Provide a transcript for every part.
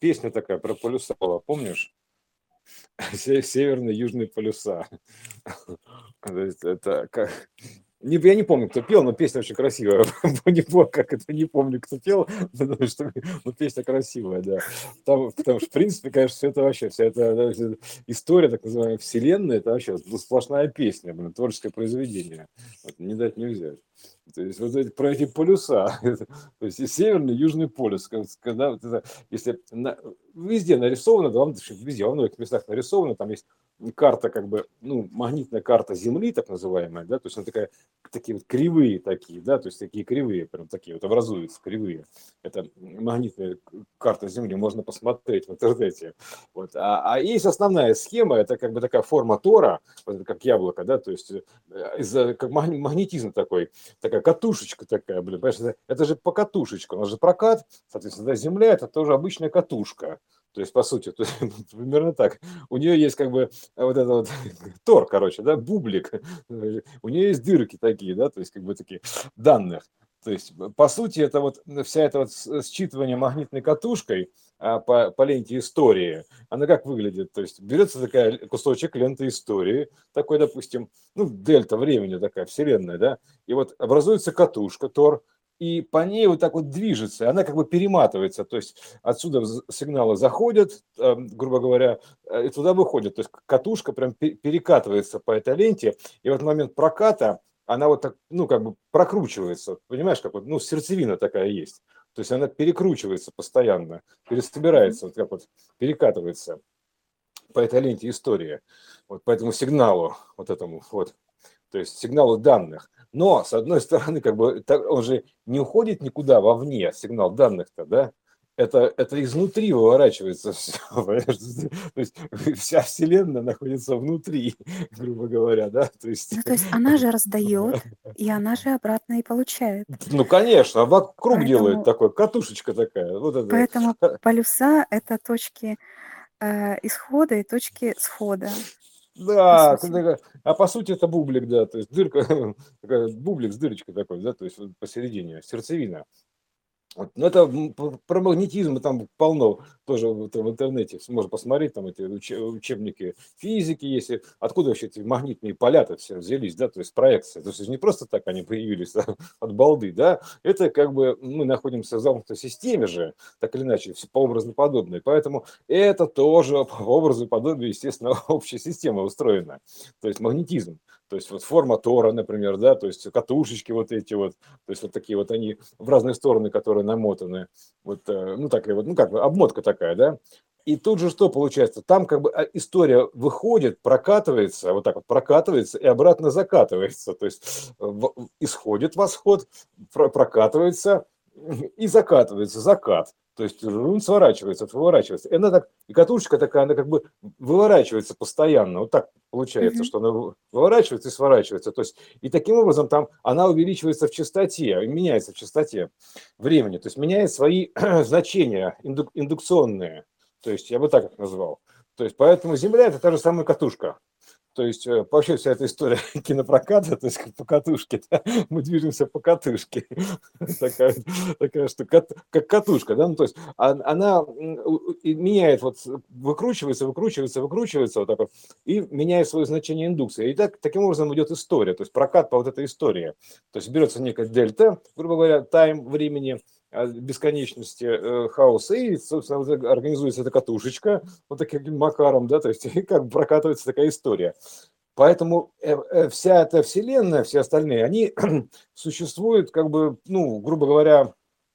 песня такая про полюса была, помнишь? Северные, южные полюса. То есть это как... Я не помню, кто пел, но песня очень красивая. Не помню, как это, не помню, кто пел, но песня красивая, да. Потому что, в принципе, конечно, все это вообще, вся эта история, так называемая вселенная, это вообще сплошная песня, блин, творческое произведение. Вот, не дать не взять. То есть вот про эти полюса, то есть и северный, и южный полюс, когда вот это, если везде нарисовано, да, везде, во многих местах нарисовано, там есть карта, как бы, ну, магнитная карта Земли, так называемая, да, то есть она такая, такие вот кривые такие, да, то есть такие кривые, прям такие вот образуются кривые. Это магнитная карта Земли, можно посмотреть в интернете. Вот. А есть основная схема, это как бы такая форма тора, вот это как яблоко, да, то есть из-за как магнетизм такой, такая катушечка такая, блин, понимаешь, это же по катушечку, у нас же прокат, соответственно, да, Земля это тоже обычная катушка. То есть, по сути, то есть, примерно так. У нее есть как бы вот это вот тор, короче, да, бублик. У нее есть дырки такие, да, то есть как бы такие данных. То есть, по сути, это вот вся эта вот считывание магнитной катушкой по ленте истории, она как выглядит? То есть берется такая кусочек ленты истории, такой, допустим, ну, дельта времени такая, вселенная, да, и вот образуется катушка, тор, и по ней вот так вот движется, она как бы перематывается, то есть отсюда сигналы заходят, грубо говоря, и туда выходят, то есть катушка прям перекатывается по этой ленте, и вот в момент проката она вот так, ну, как бы прокручивается, понимаешь, как вот, ну, сердцевина такая есть, то есть она перекручивается постоянно, пересобирается, вот как вот перекатывается по этой ленте история, вот по этому сигналу, вот этому вот, то есть сигналу данных. Но, с одной стороны, как бы он же не уходит никуда вовне, сигнал данных-то, да? Это изнутри выворачивается все. То есть вся Вселенная находится внутри, грубо говоря, да? То есть, Ну, то есть она же раздает, и она же обратно и получает. ну, конечно, вокруг делает Поэтому, такой, катушечка такая. Вот поэтому это. полюса — это точки исхода и точки схода, по Да, сути. а по сути это бублик, да, то есть дырка, такая, бублик с дырочкой такой, да, то есть вот посередине, сердцевина. Вот. Но это про магнетизм там полно тоже в интернете. Можно посмотреть, там эти учебники физики, если откуда вообще эти магнитные поля-то все взялись, да, то есть проекции. То есть не просто так они появились от балды, да, это как бы мы находимся в замкнутой системе же, так или иначе, все пообразно подобные. Поэтому это тоже по образу и подобию, естественно, общая система устроена. То есть магнетизм. То есть вот форма тора, например, да, то есть катушечки вот эти вот, то есть вот такие вот они в разные стороны, которые намотаны. Вот, ну, такая вот, ну, как бы обмотка такая, да. И тут же что получается? Там как бы история выходит, прокатывается, вот так вот прокатывается и обратно закатывается. То есть исходит восход, прокатывается и закатывается, закат. То есть он сворачивается, выворачивается. И она так, и катушечка такая, она как бы выворачивается постоянно. Вот так получается, Мгм. что она выворачивается и сворачивается. То есть и таким образом там она увеличивается в частоте, меняется в частоте времени. То есть меняет свои значения индукционные. То есть я бы так их назвал. То есть поэтому Земля это та же самая катушка. То есть вообще вся эта история кинопроката, то есть как по катушке, да? Мы движемся по катушке, такая, такая штука, как катушка, да, ну, то есть она меняет, вот выкручивается, выкручивается, выкручивается вот так вот, и меняет свое значение индукции. И так, таким образом идет история, то есть прокат по вот этой истории. То есть берется некая дельта, грубо говоря, тайм времени, бесконечности хаоса, и, собственно, вот организуется эта катушечка, вот таким макаром, да, то есть как бы прокатывается такая история. Поэтому вся эта вселенная, все остальные, они существуют, как бы, ну, грубо говоря,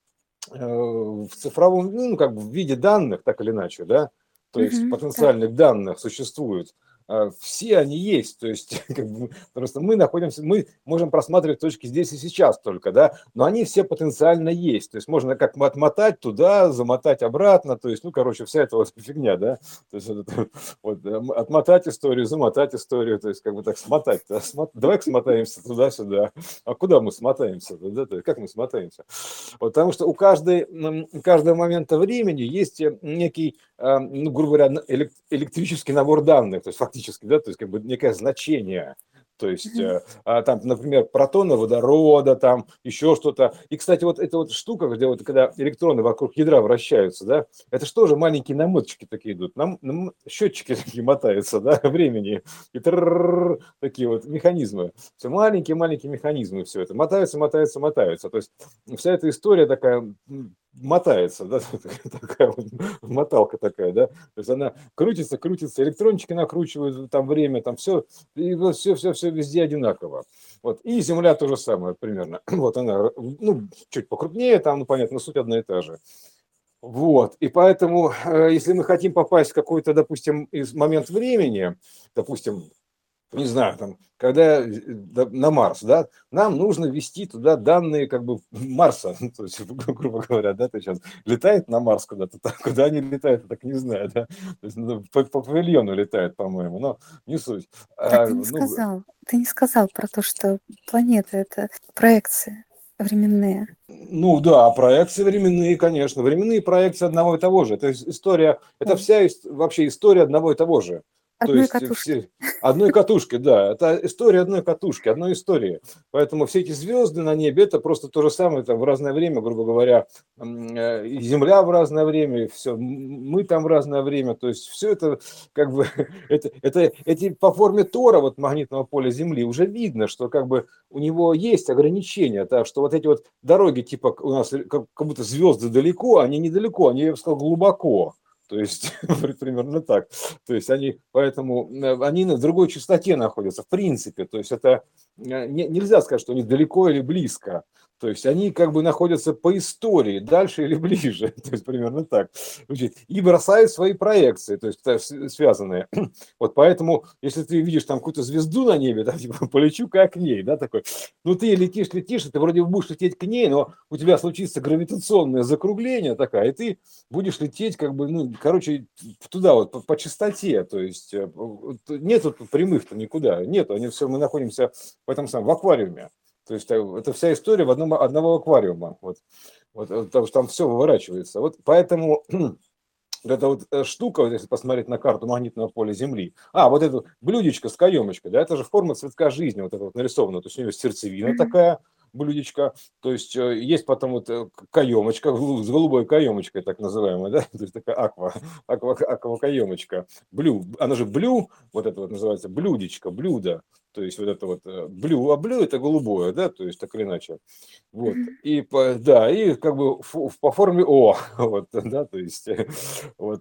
в цифровом, ну, как бы в виде данных, так или иначе, да, то есть Мгм. Да. потенциальных данных существуют. Все они есть, то есть как бы, просто мы находимся, мы можем просматривать точки здесь и сейчас только, да, но они все потенциально есть, то есть можно как бы отмотать туда, замотать обратно, то есть, ну, короче, вся эта вот фигня, да, то есть вот, отмотать историю, замотать историю, то есть как бы так смотать, да? Давай-ка смотаемся туда-сюда, а куда мы смотаемся, да? Как мы смотаемся? Потому что у каждого момента времени есть некий, ну, грубо говоря, электрический набор данных, то есть фактически, да, то есть как бы некое значение. То есть там, например, протона, водорода, там еще что-то. И, кстати, вот эта вот штука, где вот когда электроны вокруг ядра вращаются, да, это же тоже маленькие намоточки такие идут, счетчики такие мотаются, да, времени. И такие вот механизмы. Все маленькие-маленькие механизмы, все это мотаются, мотаются, мотаются. То есть вся эта история такая мотается, да, такая вот моталка такая, да, то есть она крутится, крутится, электрончики накручивают, там время, там все, и вот все везде одинаково. Вот, и Земля то же самое примерно. Вот она, ну, чуть покрупнее, там, ну, понятно, суть одна и та же. Вот, и поэтому, если мы хотим попасть в какой-то, допустим, момент времени, допустим, не знаю, там, когда на Марс, да, нам нужно ввести туда данные как бы Марса, то есть, грубо говоря, да, то есть сейчас летает на Марс куда-то, куда они летают, я так не знаю, да, то есть, по павильону летает, по-моему, но не суть. А ты не сказал про то, что планета — это проекции временные. Ну да, проекции временные, конечно, временные проекции одного и того же. Это история, это вся вообще история одного и того же. То Одной есть катушки. одной катушки, да, это история одной катушки, одной истории. Поэтому все эти звезды на небе это просто то же самое, там в разное время, грубо говоря, и Земля в разное время, и все, мы там в разное время. То есть все это как бы эти по форме тора вот магнитного поля Земли уже видно, что как бы у него есть ограничения, так что вот эти вот дороги типа у нас как будто звезды далеко, они недалеко, они, я бы сказал, глубоко. То есть примерно так. То есть они, поэтому они на другой частоте находятся, в принципе. То есть это нельзя сказать, что они далеко или близко. То есть они как бы находятся по истории, дальше или ближе. То есть примерно так. И бросают свои проекции, то есть связанные. Вот поэтому, если ты видишь там какую-то звезду на небе, да, типа, полечу-ка к ней, да, такой, ну ты летишь, летишь, и ты вроде будешь лететь к ней, но у тебя случится гравитационное закругление такое, и ты будешь лететь как бы, ну, короче, туда вот по частоте, то есть нету прямых-то никуда, нету, они все, мы находимся в этом самом, в аквариуме. То есть это вся история одного аквариума, вот, потому что там все выворачивается. Вот поэтому эта вот штука, вот если посмотреть на карту магнитного поля Земли, вот это блюдечко с каемочкой, да, это же форма цветка жизни, вот это вот нарисовано, то есть у нее сердцевина такая, блюдечко, то есть есть потом вот каемочка, с голубой каемочкой, так называемая, да, то есть такая аква каемочка, блю, она же блю, вот это вот называется блюдечко, блюдо, то есть вот это вот блю, а блю это голубое, да, то есть так или иначе. Вот, и да, и как бы по форме О, вот, да, то есть вот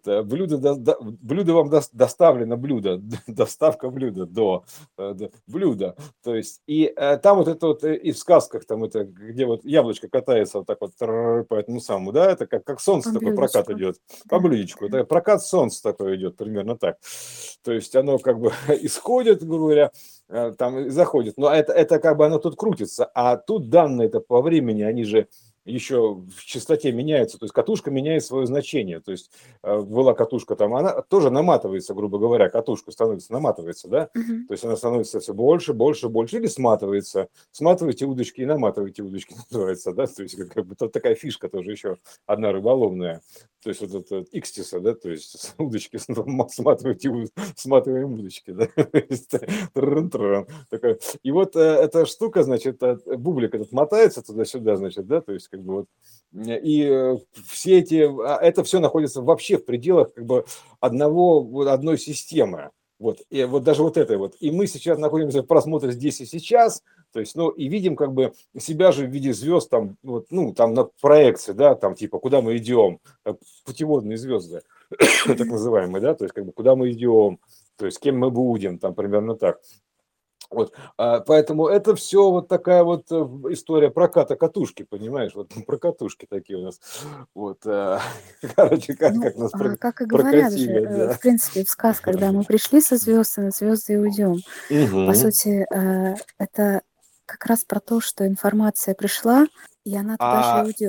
блюдо вам доставлено, блюдо, доставка блюда до блюда, то есть и там вот это вот и в сказках там это, где вот яблочко катается вот так вот по этому самому, да, это как солнце такой прокат идет, по блюдечку, это прокат солнца такой идет, примерно так, то есть оно как бы исходит, грубо говоря, там заходит, но это как бы оно тут крутится, а тут данные-то по времени, они же еще в частоте меняются, то есть катушка меняет свое значение, то есть была катушка там, она тоже наматывается, грубо говоря, катушка становится, наматывается, да, то есть она становится все больше, больше, больше, или сматывается, сматываете удочки и наматываете удочки, называется, да, то есть как бы такая фишка тоже еще одна рыболовная, то есть вот это икстиса, да, то есть удочки сматываем удочки, да, и вот эта штука, значит, бублик этот мотается туда-сюда, значит, да, то есть как бы вот, и все эти, это все находится вообще в пределах как бы одной системы, вот, и вот даже вот этой вот, и мы сейчас находимся в просмотре здесь и сейчас, то есть, ну, и видим как бы себя же в виде звезд, там, вот, ну, там на проекции, да, там типа, куда мы идем, путеводные звезды, так называемые, да, то есть как бы куда мы идем, то есть кем мы будем, там примерно так. Вот, поэтому это все вот такая вот история проката катушки, понимаешь, вот про катушки такие у нас, вот, короче, как нас Как и говорят же, прокатили, да. в принципе, в сказках, когда мы пришли со звезд, на звезды и уйдем. По сути, это как раз про то, что информация пришла, и она туда же и уйдет.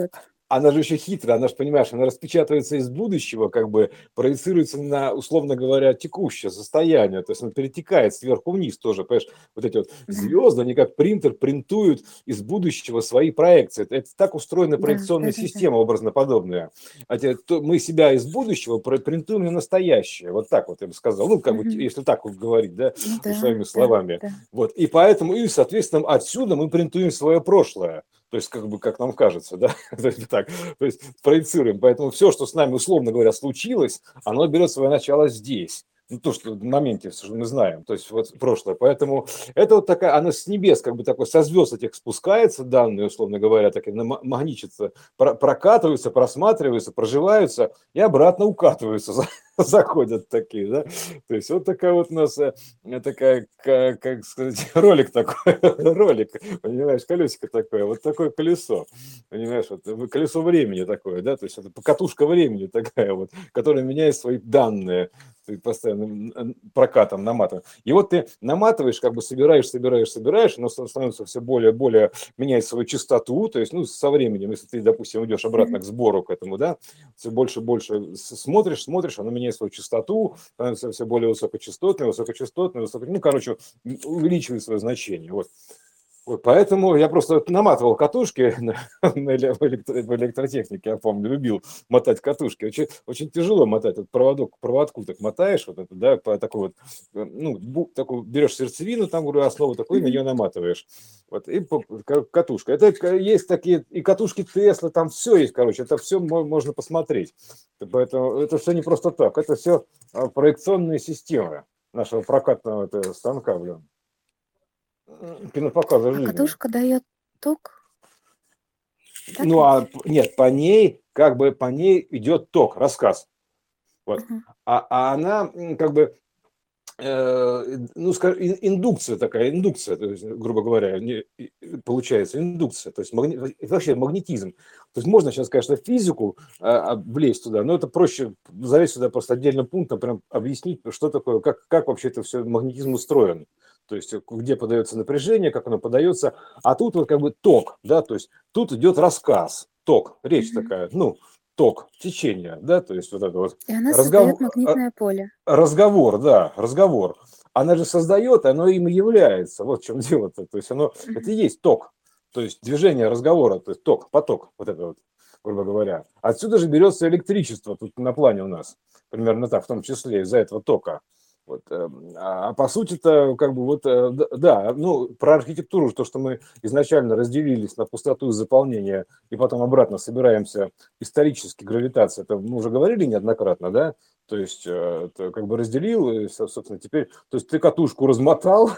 она же еще хитрая, она же, понимаешь, она распечатывается из будущего, как бы проецируется на, условно говоря, текущее состояние, то есть она перетекает сверху вниз тоже, понимаешь, вот эти вот Да, звезды, они как принтер принтуют из будущего свои проекции. Это так устроена да, проекционная да-да-да. система образно подобная. Мы себя из будущего принтуем на настоящее, вот так вот я бы сказал, ну, как бы, Мгм. если так вот говорить, да, Ну да, своими да, словами. да. Вот, и поэтому, и, соответственно, отсюда мы принтуем свое прошлое. То есть, как бы, как нам кажется, да, так, то есть проецируем. Поэтому все, что с нами, условно говоря, случилось, оно берет свое начало здесь. Ну, то, что в моменте, что мы знаем, то есть вот прошлое. Поэтому это вот такая, она с небес, как бы такой, со звезд этих спускается, данные, условно говоря, так и магничатся, прокатываются, просматриваются, проживаются и обратно укатываются, заходят такие, да. То есть вот такая вот у нас такая, как сказать, ролик такой, ролик, понимаешь, колесико такое, вот такое колесо, понимаешь, вот колесо времени такое, да, то есть это катушка времени такая вот, которая меняет свои данные, ты постоянно прокатом наматываешь. И вот ты наматываешь, как бы собираешь, оно становится все более, меняет свою частоту, то есть, ну, со временем, если ты, допустим, идешь обратно Мгм. к сбору к этому, да, все больше смотришь, оно меняет свою частоту, становится все более высокочастотное, ну, короче, увеличивает свое значение. Вот поэтому я просто наматывал катушки в электротехнике, я помню, любил мотать катушки. Очень тяжело мотать. Вот проводок к проводку так мотаешь, вот это, да, по такой вот, ну, такую берешь сердцевину, там, говорю, основу такой, на Мгм. нее наматываешь. Вот, и катушка. Это есть такие, и катушки Тесла, там все есть, короче, это все можно посмотреть. Поэтому это все не просто так, это все проекционные системы нашего прокатного станка, блин, кинопоказа А жизни. катушка дает ток, так Ну, ведь? нет, по ней, как бы по ней идет ток, рассказ. Вот. Ага. А она как бы, ну, скажем, индукция такая, индукция, то есть, грубо говоря, получается индукция, то есть вообще магнетизм. То есть можно сейчас, конечно, физику влезть туда, но это проще залезть сюда просто отдельным пунктом, прям объяснить, что такое, как вообще это все магнетизм устроен. То есть где подается напряжение, как оно подается. А тут вот как бы ток, да, то есть тут идет рассказ, ток, речь Мгм. такая, ну, ток, течение, да, то есть вот это вот И она создает разговор, магнитное поле. разговор, да, разговор. Она же создает, оно им и является. Вот в чем дело-то. То есть оно, это Мгм. и есть ток. То есть движение разговора, то есть ток, поток, вот это вот, грубо говоря. Отсюда же берется электричество тут на плане у нас. Примерно так, в том числе из-за этого тока. Вот, по сути-то, как бы вот, да, ну, про архитектуру, то, что мы изначально разделились на пустоту и заполнение, и потом обратно собираемся исторически, гравитация, это мы уже говорили неоднократно, да, то есть это как бы разделил, и, собственно, теперь, то есть ты катушку размотал,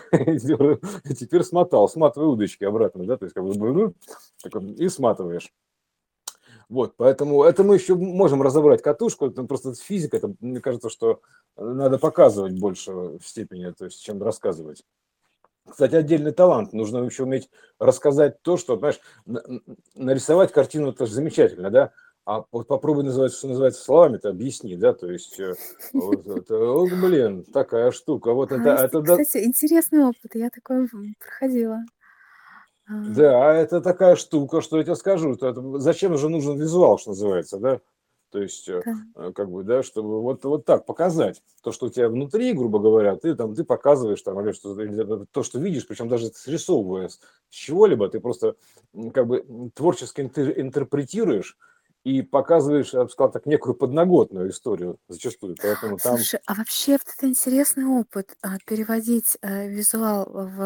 и теперь сматывай удочки обратно, да, то есть как бы ну, и сматываешь. Вот, поэтому это мы еще можем разобрать катушку, это просто физика, это, мне кажется, что надо показывать больше в степени, то есть, чем рассказывать. Кстати, отдельный талант. Нужно еще уметь рассказать то, что, знаешь, нарисовать картину, это же замечательно, да? А вот попробуй называть, что называется, словами, это объясни, да? То есть, вот это, ох, блин, такая штука. Вот это, да, Кстати, интересный опыт. Я такое проходила. А, да, это такая штука, что я тебе скажу. Зачем же нужен визуал, что называется, да? То есть, да. как бы, да, чтобы вот так показать то, что у тебя внутри, грубо говоря, ты показываешь там, или или то, что видишь, причем даже срисовывая с чего-либо, ты просто как бы творчески интерпретируешь и показываешь, я бы сказал, так, некую подноготную историю зачастую. Поэтому там... Слушай, а вообще вот это интересный опыт переводить визуал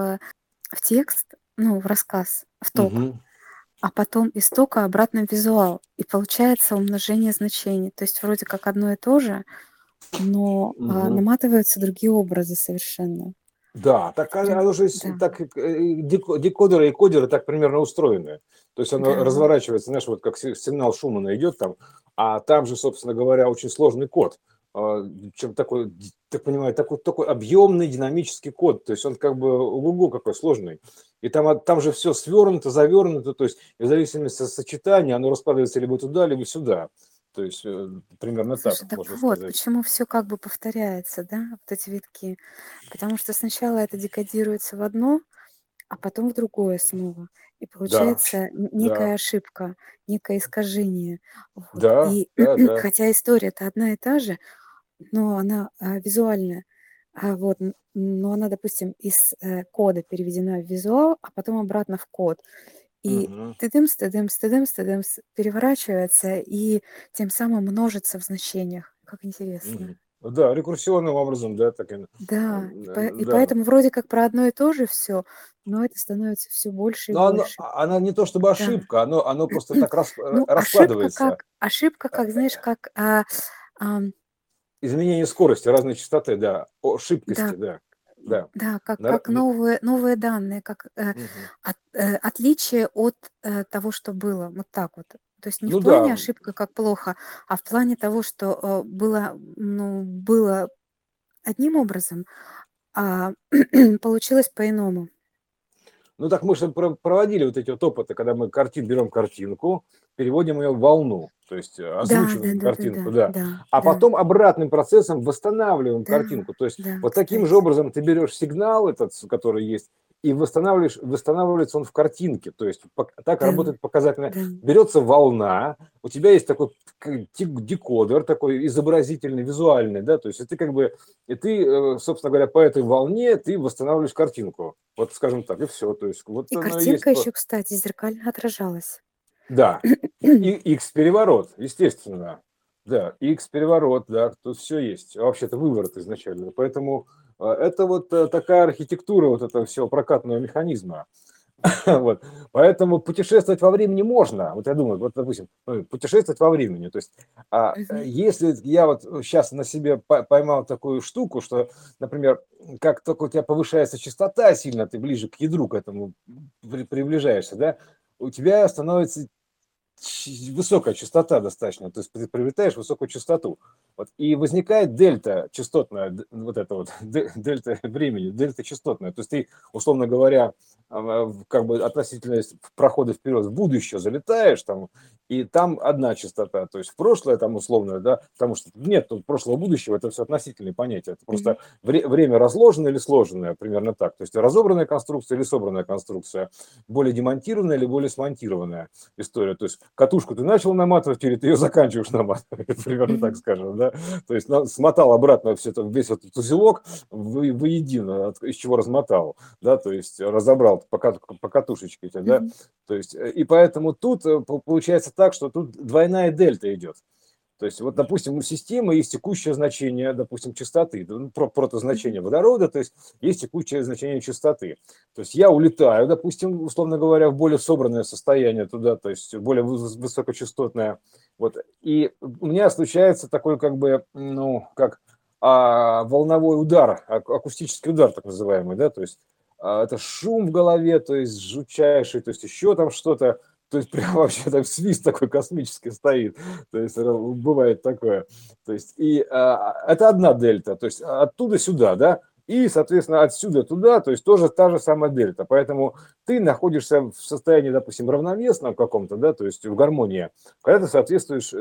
в текст, ну, в рассказ, в ток, Мгм. а потом из тока обратно в визуал. И получается умножение значений. То есть вроде как одно и то же, но Мгм. наматываются другие образы совершенно. Да, так Прям, оно же да, так декодеры и кодеры так примерно устроены. То есть оно да. разворачивается, знаешь, вот как сигнал Шумана идет там, а там же, собственно говоря, очень сложный код. Чем такой, так понимаю, такой объемный динамический код. То есть он как бы ого-го какой сложный. И там же все свернуто, завернуто, то есть в зависимости от сочетания оно раскладывается либо туда, либо сюда. То есть примерно так Слушай, так можно вот, сказать. почему все как бы повторяется, да, вот эти витки. Потому что сначала это декодируется в одно, а потом в другое снова. И Да, получается да, некая ошибка, некое искажение. Вот. да, И да, да. хотя история-то одна и та же, но она визуальная. Вот, но она, допустим, из кода переведена в визуал, а потом обратно в код. И Мгм, тыдымс, тыдымс, тыдымс, тыдымс переворачивается и тем самым множится в значениях. Как интересно. мгм. Да, рекурсионным образом, да, так и, Да, и да. поэтому вроде как про одно и то же все, но это становится все больше и Но больше. она не то чтобы Да. ошибка, оно просто так Ну, раскладывается. ошибка, как, знаешь, как, ам, Изменение скорости, разной частоты, да, о да, шибкости, да, да. да, На ра как новые данные, как, Мгм. отличие от, того, что было. Вот так вот. То есть не в Ну плане да, ошибка, как плохо, а в плане того, что, было одним образом, а получилось по-иному. ну так мы же проводили вот эти вот опыты, когда мы берем картинку, переводим ее в волну, то есть Да, озвучиваем да-да-да-да, картинку, да, да, а да, потом обратным процессом восстанавливаем да, картинку. То есть да, вот таким же кстати. образом ты берешь сигнал этот, который есть, и восстанавливается он в картинке. То есть так Да, работает показательно. да. Берется волна, у тебя есть такой декодер, такой изобразительный, визуальный, да, то есть и ты как бы, собственно говоря, по этой волне ты восстанавливаешь картинку. Вот скажем так, и все. То есть вот И оно и есть. картинка еще, кстати, зеркально отражалась. Да, и X-переворот, естественно. Да, X-переворот, да, тут все есть. Вообще-то выворот изначально. Поэтому это вот такая архитектура вот этого всего прокатного механизма. Вот. Поэтому путешествовать во времени можно. Вот я думаю, вот, допустим, путешествовать во времени. То есть, Мгм. если я вот сейчас на себе поймал такую штуку, что, например, как только у тебя повышается частота сильно, ты ближе к ядру, к этому приближаешься, да, у тебя становится высокая частота достаточно, то есть ты приобретаешь высокую частоту. Вот, и возникает дельта частотная, вот это вот, дельта времени, дельта частотная. То есть ты, условно говоря, как бы относительно прохода вперед в будущее залетаешь, там, и там одна частота, то есть в прошлое там условно, да, потому что нет тут прошлого будущего, это все относительные понятия, это Мгм. просто время разложенное или сложенное, примерно так, то есть разобранная конструкция или собранная конструкция, более демонтированная или более смонтированная история. То есть катушку ты начал наматывать, перед ее заканчиваешь наматывать, примерно так Мгм. скажем, да. То есть смотал обратно все это, весь этот узелок воедино, из чего размотал, да, то есть разобрал по катушечке, да. Мгм. То есть, и поэтому тут получается так, что тут двойная дельта идет. То есть, вот, допустим, у системы есть текущее значение, допустим, частоты, ну, Мгм. протозначение водорода, то есть есть текущее значение частоты. То есть я улетаю, допустим, условно говоря, в более собранное состояние туда, то есть более высокочастотное. Вот, и у меня случается такой, как бы, ну, как волновой удар, акустический удар, так называемый, да, то есть это шум в голове, то есть жутчайший, то есть еще там что-то, то есть прям вообще там свист такой космический стоит. То есть бывает такое. То есть и это одна дельта, то есть оттуда сюда, да, и, соответственно, отсюда туда, то есть тоже та же самая дельта. Поэтому ты находишься в состоянии, допустим, равновесном каком-то, да, то есть в гармонии, когда ты соответствуешь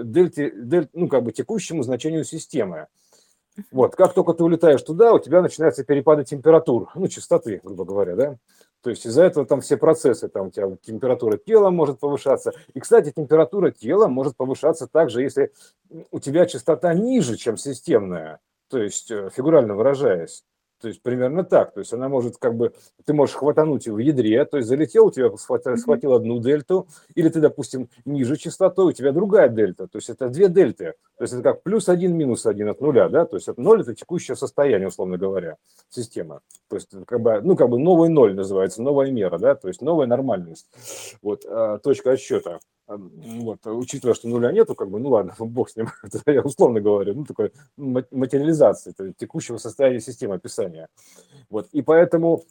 ну, как бы текущему значению системы. Мгм. Вот, как только ты улетаешь туда, у тебя начинаются перепады температур, ну, частоты, грубо говоря, да. То есть из-за этого там все процессы, там у тебя температура тела может повышаться. И, кстати, температура тела может повышаться также, если у тебя частота ниже, чем системная, то есть фигурально выражаясь. То есть примерно так. То есть она может как бы, ты можешь хватануть в ядре, то есть залетел, у тебя Мгм. схватил одну дельту, или ты, допустим, ниже частотой, у тебя другая дельта. То есть это две дельты. То есть это как плюс один, минус один от нуля, да, то есть это ноль это текущее состояние, условно говоря, системы. То есть как бы, ну, как бы новый ноль называется, новая мера, да, то есть новая нормальность. Вот, точка отсчета. Вот, учитывая, что нуля нету, как бы, ну ладно, бог с ним, это я условно говорю, ну, такой материализация, то есть текущего состояния системы описания. Вот, и поэтому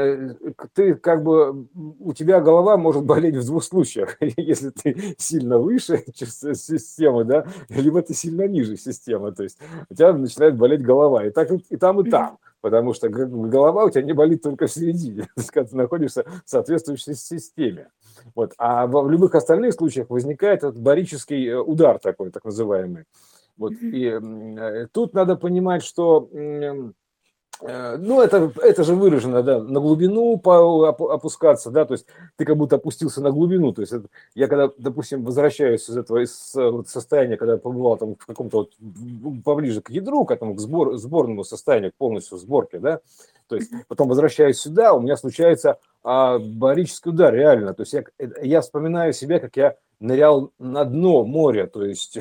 ты как бы, у тебя голова может болеть в двух случаях, если ты сильно выше системы, да, либо ты сильно ниже системы, то есть у тебя начинает болеть голова, и так и там, и Мгм. там, потому что голова у тебя не болит только в середине, когда ты находишься в соответствующей системе. Вот. А в любых остальных случаях возникает этот барический удар такой, так называемый. Вот. Мгм. И тут надо понимать, что Ну, это же выражено, да, на глубину опускаться, да, то есть ты как будто опустился на глубину, то есть я когда, допустим, возвращаюсь из этого вот состояния, когда я побывал там в каком-то вот поближе к ядру, к этому, к сборному состоянию, полностью в сборке, да, то есть потом возвращаюсь сюда, у меня случается барический удар, реально, то есть я вспоминаю себя, как я нырял на дно моря, то есть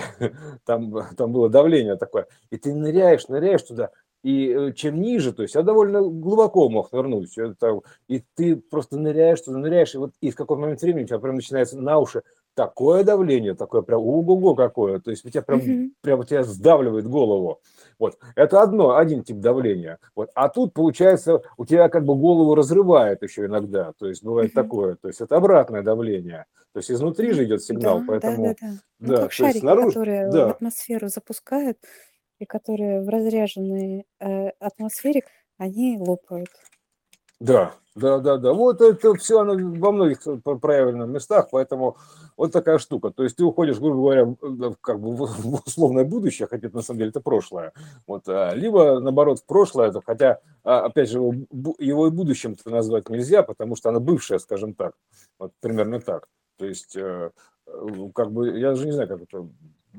там было давление такое, и ты ныряешь туда, и чем ниже, то есть я довольно глубоко мог нырнуть, и ты просто ныряешь туда, ныряешь, и в какой-то момент времени у тебя прям начинается на уши такое давление, такое прям ого-го какое, то есть у тебя Мгм. прям тебя сдавливает голову. Вот, это один тип давления. Вот, а тут, получается, у тебя как бы голову разрывает еще иногда, то есть бывает Мгм. такое, то есть это обратное давление, то есть изнутри Ну же идет сигнал, да, поэтому, да-да-да. Ну, да, как то есть шарики, снаружи, которые в да. атмосферу запускают и которые в разряженной, атмосфере, они лопают. Да, да, да, да. Вот это все оно во многих проявленных местах, поэтому вот такая штука. То есть ты уходишь, грубо говоря, как бы в условное будущее, хотя на самом деле это прошлое. Вот, либо наоборот в прошлое, хотя, опять же, его и будущим-то назвать нельзя, потому что оно бывшее, скажем так. Вот примерно так. То есть, как бы, я даже не знаю, как это,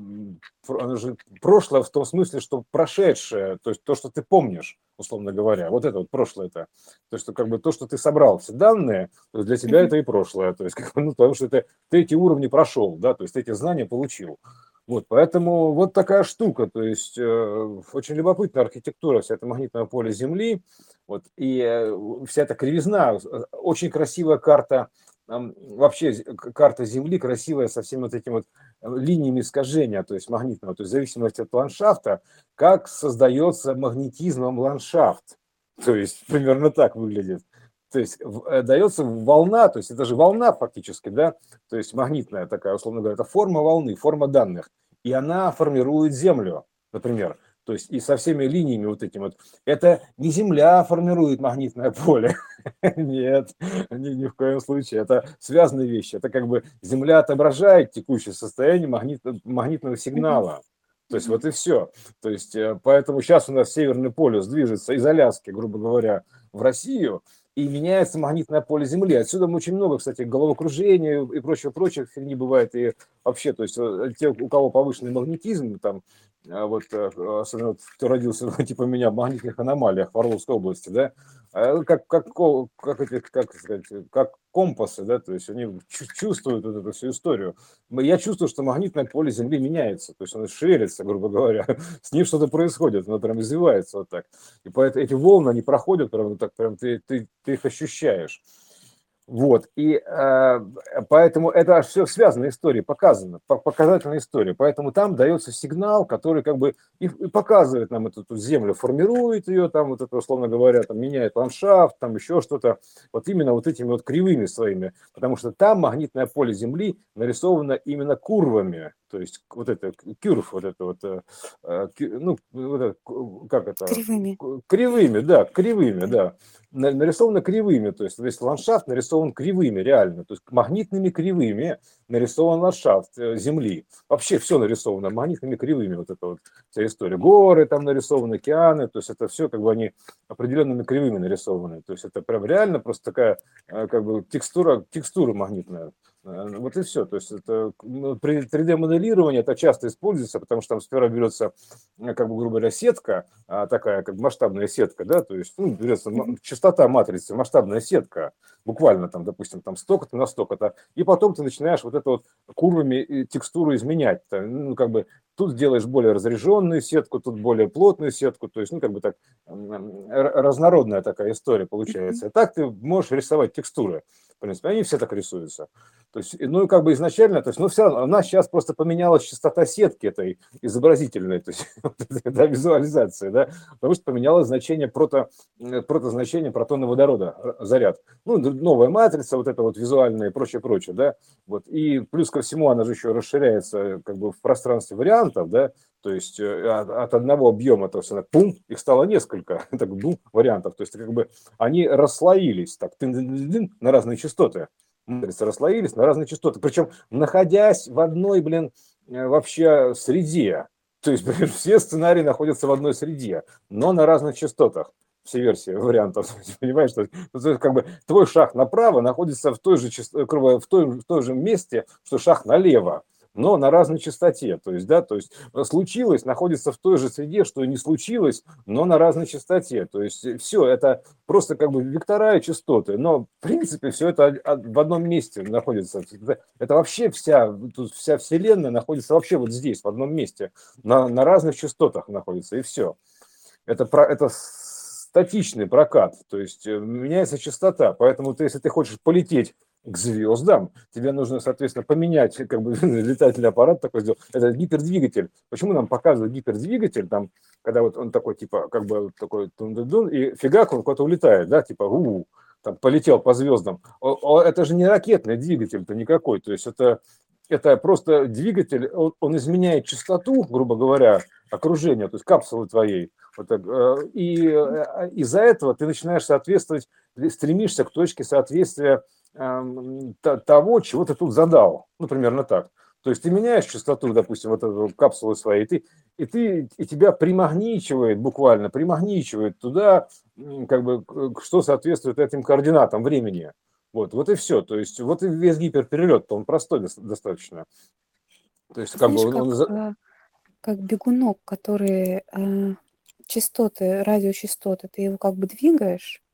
оно же прошлое в том смысле, что прошедшее, то есть то, что ты помнишь, условно говоря. Вот это вот прошлое это. То есть, что как бы то, что ты собрал все данные, то есть для тебя Мгм. это и прошлое. То есть, как бы, ну, потому что ты эти уровни прошел, да, то есть ты эти знания получил. Вот, поэтому вот такая штука, то есть очень любопытная архитектура, вся это магнитное поле Земли, вот, и вся эта кривизна, очень красивая карта, вообще карта Земли красивая со всеми вот этими вот линиями искажения, то есть магнитного, то есть в зависимости от ландшафта, как создается магнетизмом ландшафт. То есть примерно так выглядит. То есть дается волна, то есть это же волна фактически, да, то есть магнитная такая, условно говоря, это форма волны, форма данных. И она формирует Землю, например. То есть и со всеми линиями вот этими вот. Это не Земля формирует магнитное поле. Нет, ни в коем случае. Это связанные вещи. Это как бы Земля отображает текущее состояние магнитного Мгм. сигнала. То есть Мгм. вот и все. То есть поэтому сейчас у нас Северный полюс движется из Аляски, грубо говоря, в Россию, и меняется магнитное поле Земли. Отсюда очень много, кстати, головокружения и прочего фигни бывает. И вообще, то есть те, у кого повышенный магнетизм, там, вот, особенно вот, кто родился, типа меня, в магнитных аномалиях в Орловской области, да, как сказать, как компасы, да, то есть они чувствуют вот эту всю историю. Я чувствую, что магнитное поле Земли меняется, то есть оно шевелится, грубо говоря, с ним что-то происходит, оно прям извивается вот так. И поэтому эти волны, они проходят прям вот так, прям ты их ощущаешь. Вот, и поэтому это все связанная история, показана, показательная история. Поэтому там дается сигнал, который как бы и показывает нам эту землю, формирует ее, там вот это, условно говоря, там меняет ландшафт, там еще что-то, вот именно вот этими вот кривыми своими, потому что там магнитное поле Земли нарисовано именно курвами, то есть вот это кюрв, вот это вот, ну, вот это, как это, Кривыми. кривыми, да, нарисовано кривыми, то есть весь ландшафт нарисован кривыми, реально, то есть магнитными кривыми нарисован ландшафт Земли. Вообще все нарисовано магнитными кривыми, вот эта вот вся история. Горы там нарисованы, океаны, то есть это все как бы они определенными кривыми нарисованы. То есть это прям реально просто такая как бы текстура магнитная. Вот и все. То есть это, ну, при 3D-моделировании это часто используется, потому что там сперва берется, как бы, грубо говоря, сетка, такая как масштабная сетка, да, то есть ну, берется Мгм. частота матрицы, масштабная сетка, буквально там, допустим, там столько-то на столько-то, и потом ты начинаешь вот это вот курвами текстуру изменять. Ну, как бы тут делаешь более разряженную сетку, тут более плотную сетку, то есть, ну, как бы так разнородная такая история Мгм. получается. И так ты можешь рисовать текстуры. В принципе, они все так рисуются. То есть, ну, как бы изначально, то есть, ну, все равно, у нас сейчас просто поменялась частота сетки этой изобразительной, то есть, да, визуализации, да, потому что поменялось значение протозначение протона водорода, заряд. Ну, новая матрица, вот это вот визуальная и прочее, да, вот, и плюс ко всему она же еще расширяется как бы в пространстве вариантов, да, то есть от одного объема, то есть она, пум, их стало несколько, так, бум, вариантов, то есть как бы они расслоились так, на разные частоты, матрицы расслоились на разные частоты, причем находясь в одной, вообще среде, то есть все сценарии находятся в одной среде, но на разных частотах. все версии вариантов, понимаешь, что как бы твой шаг направо находится в той же, в той же месте, что шаг налево, но на разной частоте, то есть, да, то есть случилось, находится в той же среде, что и не случилось, но на разной частоте, то есть все это просто как бы вектора и частоты, но в принципе все это в одном месте находится, это вообще вся вселенная находится вообще вот здесь, в одном месте, на разных частотах находится, и все. Это статичный прокат, то есть меняется частота, поэтому если ты хочешь полететь к звездам, тебе нужно, соответственно, поменять как бы летательный аппарат такой сделать. Это гипердвигатель. Почему нам показывают гипердвигатель, там, когда вот он такой, типа, как бы такой, и фигак, он куда-то улетает, да, типа, там, полетел по звездам. Это же не ракетный двигатель-то никакой, то есть это просто двигатель, он изменяет частоту, грубо говоря, окружения, то есть капсулы твоей. Вот так, и из-за этого ты начинаешь соответствовать, стремишься к точке соответствия того, чего ты тут задал. Ну, примерно так. То есть ты меняешь частоту, допустим, вот эту капсулу своей, и тебя примагничивает, буквально примагничивает туда, как бы, что соответствует этим координатам времени. Вот и все. То есть вот и весь гиперперелет, он простой достаточно. То есть как Знаешь, бы как бегунок, который частоты, радиочастоты, ты его как бы двигаешь,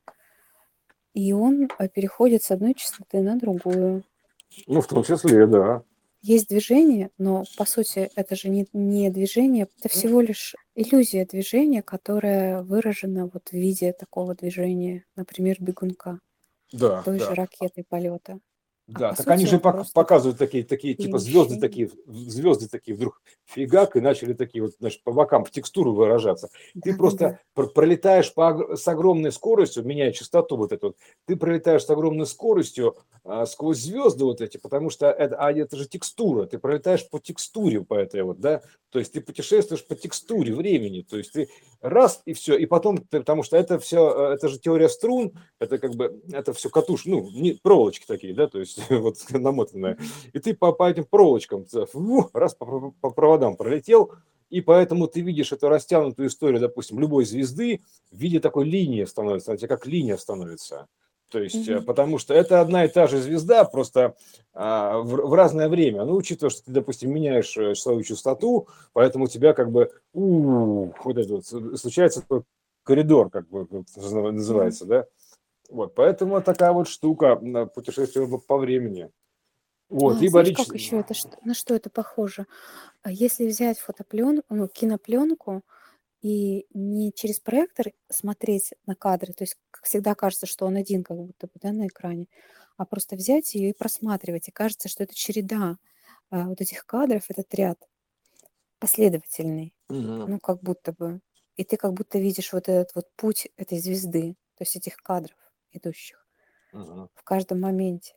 и он переходит с одной частоты на другую. ну, в том числе, да. Есть движение, но по сути это же не движение, это всего лишь иллюзия движения, которая выражена вот в виде такого движения, например, бегунка, Да, той же да. ракеты полета. А Да, по так они сути же он просто показывают такие типа перемещение. звезды такие вдруг фигак и начали такие вот, значит, по бокам в текстуру выражаться. Ты Да-да-да. просто пролетаешь с огромной скоростью, меняя частоту вот эту, ты пролетаешь с огромной скоростью сквозь звезды вот эти, потому что это же текстура, ты пролетаешь по текстуре по этой вот, да, то есть ты путешествуешь по текстуре времени, то есть ты раз и все, и потом, потому что это все, это же теория струн, это как бы, это все ну, не, проволочки такие, да, то есть вот намотанная. И ты по этим проволочкам раз по проводам пролетел, и поэтому ты видишь эту растянутую историю, допустим, любой звезды в виде такой линии становится, она тебе как линия становится. То есть, потому что это одна и та же звезда, просто в разное время. Ну, учитывая, что ты, допустим, меняешь свою частоту, поэтому у тебя как бы вот это вот, случается такой коридор, как бы называется, да? Вот, поэтому такая вот штука на путешествие по времени. Вот, либо Знаешь, как лично. еще это, на что это похоже? Если взять фотопленку, ну, кинопленку, и не через проектор смотреть на кадры, то есть как всегда кажется, что он один как будто бы, да, на экране, а просто взять ее и просматривать, и кажется, что это череда вот этих кадров, этот ряд последовательный, Мгм. ну, как будто бы. И ты как будто видишь вот этот вот путь этой звезды, то есть этих кадров идущих Мгм. в каждом моменте.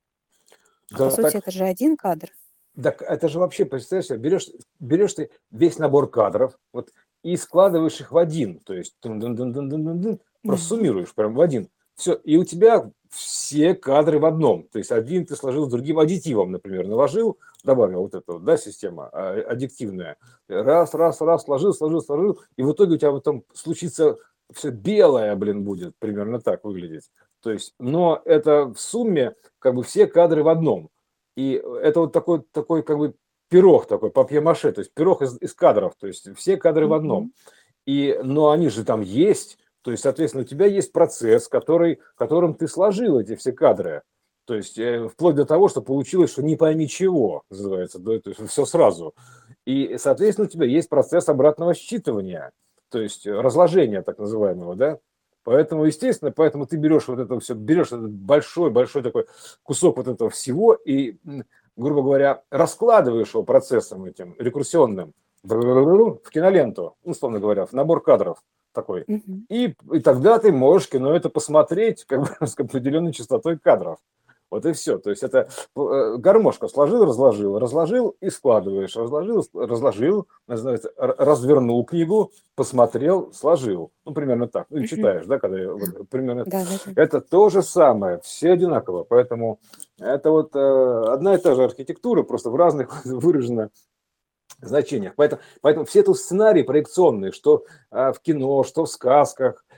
А по Да, сути так, это же один кадр. так это же вообще, представляешь, себе, берешь ты весь набор кадров вот, и складываешь их в один, то есть просто Ну, суммируешь прям в один. Все, и у тебя все кадры в одном. То есть один ты сложил с другим аддитивом, например, наложил, добавил вот это вот, да, система аддиктивная. Раз, раз, раз, сложил, и в итоге у тебя потом случится все белое, блин, будет примерно так выглядеть. То есть, но это в сумме как бы все кадры в одном. И это вот такой как бы пирог такой, папье-маше, то есть пирог из кадров, то есть все кадры в одном. мгм. Но они же там есть, то есть, соответственно, у тебя есть процесс, которым ты сложил эти все кадры. То есть, вплоть до того, что получилось, что не пойми чего, называется, да, то есть все сразу. И, соответственно, у тебя есть процесс обратного считывания, то есть разложения так называемого, да. Поэтому, естественно, поэтому ты берешь вот это все, берешь этот большой такой кусок вот этого всего и, грубо говоря, раскладываешь его процессом этим рекурсионным в киноленту, условно говоря, в набор кадров такой. Мгм. И тогда ты можешь кино это посмотреть как бы с определенной частотой кадров. Вот и все. То есть это гармошка сложил, разложил и складываешь. Разложил, называется, развернул книгу, посмотрел, сложил. Ну, примерно так. Ну, и Мгм. читаешь, да, когда примерно. Да, да, да. Это то же самое, все одинаково. Поэтому это вот одна и та же архитектура, просто в разных выражена значениях. Поэтому все тут сценарии проекционные, что в кино, что в сказках,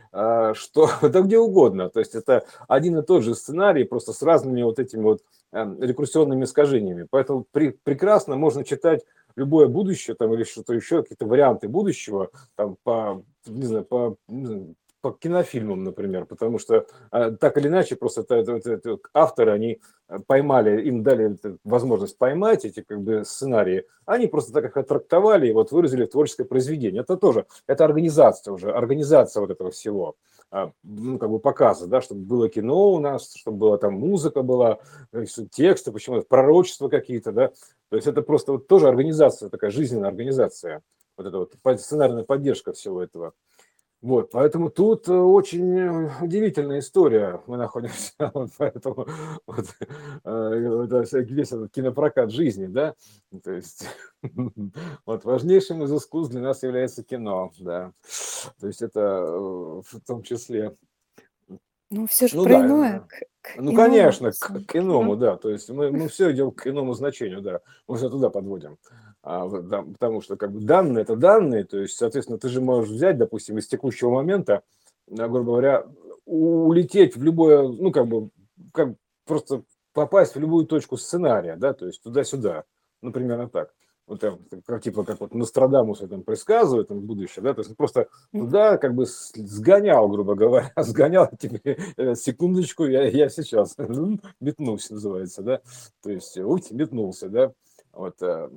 что да где угодно. То есть это один и тот же сценарий, просто с разными вот этими вот рекурсионными искажениями. Поэтому прекрасно можно читать любое будущее там или что-то еще, какие-то варианты будущего там не знаю, по кинофильмам, например, потому что так или иначе просто авторы, они поймали, им дали возможность поймать эти как бы сценарии, они просто так их трактовали и вот выразили в творческое произведение. Это тоже, это организация уже, организация вот этого всего, ну, как бы показа, да, чтобы было кино у нас, чтобы была там музыка была, тексты, почему-то пророчества какие-то, да, то есть это просто вот тоже организация, такая жизненная организация, вот эта вот сценарная поддержка всего этого. Вот, поэтому тут очень удивительная история. Мы находимся, вот поэтому вот, весь этот кинопрокат жизни, да, то есть вот важнейшим из искусств для нас является кино, да, то есть это в том числе, Ну, все же ну про да, иное, к ну иному конечно, всё. к иному, да, то есть мы все идем к иному значению, да, мы все туда подводим. Вот, да, потому что как бы данные это данные, то есть, соответственно, ты же можешь взять, допустим, из текущего момента, грубо говоря, улететь в любое, ну как бы, как просто попасть в любую точку сценария, да, то есть туда-сюда, ну примерно так. Вот там, как, типа как вот Нострадамус там предсказывает там, будущее, да, то есть просто Мгм. туда как бы сгонял, грубо говоря, сгонял, типа, секундочку, я сейчас метнусь, называется, да, то есть, метнулся, да, вот,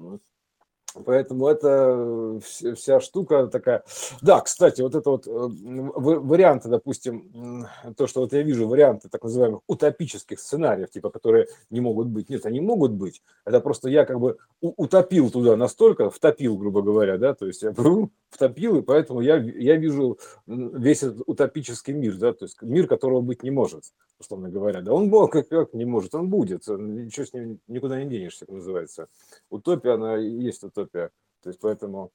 поэтому это вся штука такая. Да, кстати, вот это вот варианты, допустим, то, что вот я вижу варианты так называемых утопических сценариев, типа, которые не могут быть. Нет, они могут быть. Это просто я как бы утопил туда настолько, втопил, грубо говоря, да, то есть я втопил, и поэтому я вижу весь этот утопический мир, да, то есть мир, которого быть не может, условно говоря. Да, он как не может, он будет, ничего с ним никуда не денешься, как называется. Утопия, она и есть утопия. То есть поэтому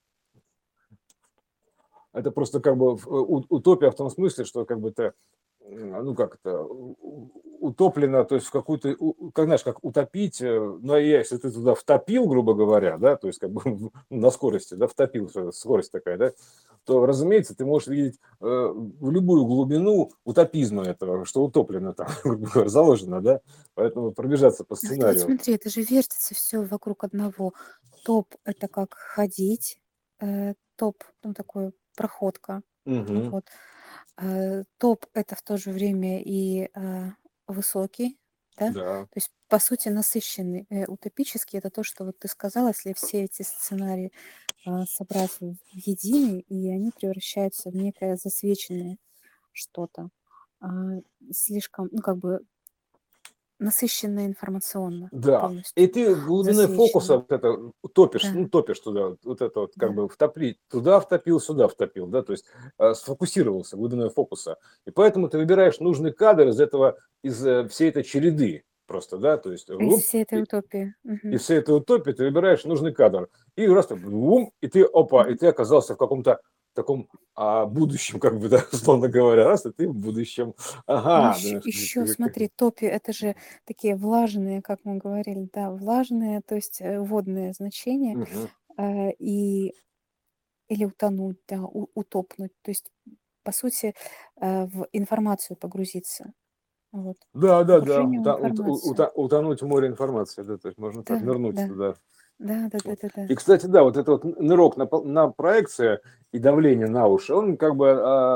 это просто как бы утопия в том смысле, что как бы это, ну как это, утоплено, то есть в какую-то, как знаешь, как утопить, ну а если ты туда втопил, грубо говоря, да, то есть как бы на скорости, да, втопил, скорость такая, да, то, разумеется, ты можешь видеть в любую глубину утопизма этого, что утоплено там, грубо говоря, заложено, да, поэтому пробежаться по Ну, вот сценарию. смотри, это же вертится все вокруг одного. Топ- это как ходить, топ, ну, такой проходка. Мгм. Вот. Топ- это в то же время и, высокий, да. Да. То есть, по сути, насыщенный. Утопический- это то, что вот ты сказала, если все эти сценарии, собрать в единый, и они превращаются в некое засвеченное что-то, а, слишком, ну, как бы насыщенное информационно, Да, и полностью ты глубиной фокуса засвеченное. вот это топишь, Да, ну, топишь туда, вот это вот как да. бы втопли, туда втопил, сюда втопил, да, то есть сфокусировался глубиной фокуса. И поэтому ты выбираешь нужный кадр из этого, из всей этой череды просто, да, то есть Из всей этой утопии. из Мгм. всей этой утопии ты выбираешь нужный кадр. И раз ты, и ты, опа, и Мгм. ты оказался в каком-то таком будущем, как бы, да, условно говоря, раз, и ты в будущем. Ну, Ага, еще смотри, топи- это же такие влажные, как мы говорили, да, влажные, то есть, водные значения, Мгм. и или утонуть, да, утопнуть. То есть, по сути, в информацию погрузиться. Вот. Да, да, да, Погружение в информацию. утонуть в море информации, да, то есть можно Да, так нырнуть да. туда. Да, Вот. да-да-да-да-да. И, кстати, да, вот этот вот нырок на проекция и давление на уши, он как бы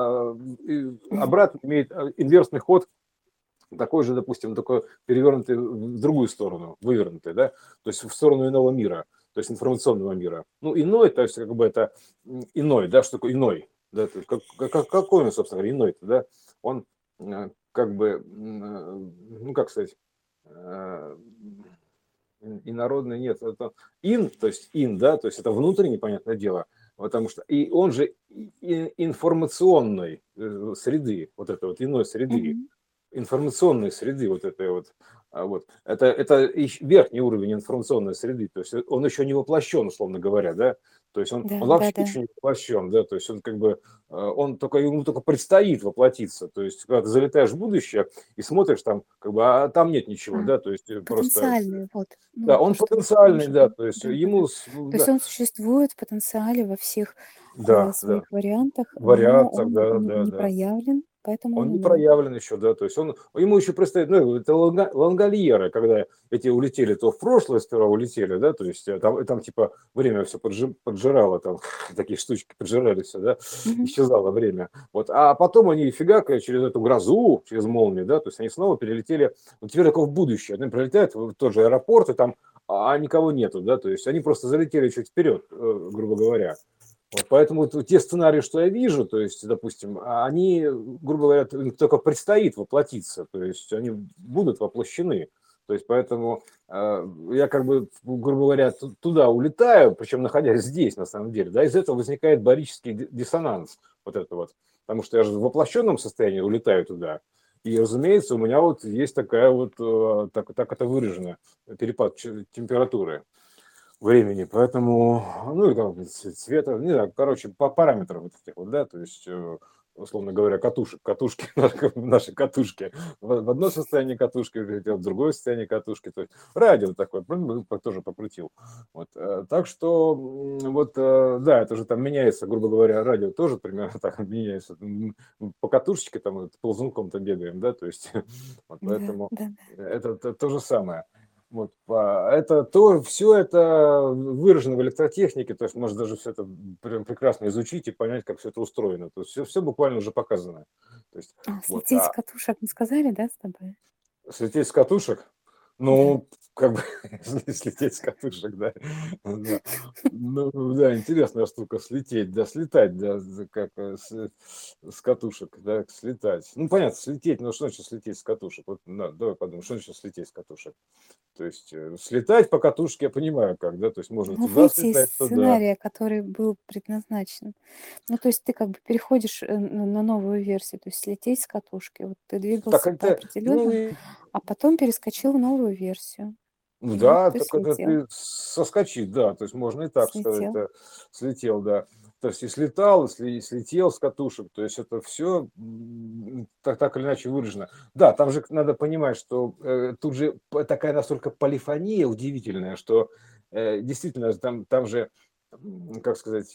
обратно имеет инверсный ход, такой же, допустим, такой перевернутый в другую сторону, вывернутый, да, то есть в сторону иного мира, то есть информационного мира. Ну, иной, то есть как бы это иной, да, что такое иной, да, то есть какой он, собственно говоря, иной-то, да, он как бы, ну, как сказать, э, инородный нет, это то есть да, то есть это внутреннее, понятное дело, потому что и он же информационной среды, вот это вот иной среды, Мгм. информационной среды вот этой вот. Вот. Это верхний уровень информационной среды, то есть он еще не воплощен, условно говоря, да, то есть Да, он вообще да-да. еще не воплощен, да, то есть он как бы, ему только предстоит воплотиться, то есть когда ты залетаешь в будущее и смотришь там, как бы, а там нет ничего, да, то есть просто, Потенциальный, вот. да, Ну, то, он что потенциальный, может да, быть. то есть Да-да-да. ему, То есть он существует в потенциале во всех, Да, да. своих вариантах, но Вариантах, он да, да, не да. проявлен, поэтому Он он не умер. проявлен еще, да, то есть ему еще предстоит, ну, это лангольеры, когда эти улетели, то в прошлое сперва улетели, да, то есть там типа время все поджирало, там такие штучки поджирали все, да, Мгм. исчезало время, вот, а потом они фигакали через эту грозу, через молнию, да, то есть они снова перелетели, вот теперь такое в будущее, они прилетают в тот же аэропорт, и там никого нету, да, то есть они просто залетели чуть вперед, грубо говоря. Вот поэтому те сценарии, что я вижу, то есть, допустим, они, грубо говоря, им только предстоит воплотиться, то есть они будут воплощены. То есть поэтому я как бы, грубо говоря, туда улетаю, причем находясь здесь на самом деле, да, из этого возникает барический диссонанс, вот это вот, потому что я же в воплощенном состоянии улетаю туда, и, разумеется, у меня вот есть такая вот, так это выражено, перепад температуры времени, поэтому, ну, и там цвета, не знаю, короче, по параметрам вот этих вот, да, то есть, условно говоря, катушки, наши катушки, в одно состояние катушки улетел, в другое состояние катушки, то есть радио такое, тоже покрутил. Вот, так что, вот, да, это же там меняется, грубо говоря, радио тоже примерно так меняется, по катушечке там ползунком-то бегаем, да, то есть, вот, Да, поэтому да, это то же самое. Вот, это все это выражено в электротехнике, то есть можно даже все это прям прекрасно изучить и понять, как все это устроено. То есть все буквально уже показано. То есть, вот, Слететь с катушек не сказали, да, с тобой? слететь с катушек, Да. ну, как бы слететь с катушек, да. Да. Ну, да, интересная штука, слететь, да, слетать, да, как с катушек, да, слетать. Ну, понятно, слететь, но что значит слететь с катушек? Вот, давай подумаем, что значит слететь с катушек? То есть слетать по катушке я понимаю как, да, то есть можно Ну, туда выйти из слетать, туда. сценария, который был предназначен. Ну, то есть ты как бы переходишь, на новую версию, то есть слететь с катушки. Вот ты Так двигался по это, ну, определенному, а потом перескочил в новую версию. ну И вот да, ты так это слетел. ты соскочить, да, то есть можно и так сказать, Слетел. слетел, да. То есть и слетал, и слетел с катушек, то есть это все так или иначе выражено. Да, там же надо понимать, что тут же такая настолько полифония удивительная, что действительно там же, как сказать,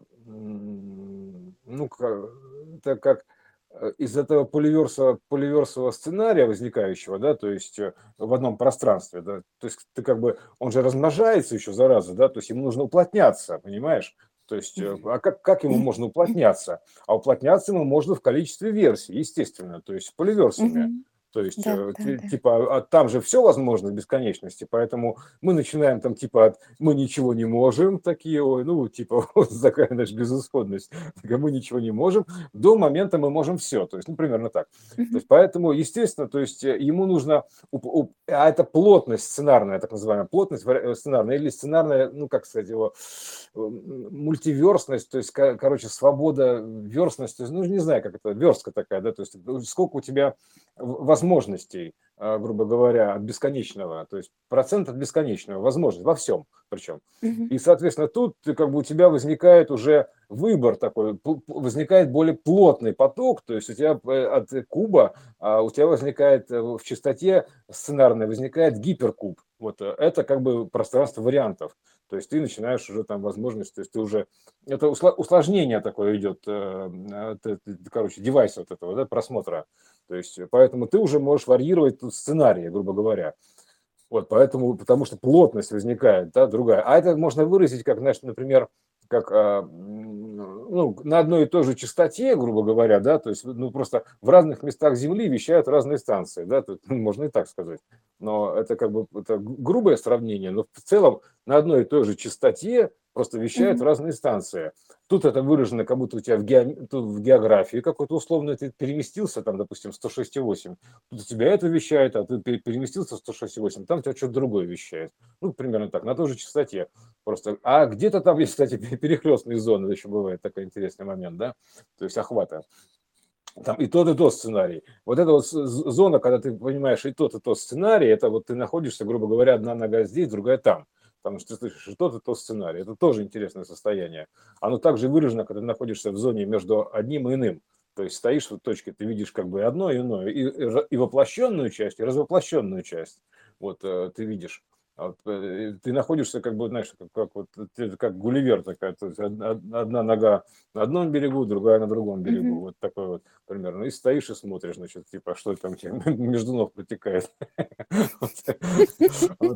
ну, это как из этого поливерсового сценария возникающего, да, то есть в одном пространстве, да, то есть ты как бы, он же размножается еще, зараза, да, то есть ему нужно уплотняться, понимаешь? То есть, а как ему можно уплотняться? А уплотняться ему можно в количестве версий, естественно, то есть поливерсами. Мгм. То есть, Да, да, да. типа, там же все возможно в бесконечности, поэтому мы начинаем там, типа, мы ничего не можем, такие, ой, ну, типа, вот такая наша безысходность, мы ничего не можем, до момента мы можем все, то есть, ну, примерно так. То Мгм. есть, поэтому, естественно, то есть, ему нужно, а это плотность сценарная, так называемая плотность сценарная, или сценарная, ну, как сказать его, мультиверсность, то есть, короче, свобода, верстность, то есть, ну, не знаю, как это, верстка такая, да, то есть, сколько у тебя возможностей, грубо говоря, от бесконечного, то есть процент от бесконечного, возможность во всем причем. Мгм. И, соответственно, тут как бы у тебя возникает уже выбор такой, возникает более плотный поток, то есть у тебя от куба у тебя возникает в частоте сценарной возникает гиперкуб. Вот это как бы пространство вариантов. То есть ты начинаешь уже там возможность, то есть ты уже, это усложнение такое идет, короче, девайса вот этого, да, просмотра. То есть, поэтому ты уже можешь варьировать тут сценарии, грубо говоря. Вот, поэтому, потому что плотность возникает, да, другая. А это можно выразить, как, знаешь, например, как ну, на одной и той же частоте, грубо говоря, да, то есть, ну, просто в разных местах Земли вещают разные станции, да, тут можно и так сказать. Но это как бы это грубое сравнение, но в целом на одной и той же частоте просто вещают Мгм. разные станции. Тут это выражено, как будто у тебя тут в географии какой-то условно ты переместился, там, допустим, 106,8. Тут у тебя это вещает, а ты переместился в 106,8, там у тебя что-то другое вещает. Ну, примерно так, на той же частоте. Просто. А где-то там есть, кстати, перехлестные зоны, это еще бывает такой интересный момент, да, то есть охвата. Там и тот сценарий. Вот эта вот зона, когда ты понимаешь и тот сценарий, это вот ты находишься, грубо говоря, одна нога здесь, другая там. Потому что ты слышишь и тот сценарий. Это тоже интересное состояние. Оно также выражено, когда ты находишься в зоне между одним и иным. То есть стоишь в точке, ты видишь как бы одно и иное, и воплощенную часть, и развоплощенную часть. Вот ты видишь. Ты находишься, как бы, знаешь, вот, как Гулливер такая, то есть одна нога на одном берегу, другая на другом берегу, Мгм. вот такой вот примерно. И стоишь и смотришь, значит, типа, что там тебе между ног протекает. Вот,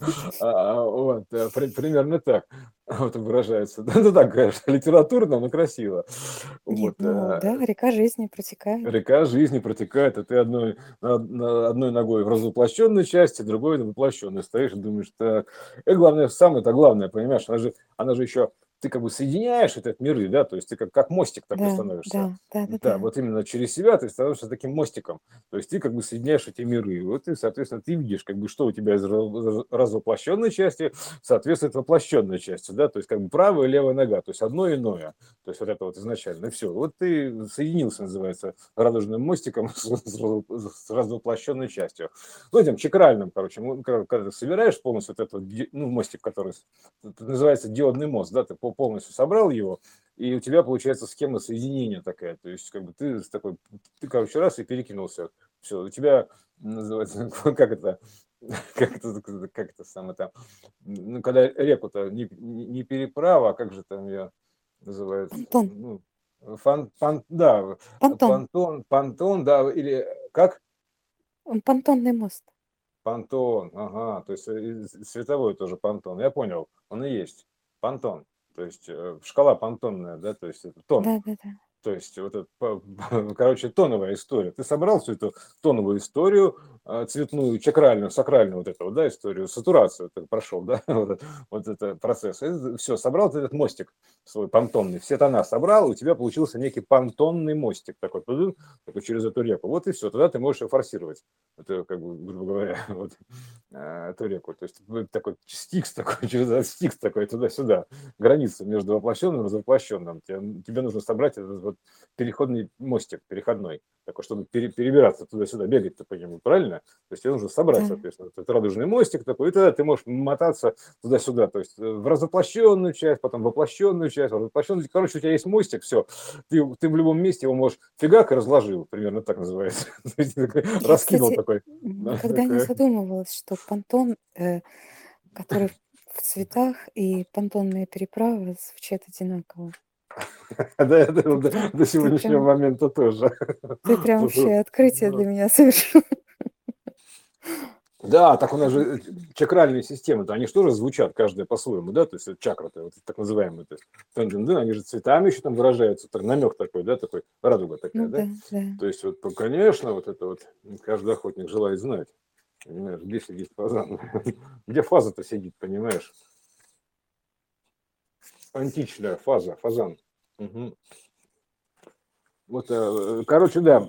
примерно так вот выражается. Ну так, конечно, литературно, но красиво. Нет, Вот, ну да, река жизни протекает. река жизни протекает, а ты одной ногой в развоплощенной части, другой на воплощенной стоишь и думаешь, так. И главное, самое-то главное, понимаешь, она же еще, ты как бы соединяешь этот миры, да, то есть ты как мостик такой Да, да, становишься. да-да-да. Да, вот именно через себя ты становишься таким мостиком. То есть ты как бы соединяешь эти миры. Вот и, соответственно, ты видишь, как бы, что у тебя из развоплощенной части соответствует воплощенной части, да, то есть как бы правая и левая нога, то есть одно и иное. То есть вот это вот изначально. И все. Вот ты соединился, называется, радужным мостиком с развоплощенной частью. Ну, этим чакральным, короче, когда ты собираешь полностью вот этот мостик, который называется диодный мост, да, ты полностью собрал его, и у тебя получается схема соединения такая. То есть, как бы ты такой, ты, короче, раз и перекинулся. Все, у тебя называется, как это самое там, ну, когда реку-то не переправа, а как же там ее называется, Понтон, ну, да, понтон, понтон, да, или как? понтонный мост. Понтон, ага, то есть световой тоже понтон, я понял, он и есть, понтон, то есть шкала понтонная, да, то есть это тон. Да-да-да. То есть вот это, короче, тоновая история. Ты собрал всю эту тоновую историю, цветную, чакральную, сакральную вот эту, вот, да, историю, сатурацию ты прошел, да, вот это процесс. И все, собрал ты этот мостик свой понтонный, все тона собрал, у тебя получился некий понтонный мостик такой, такой через эту реку. Вот и все, тогда ты можешь ее форсировать, это, как бы, грубо говоря, вот, эту реку. То есть такой стикс такой, через этот стикс такой туда-сюда, граница между воплощенным и развоплощенным. Тебе нужно собрать этот вот переходный мостик, переходной, такой, чтобы перебираться туда-сюда, бегать-то по нему, правильно? То есть тебе нужно собрать, Да. соответственно, этот радужный мостик такой, и тогда ты можешь мотаться туда-сюда, то есть в развоплощенную часть, потом в воплощенную часть, в воплощенную. Короче, у тебя есть мостик, все, ты в любом месте его можешь фигак и разложил, примерно так называется. Я, Раскинул кстати, такой. никогда не задумывалась, что понтон, который в цветах, и понтонные переправы звучат одинаково. Да, Ты прям до ты сегодняшнего прям момента тоже. ты прям вообще открытие для меня совершил. Да, так у нас же чакральные системы-то, они же тоже звучат, каждая по-своему, да, то есть чакры-то, вот, так называемые, то есть, они же цветами еще там выражаются, так, намек такой, да, такой, радуга такая, Ну да, да, да. то есть, вот, конечно, вот это вот каждый охотник желает знать, понимаешь, где сидит фазан, где фаза-то сидит, понимаешь, античная фаза, фазан. Мгм. Вот, короче, да,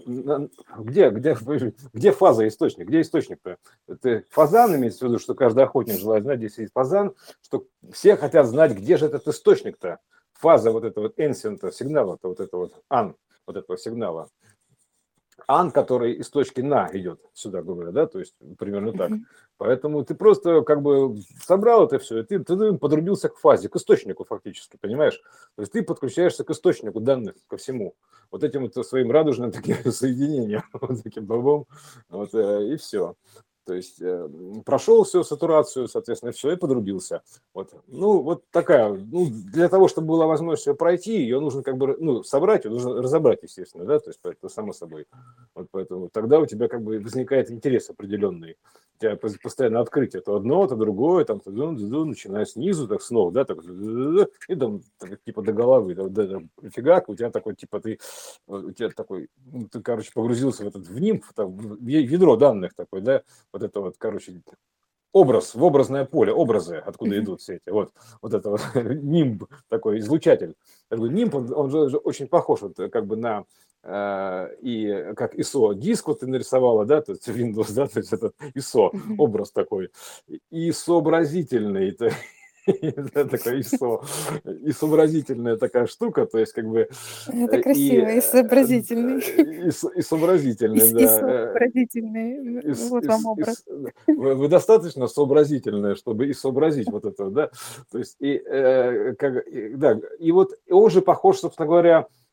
где фаза, источник, где источник-то? Это фазан имеется в виду, что каждый охотник желает знать, где сидит фазан, что все хотят знать, где же этот источник-то, фаза вот этого вот энсента, сигнала-то, вот этого вот ан, вот этого сигнала. Ан, который из точки на идет сюда, говоря, да, то есть примерно так. Мгм. Поэтому ты просто как бы собрал это все, и ты подрубился к фазе, к источнику фактически, понимаешь? То есть ты подключаешься к источнику данных, ко всему. Вот этим вот своим радужным таким соединением, вот таким бабом, вот, и все. То есть прошел всю сатурацию, соответственно, все, и подрубился. Вот. Ну, вот такая, ну, для того, чтобы была возможность ее пройти, ее нужно как бы, ну, собрать, ее нужно разобрать, естественно, да, то есть это само собой. Вот поэтому тогда у тебя как бы возникает интерес определенный. У тебя постоянно открытие, то одно, то другое, там, начиная снизу, так снова, да, так, и там, типа до головы, фигак, у тебя такой, типа, у тебя такой, ну, ты, короче, погрузился в нимф, там, в ядро данных такой, да, вот это вот, короче, образ, в образное поле, образы, откуда Мгм. идут все эти, вот это вот нимб такой, излучатель. Такой нимб, он же очень похож вот, как бы на и как ISO диск вот ты нарисовала, да, то есть Windows, да, то есть этот ISO Мгм. образ такой, и сообразительный, это такой и сообразительная такая штука, то есть как бы Это и, красиво и сообразительный, и сообразительный, и да, сообразительный. Вот вам образ. вы достаточно сообразительные, чтобы и сообразить вот это, да, то есть да, и вот он же похож, собственно говоря,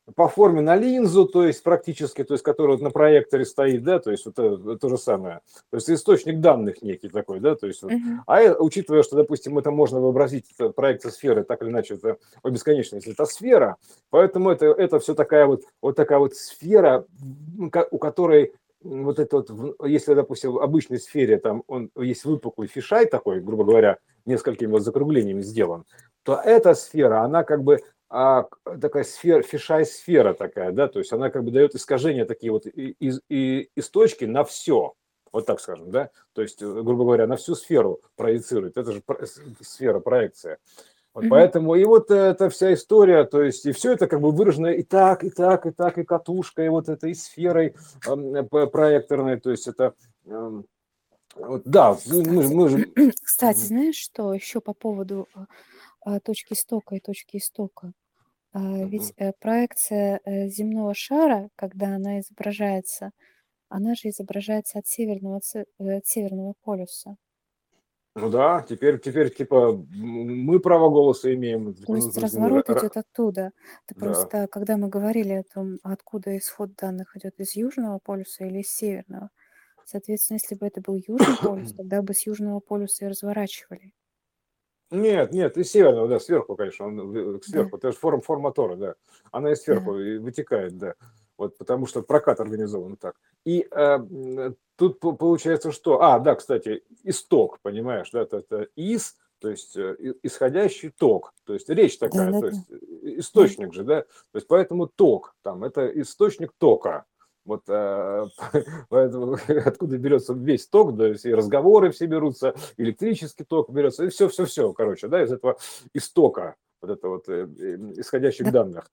по форме на линзу, то есть практически, то есть который вот на проекторе стоит, да, то есть это то же самое. То есть источник данных некий такой, да, то есть вот. Мгм. Учитывая, что, допустим, это можно вообразить, это проекция сферы, так или иначе, это о бесконечности, это сфера, поэтому это все вот такая вот сфера, у которой вот это вот, если, допустим, в обычной сфере там он есть выпуклый фишай такой, грубо говоря, несколькими вот закруглениями сделан, то эта сфера, она как бы такая сфера, фишай-сфера такая, да, то есть она как бы дает искажения такие вот из точки на все, вот так скажем, да, то есть, грубо говоря, на всю сферу проецирует, это же сфера, проекция. Вот Мгм. поэтому и вот эта вся история, то есть и все это как бы выражено и так, и так, и так, и катушкой, вот этой сферой проекторной, то есть это, вот, да, Кстати, мы же... кстати, знаешь, что еще по поводу точки истока и точки истока? Ведь проекция земного шара, когда она изображается, она же изображается от северного полюса. Ну да, теперь типа мы право голоса имеем. То есть разворот идет оттуда. Это Да. просто, когда мы говорили о том, откуда исход данных идет, из южного полюса или из северного. Соответственно, если бы это был южный полюс, тогда бы с южного полюса и разворачивали. Нет, из северного, да, сверху, конечно, он Да, сверху. Это же форма Тора, да. Она и да. сверху и вытекает, да. Вот потому что прокат организован так. И тут получается, что... да, кстати, исток, понимаешь, да, это то есть исходящий ток. То есть речь такая, то Да-да-да. есть Да. источник же, да. То есть поэтому ток, там, это источник тока. Вот поэтому откуда берется весь ток, да, и разговоры все берутся, электрический ток берется, и все, короче, да, из этого истока, вот это вот исходящих Да. данных.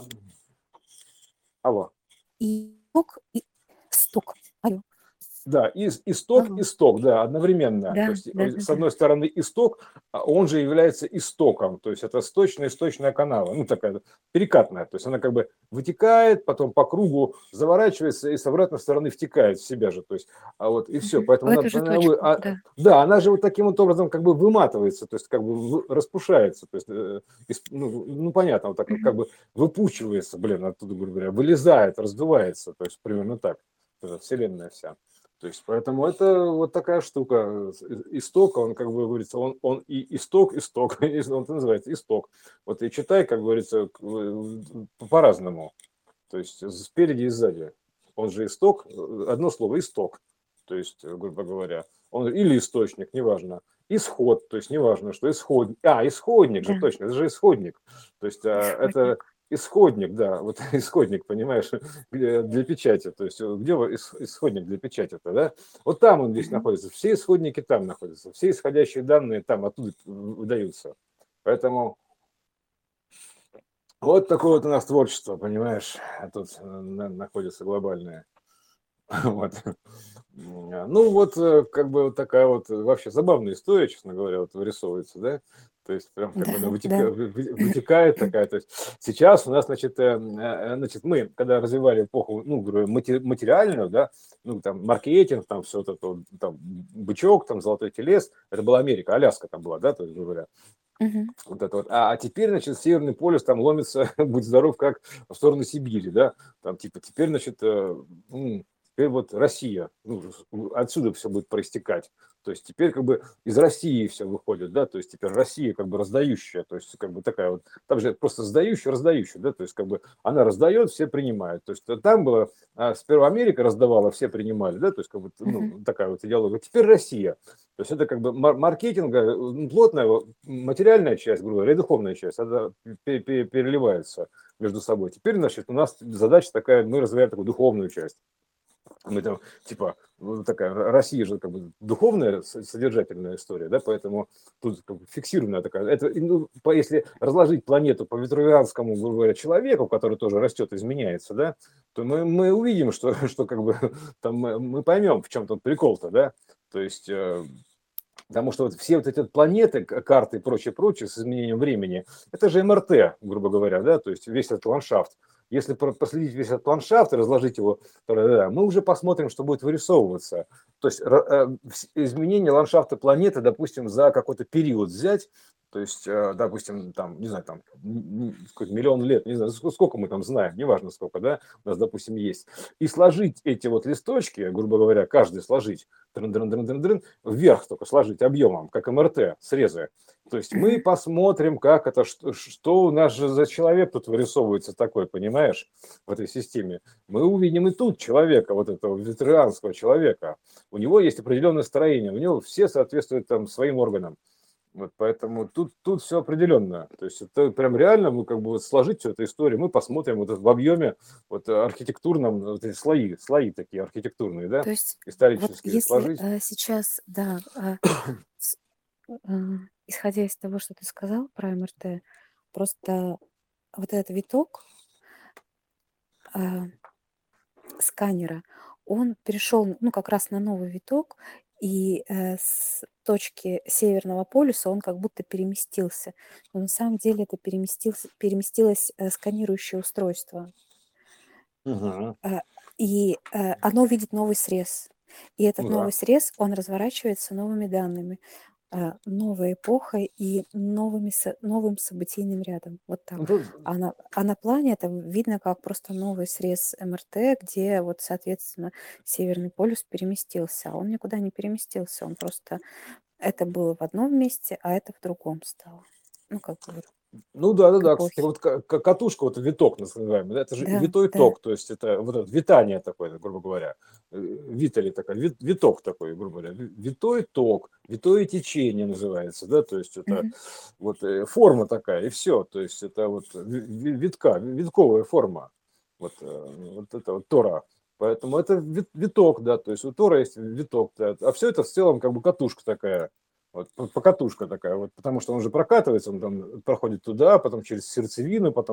Алло. И ток, и стук. Алло. Да, исток, Алло. исток, да, одновременно. Да, То есть, с да-да-да. одной стороны, исток, он же является истоком, то есть это сточная канава, ну такая перекатная, то есть она как бы вытекает, потом по кругу заворачивается и с обратной стороны втекает в себя же, то есть, и все, Мгм. В поэтому эту же точку, да. да, она же вот таким вот образом как бы выматывается, то есть как бы распушается, то есть, ну понятно, вот так как Мгм. бы выпучивается, оттуда, грубо говоря, вылезает, раздувается, то есть примерно так, вселенная вся. То есть, поэтому это вот такая штука. Исток, он, как бы говорится, он и исток, он называется исток. Вот и читай, как говорится, по-разному. То есть спереди и сзади. Он же исток, одно слово исток. То есть, грубо говоря, он или источник, неважно. Исход, то есть неважно, что исходник. Исходник же, Да, точно, это же исходник. То есть это исходник. исходник, да, вот исходник, понимаешь, для печати. То есть где исходник для печати-то, да? Вот там он весь Мгм. находится. Все исходники там находятся. Все исходящие данные там, оттуда выдаются. Поэтому вот такое вот у нас творчество, понимаешь? А тут находится глобальное. Вот. Ну вот, как бы вот такая вот вообще забавная история, честно говоря, вот вырисовывается, да? То есть прям как бы она Да, да. вытекает такая. То есть сейчас у нас, значит, мы, когда развивали эпоху, ну, говорю, материальную, да, ну, там, маркетинг, там, все вот это, вот, там, бычок, там, золотой телес, это была Америка, Аляска там была, да, то есть, грубо говоря, Мгм. вот это вот. А теперь, значит, Северный полюс там ломится, будь здоров, как в сторону Сибири, да, там, типа, теперь, значит, теперь вот Россия, ну, отсюда все будет проистекать. То есть теперь как бы из России все выходит, да, то есть теперь Россия как бы раздающая, то есть как бы такая вот, там же просто сдающая, раздающая, да, то есть как бы она раздает, все принимают. То есть там было, сперва Америка раздавала, все принимали, да, то есть как бы, Мгм. ну, такая вот идеология. Теперь Россия. То есть это как бы маркетинга, плотная материальная часть, грубо говоря, и духовная часть, она переливается между собой. Теперь, значит, у нас задача такая, мы развиваем такую духовную часть. Мы там, типа, такая, Россия же как бы духовная, содержательная история, да, поэтому тут как бы фиксированная такая. Это, ну, если разложить планету по ветрувианскому, грубо говоря, человеку, который тоже растет, изменяется, да, то мы увидим, что как бы там мы поймем, в чем тут прикол-то, да, то есть потому что вот все вот эти планеты, карты и прочее, с изменением времени, это же МРТ, грубо говоря, да, то есть весь этот ландшафт. Если проследить весь этот ландшафт и разложить его, мы уже посмотрим, что будет вырисовываться. То есть изменение ландшафта планеты, допустим, за какой-то период взять, То есть, допустим, там, не знаю, там, какой-то миллион лет, не знаю, сколько мы там знаем, неважно сколько, да, у нас, допустим, есть. И сложить эти вот листочки, грубо говоря, каждый сложить, вверх только сложить объемом, как МРТ, срезы. То есть мы Мгм. посмотрим, как это, что у нас же за человек тут вырисовывается такой, понимаешь, в этой системе. Мы увидим и тут человека, вот этого ветерианского человека. У него есть определенное строение, у него все соответствуют там своим органам. Вот поэтому тут все определенно. То есть это прям реально, мы как бы вот сложить всю эту историю, мы посмотрим вот это в объеме вот архитектурном, вот эти слои такие архитектурные, да, То есть вот исторические если сложить. сейчас, да, с- исходя из того, что ты сказал про МРТ, просто вот этот виток а, сканера, он перешел, ну, как раз на новый виток, и с точки Северного полюса он как будто переместился. Но на самом деле это переместилось сканирующее устройство. Мгм. Э, и оно видит новый срез. И этот Ну новый да. срез, он разворачивается новыми данными, новой эпохой и новым событийным рядом. Вот Ну, так. А на плане это видно как просто новый срез МРТ, где вот, соответственно, Северный полюс переместился. А он никуда не переместился. Он просто... Это было в одном месте, а это в другом стало. Ну, как бы вот Ну к да, кстати, эпохе. вот катушка, вот виток называемый, да, это же Да, витой да. ток, то есть это вот это витание такое, грубо говоря, витали такой, виток такой, грубо говоря, витой ток, витое течение называется, да, то есть это Мгм. вот форма такая, и все, то есть это вот витковая форма, вот это вот Тора. Поэтому это виток, да, то есть у Тора есть виток, да, а все это в целом как бы катушка такая, вот покатушка такая, вот, потому что он же прокатывается, он там проходит туда, потом через сердцевину, потом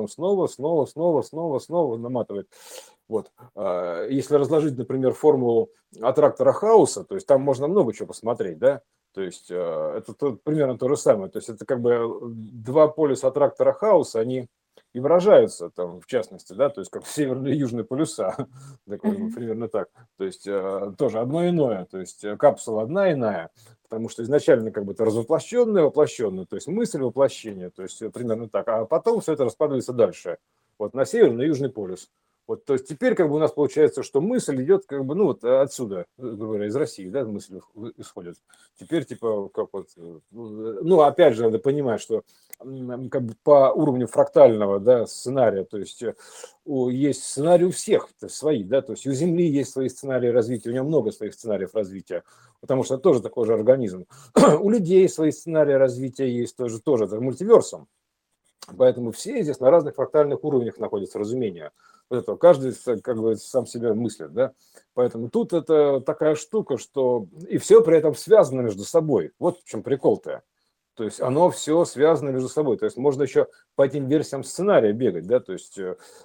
снова наматывает. Вот. Если разложить, например, формулу аттрактора Хауса, то есть там можно много чего посмотреть, да, то есть это примерно то же самое, то есть это как бы два полюса аттрактора Хауса, они и выражаются там в частности, да, то есть как северные и южные полюса, такое, Мгм. примерно так, то есть тоже одно иное, то есть капсула одна иная, потому что изначально как бы это развоплощенное, воплощенное, то есть мысль воплощения, то есть примерно так, а потом все это раскладывается дальше, вот на северный и южный полюс. Вот, то есть теперь как бы у нас получается, что мысль идет как бы, ну вот отсюда, грубо говоря, из России, да, мысль исходит. Теперь типа как вот, ну опять же надо понимать, что как бы по уровню фрактального, да, сценария, то есть есть сценарий у всех свои, да, то есть у Земли есть свои сценарии развития, у него много своих сценариев развития, потому что это тоже такой же организм. У людей свои сценарии развития есть тоже это мультиверсум. Поэтому все здесь на разных фрактальных уровнях находятся разумения. Вот это, каждый как бы сам себя мыслит, да. Поэтому тут это такая штука, что и все при этом связано между собой. Вот в чем прикол-то. То есть оно все связано между собой. То есть можно еще по этим версиям сценария бегать, да, то есть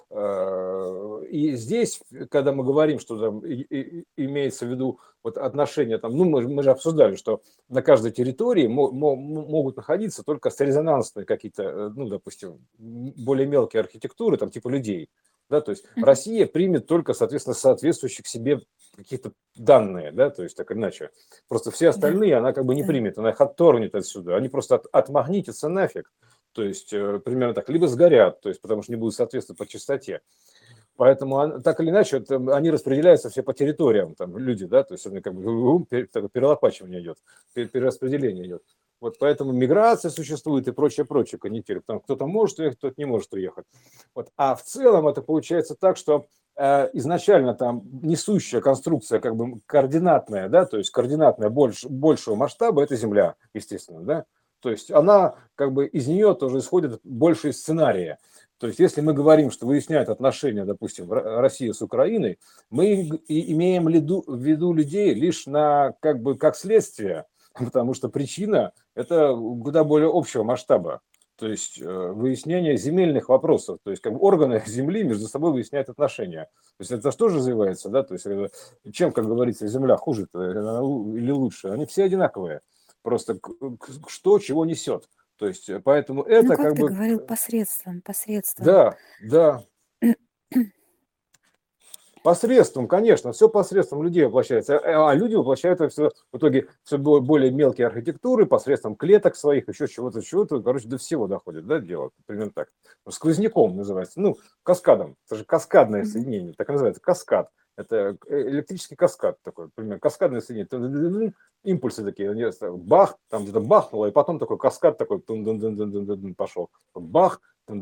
и здесь, когда мы говорим, что там имеется в виду вот отношения, там, ну мы же обсуждали, что на каждой территории могут находиться только резонансные какие-то, ну, допустим, более мелкие архитектуры, там, типа людей, да, то есть Мгм. Россия примет только, соответственно, соответствующих себе какие-то данные, да, то есть так или иначе. Просто все Да, остальные она как бы не да. примет, она их отторгнет отсюда, они просто отмагнитятся нафиг, то есть примерно так, либо сгорят, то есть потому что не будут соответствовать по частоте. Поэтому так или иначе они распределяются все по территориям, там люди, да, то есть они как бы такое перелопачивание идет, перераспределение идет. Вот поэтому миграция существует и прочее конъюнктура. Там кто-то может уехать, кто-то не может уехать. Вот. А в целом это получается так, что изначально там несущая конструкция как бы координатная, да, то есть координатная большего масштаба – это Земля, естественно, да. То есть она как бы из нее тоже исходят большие сценарии. То есть если мы говорим, что выясняют отношения, допустим, России с Украиной, мы и имеем в виду людей лишь на как бы как следствие, потому что причина это куда более общего масштаба. То есть выяснение земельных вопросов, то есть как бы органы земли между собой выясняют отношения. То есть это тоже развивается, да, то есть чем, как говорится, земля хуже или лучше, они все одинаковые. Просто что чего несет. То есть поэтому Ну, это как как ты бы, говорил, посредством. да, да, Посредством, конечно, все посредством людей воплощается. А люди воплощают это все в итоге все более мелкие архитектуры, посредством клеток своих, еще чего-то, короче, до всего доходит, да, дело, примерно так. Сквозняком называется, ну, каскадом, это же каскадное Мгм. соединение, так и называется, каскад. Это электрический каскад такой, примерно, каскадное соединение. Импульсы такие, бах, там где-то бахнуло, и потом такой каскад такой пошел. Бах,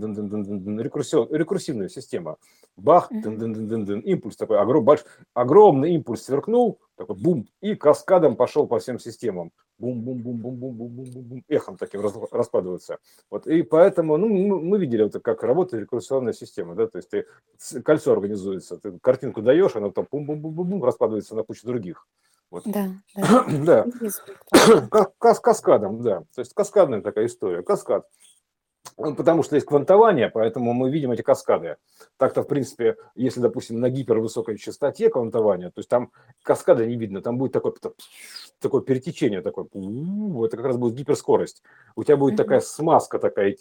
рекурсивная система. Бах, Мгм. импульс такой, огромный импульс сверкнул, такой бум, и каскадом пошел по всем системам. Бум-бум-бум-бум-бум-бум-бум-бум, эхом таким раскладывается. Вот, и поэтому, ну, мы видели, вот, как работает рекурсионная система, да, то есть ты кольцо организуется, ты картинку даешь, она там бум-бум-бум-бум раскладывается на кучу других. Вот. Да, да. Да, И звук также. каскадом, да. То есть каскадная такая история, каскад. Потому что есть квантование, поэтому мы видим эти каскады. Так-то, в принципе, если, допустим, на гипервысокой частоте квантования, то есть там каскада не видно, там будет такое перетечение, такое, это как раз будет гиперскорость. У тебя будет такая Мгм. смазка такая,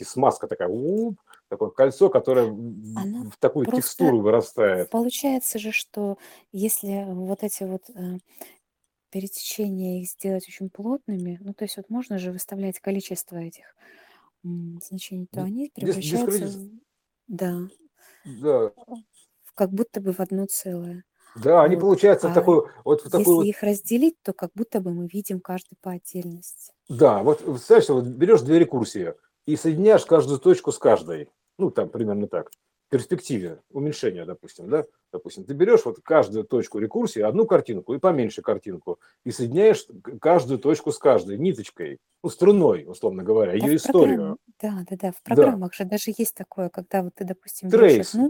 такое кольцо, которое Оно в такую просто текстуру вырастает. получается же, что если вот эти вот пересечения их сделать очень плотными, ну, то есть вот можно же выставлять количество этих значений, то они превращаются, Дискредит... да, Да, как будто бы в одно целое. да, они Вот. получаются А в такой если вот. их разделить, то как будто бы мы видим каждый по отдельности. Да, вот представляешь, вот берешь две рекурсии и соединяешь каждую точку с каждой. Ну, там примерно так. В перспективе уменьшения, допустим, да? Допустим, ты берешь вот каждую точку рекурсии, одну картинку и поменьше картинку, и соединяешь каждую точку с каждой ниточкой, ну, струной, условно говоря, Да, ее историю. да, в Да, программах же даже есть такое, когда вот ты, допустим, берешь трейс,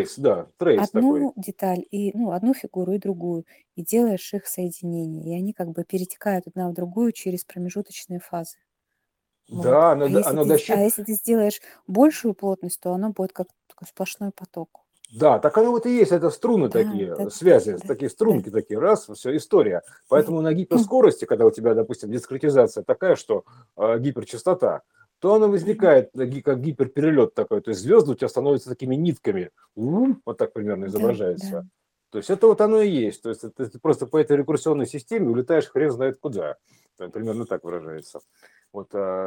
трейс такой. одну деталь и, ну, одну фигуру и другую, и делаешь их соединение, и они как бы перетекают одна в другую через промежуточные фазы. Вот. Да, А оно если ты сделаешь большую плотность, то оно будет как такой сплошной поток. Да, так оно вот и есть, это струны Да, такие, да, связи, да, такие да. струнки такие, раз, все, история. Мгм. Поэтому на гиперскорости, когда у тебя, допустим, дискретизация такая, что гиперчастота, то она Мгм. возникает как гиперперелет такой, то есть звезды у тебя становятся такими нитками, вот так примерно Да, да. изображается. То есть это вот оно и есть, то есть ты просто по этой рекурсионной системе улетаешь хрен знает куда, примерно так выражается. Вот,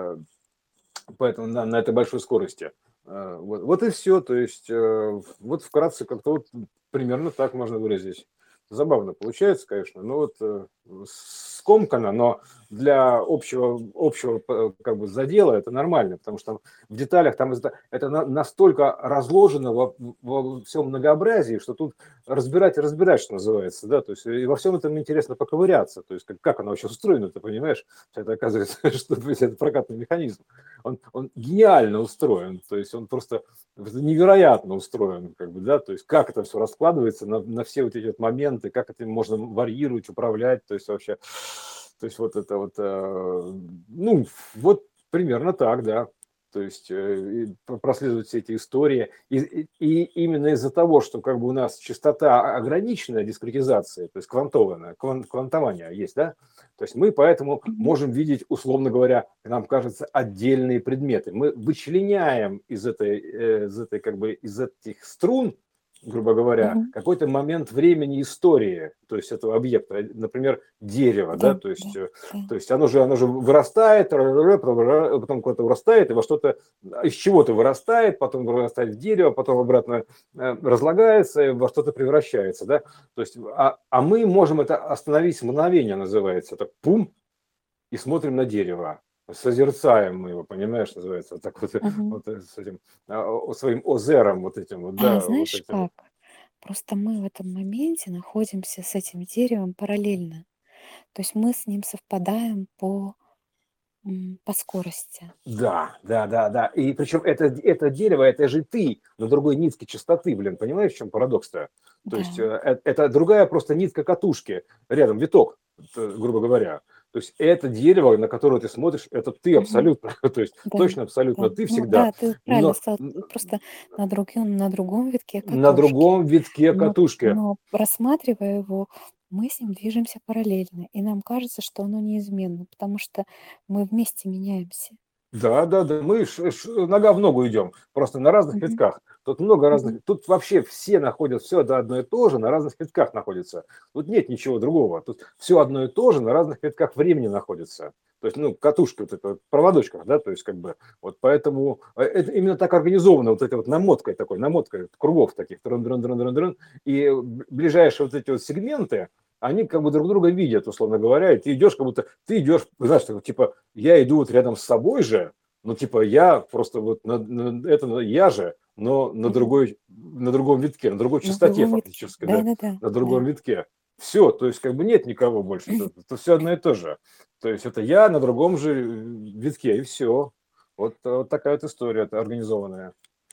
поэтому на этой большой скорости. Вот и все. То есть вот вкратце как-то вот примерно так можно выразить. Забавно получается, конечно, но вот скомкано, но для общего как бы задела это нормально, потому что в деталях там это настолько разложено во всем многообразии, что тут разбирать и разбирать, что называется, да, то есть и во всем этом интересно поковыряться, то есть как оно вообще устроено, ты понимаешь, это оказывается, что это прокатный механизм. Он гениально устроен, то есть он просто невероятно устроен, как бы, да, то есть как это все раскладывается на все вот эти вот моменты, как это можно варьировать, управлять, то есть вообще, то есть вот это вот, ну, вот примерно так, да. То есть проследовать все эти истории. И именно из-за того, что как бы у нас частота ограниченная дискретизация, то есть квантованная, квантование есть, да, то есть мы поэтому Мгм. можем видеть, условно говоря, нам кажется, отдельные предметы. Мы вычленяем из этой как бы из этих струн, грубо говоря, Мгм. какой-то момент времени истории, то есть этого объекта, например, дерево, Да, да, то да, есть, да. оно же вырастает, потом куда-то вырастает, и во что-то из чего-то вырастает, потом вырастает в дерево, потом обратно разлагается и во что-то превращается, да, то есть, а мы можем это остановить в мгновение, называется, так пум, и смотрим на дерево, созерцаем мы его, понимаешь, называется, вот так вот, Мгм. вот с этим своим озером, вот этим вот, да, вот Знаешь этим вот. как? Просто мы в этом моменте находимся с этим деревом параллельно. То есть мы с ним совпадаем по скорости. Да, да, да, да. И причем это дерево, это же ты на другой нитке частоты, блин, понимаешь, в чем парадокс-то? То Да. есть это другая просто нитка катушки, рядом виток, грубо говоря. То есть это дерево, на которое ты смотришь, это ты Мгм. абсолютно, то есть Да, точно да. абсолютно ты Ну всегда, да, ты вот правильно но сказал. Просто на другом витке на катушки. другом витке Но катушки. но рассматривая его, мы с ним движемся параллельно, и нам кажется, что оно неизменно, потому что мы вместе меняемся. Да, мы нога в ногу идем, просто на разных Мгм. витках. Тут много Мгм. разных, тут вообще все находят все это одно и то же, на разных витках находится. Тут нет ничего другого. Тут все одно и то же, на разных витках времени находится. То есть, ну, катушка вот эта, вот, проводочках, да, то есть, как бы, вот поэтому это именно так организовано, вот этой вот намоткой кругов таких, трын-трын-трын-трын-трын, и ближайшие вот эти вот сегменты, они как бы друг друга видят, условно говоря, и ты идешь, как будто ты идешь, знаешь, типа, я иду вот рядом с собой же, ну, типа, я просто вот я же, но Мгм. на другом витке, на другой На частоте другом ветке. фактически, да, Да-да-да, на да. другом витке. Все, то есть как бы нет никого больше, это все одно и то же. То есть это я на другом же витке, и все. Вот такая вот история это организованная.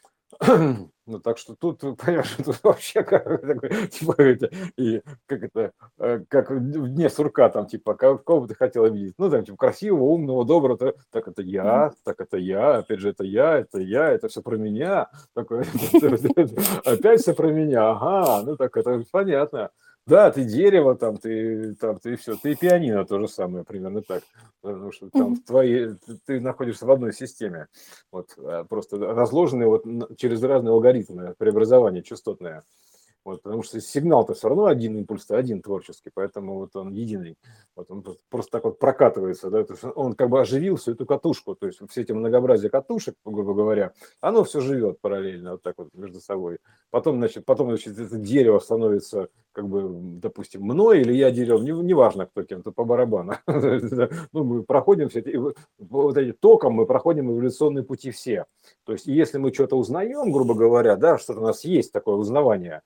Ну, так что тут, понимаешь, тут вообще как, такой, типа, и как это, как в дне сурка, там, типа, кого бы ты хотела видеть? Ну, там, типа, красивого, умного, доброго, так Мгм. это я, опять же, это я, это все про меня. Такое, опять все про меня, ага, ну, так это понятно. Да, ты дерево, там, ты все, ты пианино, то же самое, примерно так. Потому что там Мгм. ты находишься в одной системе. Вот, просто разложенные вот через разные алгоритмы преобразования частотные. Вот, потому что сигнал-то все равно один, импульс-то один творческий, поэтому вот он единый. Вот он просто так вот прокатывается, да, то есть он как бы оживил всю эту катушку, то есть все эти многообразие катушек, грубо говоря, оно все живет параллельно вот так вот между собой. Значит, это дерево становится как бы, допустим, мной или я деревом, неважно кто кем-то, по барабану. Ну, мы проходим все эти, вот эти током, мы проходим эволюционные пути все. То есть, если мы что-то узнаем, грубо говоря, да, что-то у нас есть такое узнавание,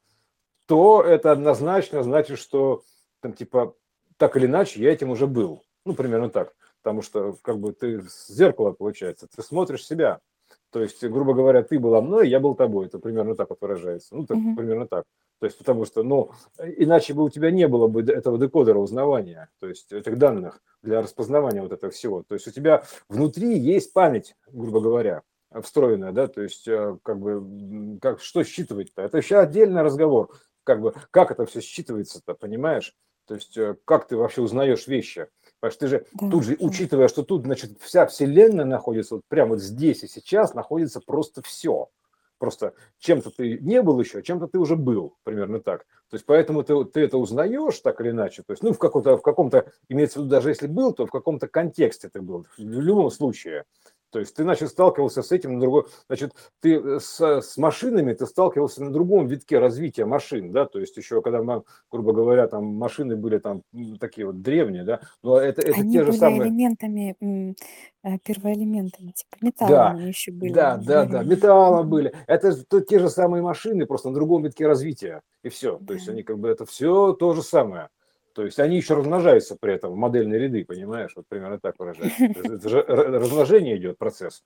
то это однозначно значит, что там типа так или иначе я этим уже был. Ну, примерно так. Потому что как бы ты с зеркала, получается, ты смотришь себя. То есть, грубо говоря, ты была мной, я был тобой. Это примерно так вот выражается. Ну, так, Мгм. примерно так. То есть, потому что, ну, иначе бы у тебя не было бы этого декодера узнавания, то есть этих данных для распознавания вот этого всего. То есть у тебя внутри есть память, грубо говоря, встроенная, да, то есть как бы, как, что считывать-то? Это еще отдельный разговор, как бы, как это все считывается-то, понимаешь? То есть как ты вообще узнаешь вещи? Потому что ты же Да, тут же, да. учитывая, что тут, значит, вся вселенная находится, вот прямо вот здесь и сейчас находится просто все. Просто чем-то ты не был еще, чем-то ты уже был, примерно так. То есть поэтому ты это узнаешь так или иначе. То есть, ну, в каком-то, имеется в виду, даже если был, то в каком-то контексте ты был. В любом случае. То есть ты, значит, сталкивался с этим на другой, значит, ты с машинами ты сталкивался на другом витке развития машин, да, то есть еще когда, грубо говоря, там машины были там такие вот древние, да, но это Они те же были самые, элементами, первоэлементами, типа да, металлами еще были древними. металла Мгм. были, это те же самые машины, просто на другом витке развития, и все, то Да. есть они как бы это все то же самое. То есть они еще размножаются при этом, модельные ряды, понимаешь, вот примерно так выражается. То есть это же размножение идет процесс.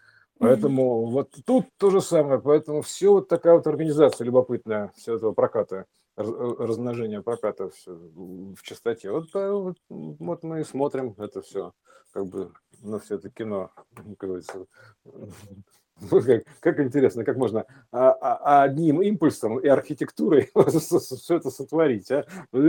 Мгм. Поэтому вот тут то же самое. Поэтому все вот такая вот организация любопытная, все этого проката, размножения проката всё в частоте. Вот мы и смотрим это все, как бы, на все это кино, как говорится. Вот как интересно, как можно одним импульсом и архитектурой все это сотворить, а?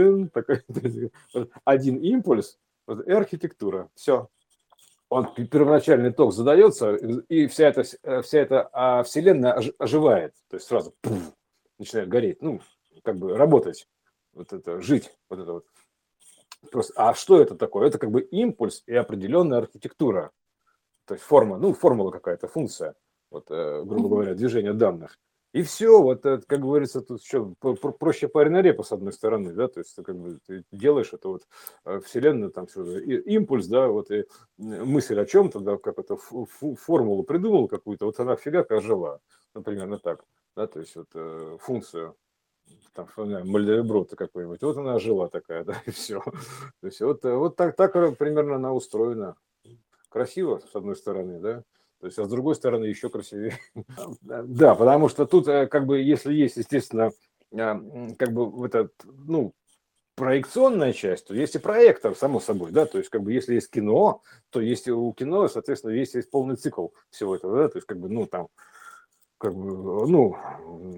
Один импульс и архитектура. Все, первоначальный ток задается, и вся эта вселенная оживает, то есть сразу начинает гореть, ну, как бы работать, вот это, жить, вот это вот. Просто, а что это такое? Это как бы импульс и определенная архитектура, то есть форма, ну, формула какая-то, функция, вот, грубо Мгм. говоря, движения данных. И все, вот, как говорится, тут еще проще парень на репу, с одной стороны, да, то есть ты как бы ты делаешь это вот вселенную, там, импульс, да, вот, и мысль о чем-то, да, как это, формулу придумал какую-то, вот она фига как жила, например, так, да, то есть вот функцию, там, Мальдеброта какой-нибудь, вот она жила такая, да, и все. То есть вот так примерно она устроена. Красиво, с одной стороны, да, то есть, а с другой стороны еще красивее. Да, потому что тут как бы, если есть, естественно, как бы вот этот, ну, проекционная часть, то есть и проектор, само собой, да, то есть как бы если есть кино, то есть у кино, соответственно, есть полный цикл всего этого, да, то есть как бы, ну, там, как бы, ну,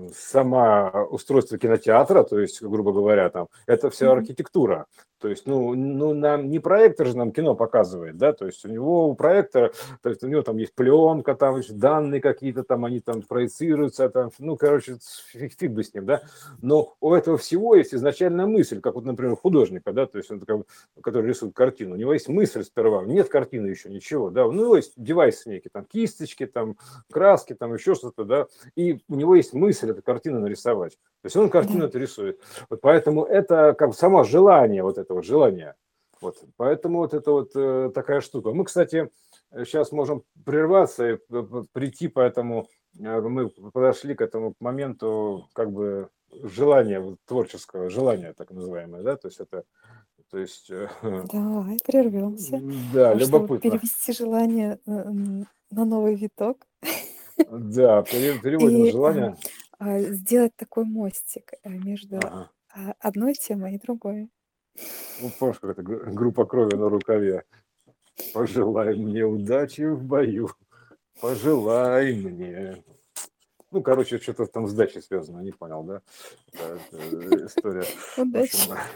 сама устройство кинотеатра, то есть, грубо говоря, там, это вся Мгм. архитектура. То есть, ну нам не проектор же нам кино показывает, да, то есть у проектора, то есть у него там есть пленка, там есть данные какие-то, там они там проецируются, там, ну, короче, фиг бы с ним, да. Но у этого всего есть изначальная мысль, как вот, например, у художника, да, то есть он такой, который рисует картину, у него есть мысль сперва, нет картины еще ничего, да, у него есть девайс некий, там кисточки, там краски, там еще что-то, да, и у него есть мысль эту картину нарисовать. То есть он Да. картину это рисует. Вот поэтому это как бы само желание, вот это вот желание. Вот. Поэтому вот это вот такая штука. Мы, кстати, сейчас можем прерваться и прийти, поэтому мы подошли к этому моменту как бы желания, вот творческого желания, так называемое, да, то есть это, то есть, Давай прервемся, да, чтобы любопытно. перевести желание на новый виток Да, переводим и желание. сделать такой мостик между Ага. одной темой и другой. Ну, помнишь, как это группа крови на рукаве. Пожелай мне удачи в бою. Пожелай мне. Ну, короче, что-то там с дачей связано, не понял, да? Это история. В Удачи. общем,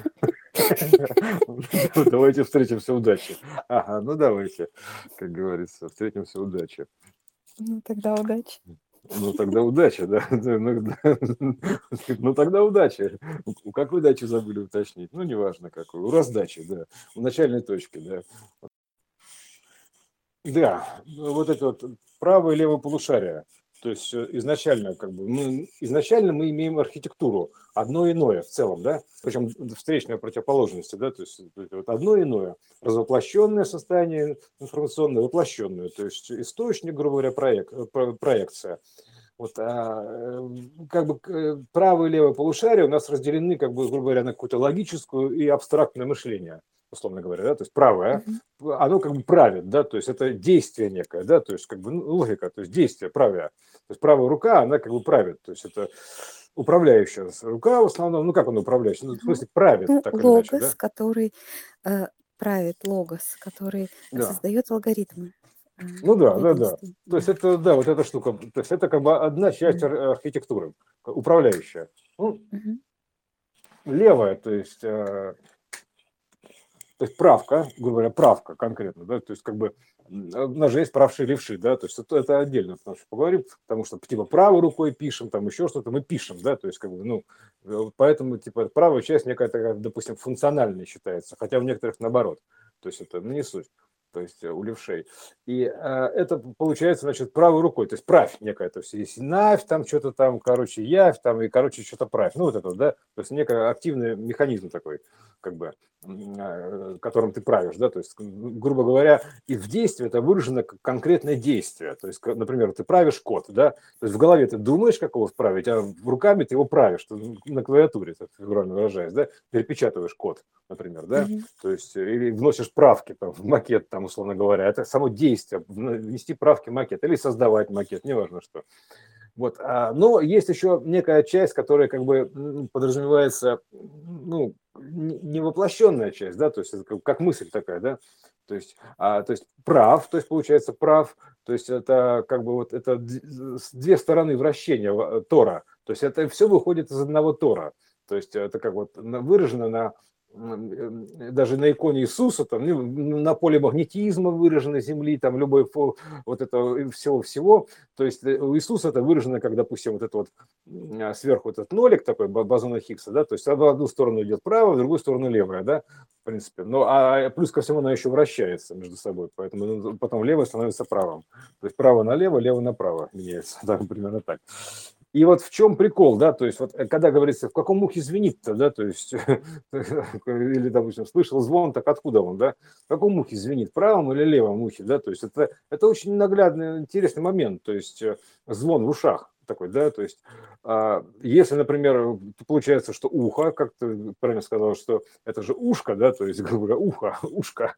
давайте встретимся удачи. Ага, ну давайте, как говорится, встретимся удачи. Ну, тогда удачи. Ну, тогда удачи, да. Ну, тогда удачи. У какой дачи забыли уточнить? Ну, неважно какой. У раздачи, да. У начальной точки, да. Да, ну, вот это вот правое и левое полушарие. То есть изначально как бы изначально мы имеем архитектуру, одно иное в целом, да, причем встречная противоположности, да, то есть вот одно иное, развоплощенное состояние информационное, воплощенное, то есть источник, грубо говоря, проекция. Вот, как бы правое и левое полушарие у нас разделены, как бы, грубо говоря, на какую-то логическую и абстрактное мышление, условно говоря, да, то есть правое, Мгм. оно как бы правит, да, то есть это действие некое, да, то есть как бы логика, то есть действие, правое. То есть правая рука, она как бы правит, то есть это управляющая рука в основном, ну как она управляющая, ну, в Ага. смысле правит Ну, так или иначе, логос, да? который правит, логос, который Да. создает алгоритмы Ну да, для да, да. действий. То есть Да. это, да, вот эта штука, то есть это как бы одна часть М. архитектуры, управляющая. Ну, Мгм. левая, то есть правка, грубо говоря, правка конкретно, да, то есть как бы у нас же есть правши и левши, да, то есть это отдельно, потому что поговорим, потому что типа правой рукой пишем, там еще что-то мы пишем, да, то есть как бы, ну, поэтому типа правая часть некая такая, допустим, функциональная считается, хотя у некоторых наоборот, то есть это, ну, не суть, то есть у левшей. И это получается, значит, правой рукой, то есть правь некая, то есть есть навь, там что-то там, короче, явь, там, и, короче, что-то правь, ну, вот это, да, то есть некий активный механизм такой, как бы, которым ты правишь, да, то есть, грубо говоря, и в действии это выражено как конкретное действие, то есть, например, ты правишь код, да, то есть в голове ты думаешь, как его править, а руками ты его правишь, на клавиатуре, так фигурально выражаясь, да, перепечатываешь код, например, да, Мгм. то есть, или вносишь правки там, в макет, там, условно говоря, это само действие, внести правки в макет, или создавать макет, неважно что. Вот, но есть еще некая часть, которая как бы подразумевается, ну, не воплощенная часть, да, то есть это как мысль такая, да, то есть прав, то есть получается прав, то есть это как бы вот это две стороны вращения Тора, то есть это все выходит из одного Тора, то есть это как вот выражено на даже на иконе Иисуса, там, ну, на поле магнетизма выражено Земли, там любой вот это всего-всего, то есть у Иисуса это выражено, как, допустим, вот это вот сверху этот нолик такой бозона Хиггса, да, то есть в одну сторону идет правая, в другую сторону левая, да, в принципе. Ну, а плюс ко всему она еще вращается между собой, поэтому потом левая становится правым. То есть право налево, лево направо меняется, да, примерно так. И вот в чем прикол, да, то есть вот когда говорится, в каком ухе звенит-то, да, то есть, или, допустим, слышал звон, так откуда он, да, в каком ухе звенит, правом или левом ухе, да, то есть это очень наглядный, интересный момент, то есть звон в ушах такой, да, то есть если, например, получается, что ухо, как ты правильно сказал, что это же ушко, да, то есть, грубо говоря, ухо, ушко,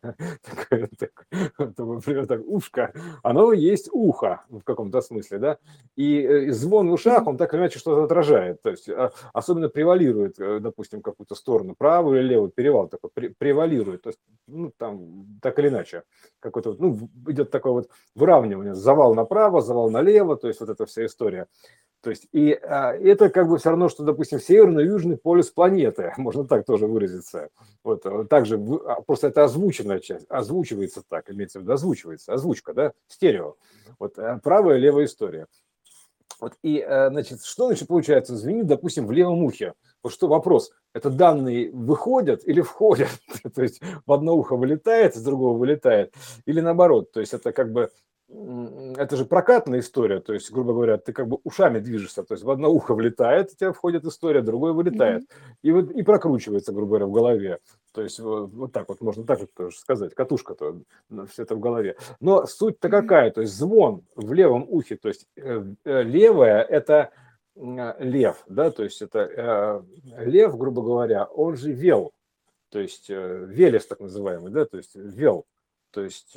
например, так, ушко, оно есть ухо в каком-то смысле, да, и звон в ушах, Мгм. он так или иначе что-то отражает, то есть особенно превалирует, допустим, какую-то сторону, правую или левую, перевал такой превалирует, то есть, ну, там, так или иначе, какой-то, ну, идет такое вот выравнивание, завал направо, завал налево, то есть вот эта вся история. То есть, и это как бы все равно, что, допустим, северный и южный полюс планеты, можно так тоже выразиться. Вот, также просто это озвученная часть, озвучивается так, имеется в виду, озвучивается, озвучка, да, стерео. Вот правая и левая история. Вот, и, значит, что, значит, получается, звенит, допустим, в левом ухе. Вот что вопрос, это данные выходят или входят? То есть в одно ухо вылетает, из другого вылетает, или наоборот? То есть это как бы, это же прокатная история, то есть, грубо говоря, ты как бы ушами движешься, то есть в одно ухо влетает, у тебя входит история, в другое вылетает. Мгм. И вот и прокручивается, грубо говоря, в голове. То есть вот так вот, можно так вот тоже сказать, катушка-то, все это в голове. Но суть-то Мгм. какая? То есть звон в левом ухе, то есть левое – это лев, да, то есть это лев, грубо говоря, он же вел, то есть велес так называемый, да, то есть вел, то есть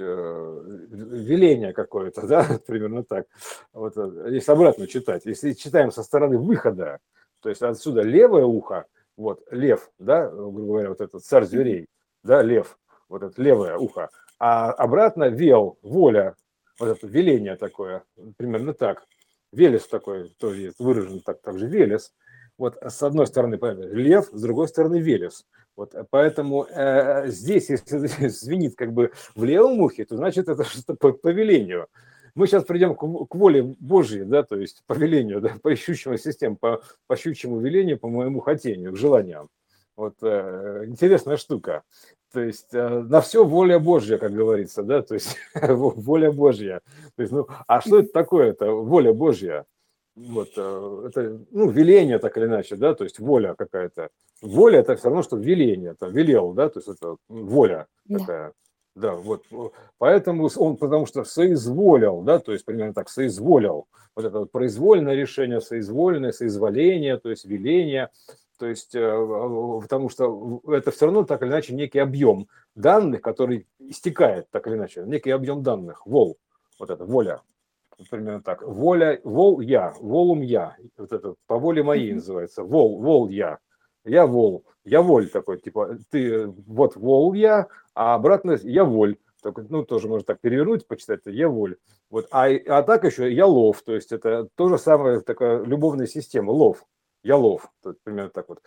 веление какое-то, да, примерно так. Вот, если обратно читать, если читаем со стороны выхода, то есть отсюда левое ухо, вот лев, да, грубо говоря, вот этот царь Мгм. зверей, да, лев, вот это левое ухо, а обратно вел, воля, вот это веление такое, примерно так. Велес такой тоже есть, выражен так же велес. Вот с одной стороны лев, с другой стороны велес. Вот, поэтому здесь, если звенит как бы в левом ухе, то значит это что-то по велению. Мы сейчас придем к воле Божьей, да, то есть по велению, да, по ищущему системе, по щучьему велению, по моему хотению, к желаниям. Вот интересная штука. То есть на все воля Божья, как говорится, да, то есть воля Божья. То есть, ну, а что Мгм. это такое? Это воля Божья. Вот, это, ну, веление так или иначе, да, то есть воля какая-то. Воля это все равно, что веление, это велел, да, то есть это воля Да. такая. Да, вот. Поэтому он, потому что соизволил, да, то есть примерно так, соизволил. Вот это вот произвольное решение, соизвольное, соизволение, то есть веление. То есть, потому что это все равно так или иначе некий объем данных, который истекает так или иначе, некий объем данных, вол, вот это воля. Вот примерно так. Воля, вол я, волум я. Вот это по воле моей Мгм. называется. Вол я. Я вол. Я воль такой, типа, ты вот вол я, а обратно я воль. Только, ну, тоже можно так перевернуть, почитать, это я воль. Вот, а так еще я лов, то есть это то же самое, такая любовная система, лов. Я лов, то есть примерно так вот.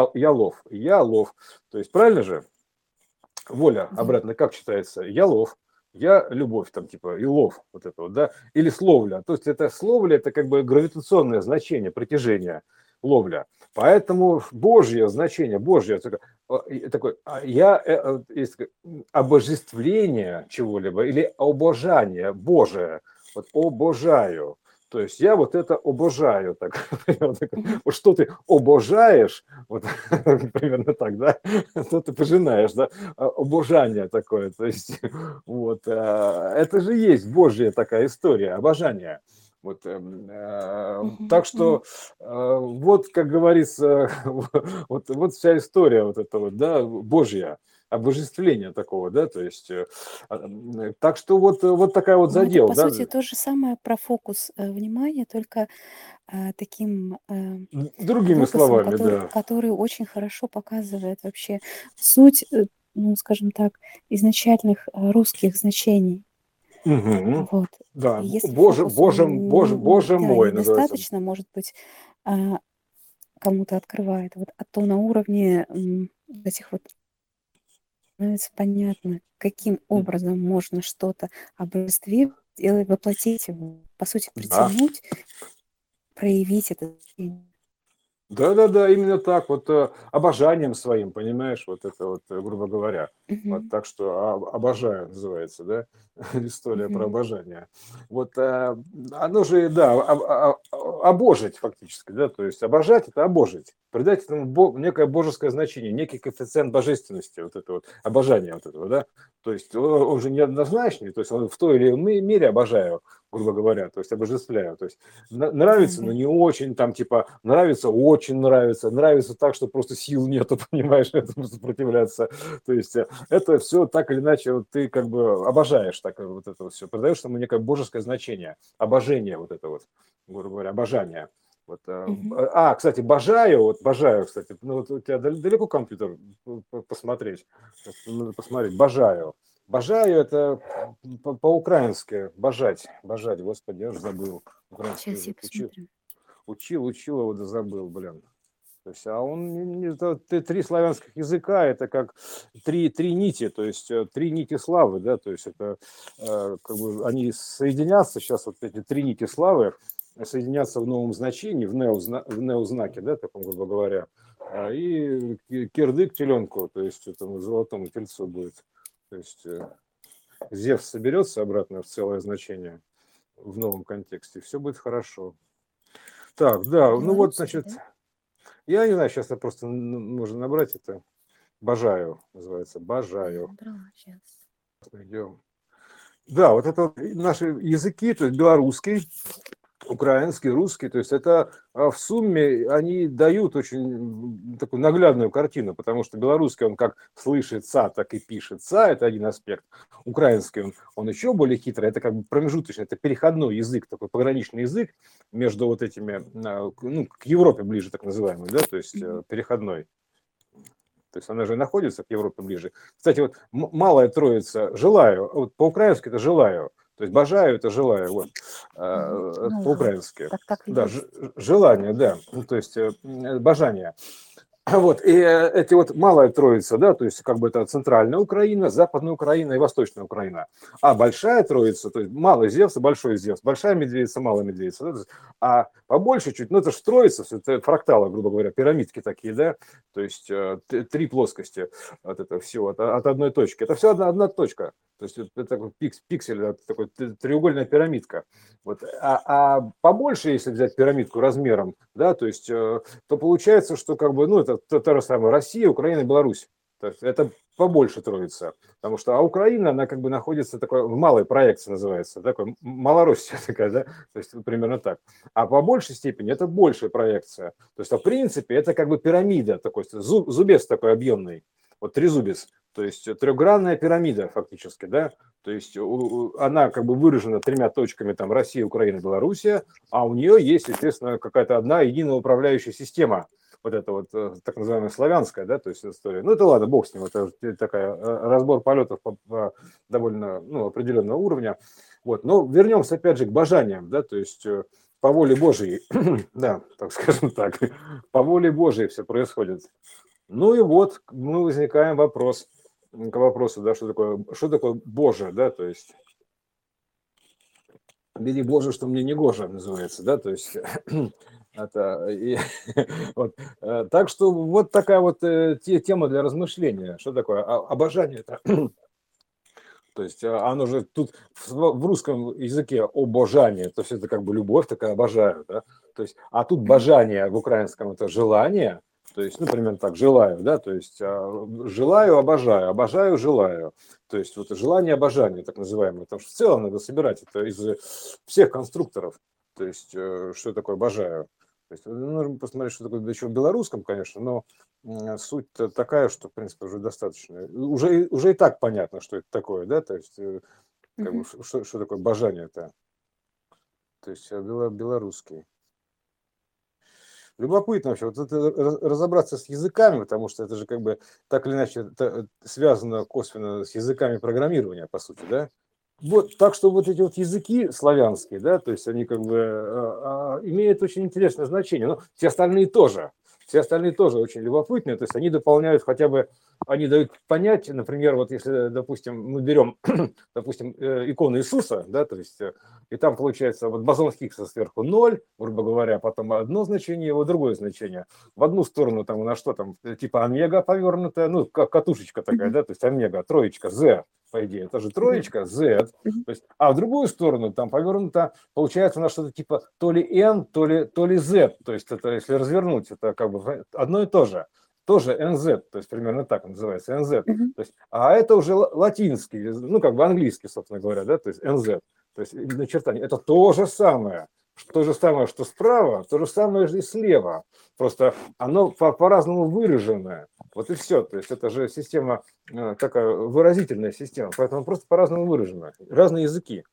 Я лов. То есть правильно же? Воля Да. обратно как читается? Я лов. Я любовь, там типа и лов, вот это вот, да, или словля. То есть это словля, это как бы гравитационное значение, притяжение, ловля. Поэтому Божье значение, Божье, такой, есть такое, обожествление чего-либо или обожание Божие, вот обожаю. То есть я вот это обожаю, так, Мгм. вот что ты обожаешь, вот примерно так, да, что ты пожинаешь, да, обожание такое, то есть вот это же есть Божья такая история, обожание. Вот, Мгм. так Мгм. что вот, как говорится, вот вся история вот эта вот, да, Божья, обожествление такого, да, то есть, так что вот такая вот Ну, это, задел, по да, сути, то же самое про фокус внимания, только таким другими фокусом, словами, который, да. который очень хорошо показывает вообще суть, ну, скажем так, изначальных русских значений. Мгм. Вот. Да, И если Боже, фокусу Боже, Боже, Боже да, мой, называется. недостаточно, может быть, а, кому-то открывает, вот, а то на уровне вот этих вот становится понятно, каким образом можно что-то обожествить, сделать, воплотить его, по сути, Да. притянуть, проявить это. Да-да-да, именно так, вот обожанием своим, понимаешь, вот это вот, грубо говоря. Вот Мгм. так что обожаю называется, да, история про Мгм. обожание. Вот оно же, да, обожить фактически, да, то есть обожать это обожить, придать этому некое божеское значение, некий коэффициент божественности, вот это вот обожание вот этого, да, то есть он же неоднозначный, то есть он в той или иной мере обожаю, грубо говоря, то есть обожествляю, то есть Да, нравится, но да. не очень, там типа нравится, очень нравится, нравится так, что просто сил нету, понимаешь, этому сопротивляться. То есть это все так или иначе вот ты как бы обожаешь так вот это вот все, придаешь ему некое божеское значение, обожение вот это вот, грубо говоря, обожание. Вот, Мгм. кстати, божаю, кстати, ну вот у тебя далеко компьютер посмотреть, надо посмотреть, божаю. Бажаю это по-украински, бажать, бажать, господи, я уже забыл. Украинский Сейчас я язык учил. посмотрю. Учил, его да забыл, блин. То есть, а он это три славянских языка, это как три нити, то есть три нити славы, да, то есть это как бы они соединятся, сейчас вот эти три нити славы соединятся в новом значении, в неознаке, да, таком, грубо говоря, и кирдык теленку, то есть этому золотому тельцу будет. То есть Зевс соберется обратно в целое значение в новом контексте, все будет хорошо. Так, да, ну вот, значит, я не знаю, сейчас я просто нужно набрать это. Бажаю, называется, Бажаю. Идем. Да, вот это вот наши языки, то есть белорусский, украинский, русский, то есть это в сумме они дают очень такую наглядную картину, потому что белорусский он как слышится, так и пишется, это один аспект. Украинский он еще более хитрый, это как бы промежуточный, это переходной язык, такой пограничный язык между вот этими, ну, к Европе ближе, так называемый, да, то есть переходной. То есть она же находится к Европе ближе. Кстати, вот малая троица «желаю», вот по-украински это «желаю», то есть «бажаю» это «желаю», вот, по-украински. Да, желание, да, то есть бажание. Вот, и эти вот малая троица, да, то есть как бы это центральная Украина, западная Украина и восточная Украина. А большая троица, то есть малый Зевс и большой Зевс, большая медведица, малая медведица, да, а побольше чуть, ну это же троица, это фракталы, грубо говоря, пирамидки такие, да, то есть три плоскости от этого всего, от одной точки. Это все одна точка, то есть это такой пиксель, такой треугольная пирамидка. Вот. А побольше, если взять пирамидку размером, да, то есть, то получается, что как бы, ну, это та же самая Россия, Украина, Беларусь. То есть это побольше троица. Потому что, а Украина, она как бы находится такой, в малой проекции называется, такой, Малороссия такая, да, то есть примерно так. А по большей степени это большая проекция. То есть, в принципе, это как бы пирамида такой, зубец такой объемный, вот трезубец. То есть трехгранная пирамида фактически, да, то есть она как бы выражена тремя точками, там Россия, Украина, Белоруссия, а у нее есть, естественно, какая-то одна единая управляющая система, вот это вот так называемая славянская, да, то есть история. Ну это ладно, бог с ним, это такая разбор полетов по довольно, ну, определенного уровня. Вот, но вернемся опять же к бажаниям, да, то есть по воле Божьей, да, так скажем так, по воле Божьей все происходит. Ну и вот мы возникаем вопрос к вопросу, да, что такое Боже, да, то есть бери Боже, что мне не гоже, называется, да, то есть это вот, так что вот такая вот тема для размышления, что такое обожание это. То есть оно же тут в русском языке обожание, то есть это как бы любовь такая, обожаю, да, то есть, а тут бажание в украинском это желание, то есть, ну, примерно так, желаю, да, то есть желаю, обожаю, желаю, то есть вот желание, обожание, так называемое, потому что в целом надо собирать это из всех конструкторов, то есть что такое обожаю. То есть нужно посмотреть, что такое еще в белорусском, конечно, но суть такая, что, в принципе, уже достаточно. Уже и так понятно, что это такое, да, то есть как бы, что такое бажание-то. То есть белорусский. Любопытно вообще, вот это разобраться с языками, потому что это же как бы так или иначе связано косвенно с языками программирования, по сути, да. Вот, так что вот эти вот языки славянские, да, то есть они как бы имеют очень интересное значение, но все остальные тоже очень любопытные, то есть они дополняют хотя бы, они дают понять, например, вот если, допустим, мы берем, допустим, икону Иисуса, да, то есть, и там получается вот бозон Хиггса сверху 0, грубо говоря, потом одно значение, его другое значение. В одну сторону там на что там, типа омега повернутая, ну, как катушечка такая, да, то есть омега, троечка, Z, по идее, это же троечка, Z, то есть, а в другую сторону там повернуто, получается на что-то типа то ли N, то ли Z, то есть это, если развернуть, это как бы одно и то же. Тоже NZ, то есть примерно так называется, NZ. То есть, а это уже латинский, ну как бы английский, собственно говоря, да, то есть NZ. То есть начертание. Это то же самое, что справа, то же самое же и слева. Просто оно по-разному выраженное. Вот и все. То есть это же система, такая выразительная система, поэтому просто по-разному выражено. Разные языки.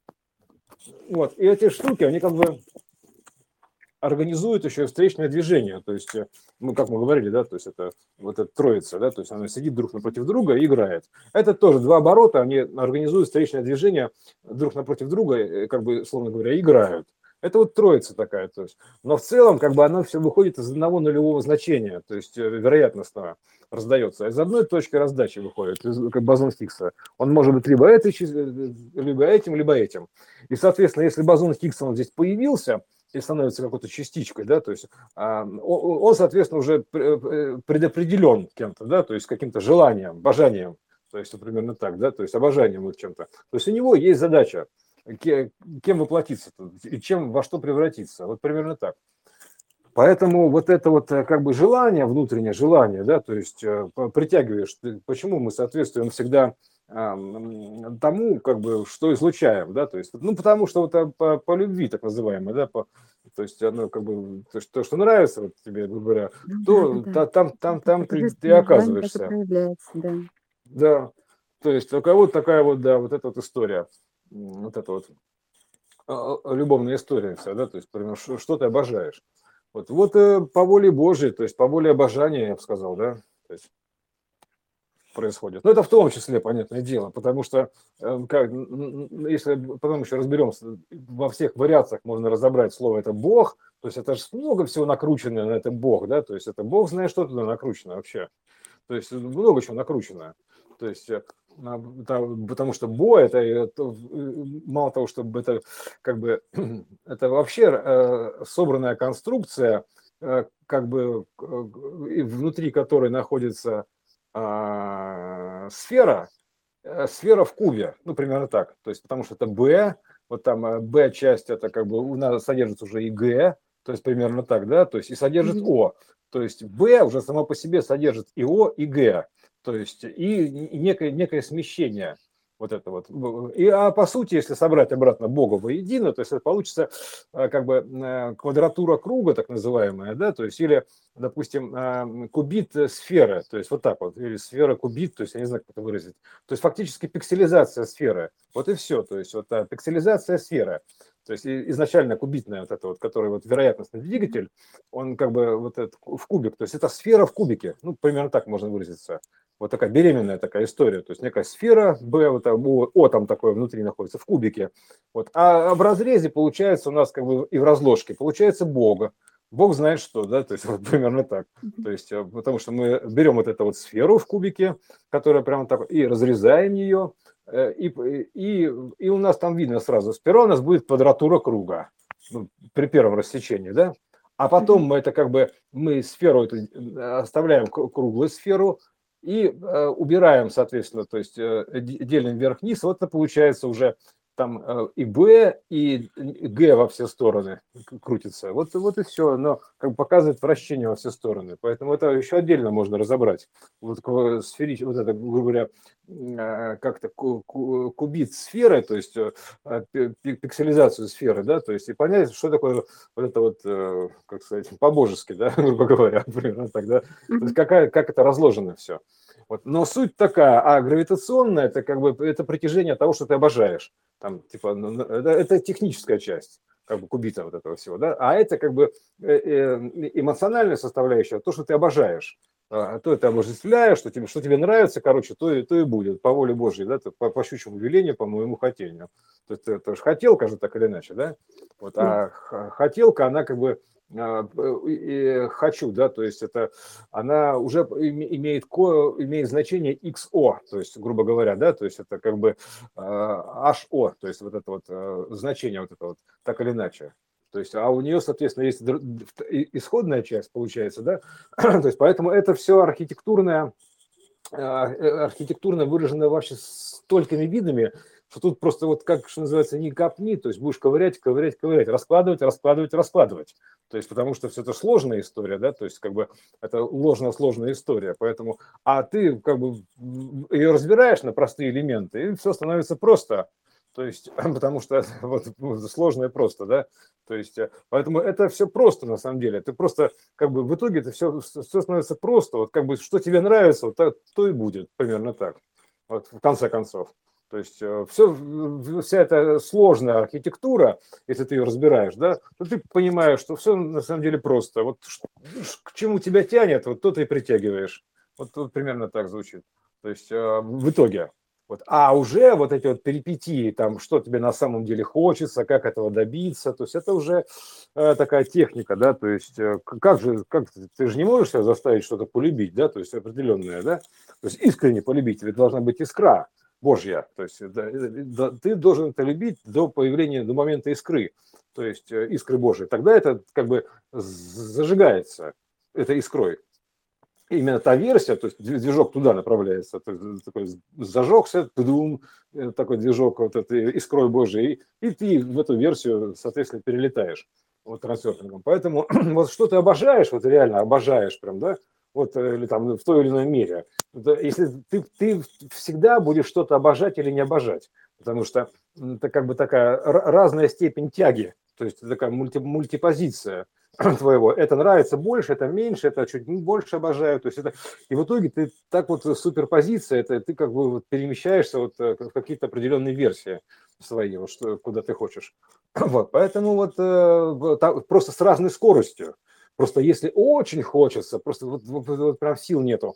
Вот. И эти штуки, они как бы организует еще встречное движение, то есть, ну, как мы говорили, да, то есть это вот эта троица, да, то есть она сидит друг напротив друга и играет. Это тоже два оборота, они организуют встречное движение друг напротив друга, как бы, словно говоря, играют. Это вот троица такая, то есть. Но в целом, как бы оно все выходит из одного нулевого значения, то есть вероятностного раздается. Из одной точки раздачи выходит, как бозон Хиггса. Он может быть либо либо этим, либо этим. И, соответственно, если бозон Хиггса он здесь появился и становится какой-то частичкой, да, то есть он, соответственно, уже предопределен кем-то, да, то есть каким-то желанием, бажанием, то есть примерно так, да, то есть обожанием вот чем-то. То есть у него есть задача, кем воплотиться и чем во что превратиться. Вот примерно так. Поэтому вот это вот как бы желание, внутреннее желание, да, то есть притягиваешь, почему мы соответствуем всегда тому, как бы, что излучаем, да, то есть, ну, потому что вот по любви, так называемой, да, то есть, оно как бы, то, что нравится вот тебе, грубо говоря, Ну да, то да-да. там Это ты божественное желание так и оказываешься, проявляется, да. да, то есть у кого-то такая вот, да, вот эта вот история, вот эта вот любовная история вся, да, то есть, например, что ты обожаешь. Вот по воле Божьей, то есть по воле обожания, я бы сказал, да, то есть происходит. Но это в том числе, понятное дело, потому что, если потом еще разберемся, во всех вариациях можно разобрать слово это Бог, то есть это же много всего накручено на это Бог, да, то есть это Бог знает, что туда накручено вообще. То есть много чего накручено. То есть, потому что бо это мало того, чтобы это как бы это вообще собранная конструкция, как бы внутри которой находится сфера, сфера в кубе, ну примерно так. То есть потому что это Б, вот там Б часть это как бы у нас содержит уже и Г, то есть примерно так, да, то есть и содержит Мгм. О. То есть Б уже само по себе содержит и О, и Г. То есть и некое смещение. Вот это вот. По сути, если собрать обратно Бога воедино, то есть это получится как бы квадратура круга, так называемая, да, то есть или, допустим, кубит сферы, то есть вот так вот, или сфера кубит, то есть я не знаю, как это выразить. То есть фактически пикселизация сферы. Вот и все. То есть вот пикселизация сферы. То есть изначально кубитная вот эта вот, который вот вероятностный двигатель, он как бы вот этот в кубик, то есть это сфера в кубике, ну, примерно так можно выразиться. Вот такая беременная такая история, то есть некая сфера, Б, вот там, О там такое внутри находится, в кубике. Вот. А в разрезе получается у нас как бы и в разложке, получается Бога. Бог знает что, да, то есть вот примерно так. Мгм. То есть потому что мы берем вот эту вот сферу в кубике, которая прямо так, и разрезаем ее, и у нас там видно сразу, сперва у нас будет квадратура круга, ну, при первом рассечении, да, а потом Мгм. мы это как бы, мы сферу эту оставляем круглую сферу и убираем, соответственно, то есть делим вверх-вниз, вот это получается уже там и Б, и Г во все стороны крутится. Вот и все. Но как бы показывает вращение во все стороны. Поэтому это еще отдельно можно разобрать. Вот сферич, вот это, грубо говоря, как-то кубит сферы, то есть пикселизацию сферы, да, то есть и понять, что такое вот это вот, как сказать, по-божески, да, грубо говоря, примерно так, да. То есть Мгм. как это разложено все. Вот. Но суть такая, а гравитационная это как бы это притяжение того, что ты обожаешь. Там, типа, это техническая часть как бы кубита вот этого всего, да, а это как бы эмоциональная составляющая, то, что ты обожаешь. То это обожествляешь, что тебе нравится, короче, то и будет, по воле Божьей, да, по щучьему велению, по моему хотению. То есть это же хотелка же так или иначе, да, вот, Да. а хотелка, она как бы хочу, да, то есть это она уже имеет значение XO, то есть, грубо говоря, да, то есть это как бы HO, то есть вот это вот значение вот это вот, так или иначе. То есть, а у нее, соответственно, есть исходная часть, получается, да, то есть поэтому это все архитектурно выражено вообще столькими видами, что тут просто вот как, что называется, не копни, то есть будешь ковырять, ковырять, ковырять, раскладывать, раскладывать, раскладывать. То есть потому что все это сложная история, да, то есть как бы это ложно-сложная история, поэтому, а ты как бы ее разбираешь на простые элементы, и все становится просто. То есть, потому что вот сложно и просто, да, то есть, поэтому это все просто на самом деле. Ты просто как бы в итоге это все становится просто. Вот как бы что тебе нравится, вот то и будет, примерно так. Вот в конце концов. То есть вся эта сложная архитектура, если ты ее разбираешь, да, то ты понимаешь, что все на самом деле просто. Вот к чему тебя тянет, вот то ты и притягиваешь. Вот примерно так звучит. То есть в итоге. Вот. А уже вот эти вот перипетии, там, что тебе на самом деле хочется, как этого добиться, то есть это уже такая техника, да, то есть ты же не можешь себя заставить что-то полюбить, да, то есть определенное, да, то есть искренне полюбить, ведь должна быть искра Божья, то есть ты должен это любить до появления, до момента искры, то есть искры Божьей, тогда это как бы зажигается этой искрой. Именно та версия, то есть движок туда направляется, то есть такой зажегся, такой движок вот этой искрой Божией, и ты в эту версию, соответственно, перелетаешь вот трансерфингом. Поэтому вот что ты обожаешь, вот реально обожаешь прям, да, вот или там в той или иной мере, если ты всегда будешь что-то обожать или не обожать, потому что это как бы такая разная степень тяги, то есть такая мультипозиция твоего. Это нравится больше, это меньше, это чуть больше обожаю. То есть это... И в итоге ты так вот суперпозиция, это ты как бы вот перемещаешься вот в какие-то определенные версии свои, вот что, куда ты хочешь. Вот, поэтому вот просто с разной скоростью. Просто если очень хочется, просто вот прям сил нету,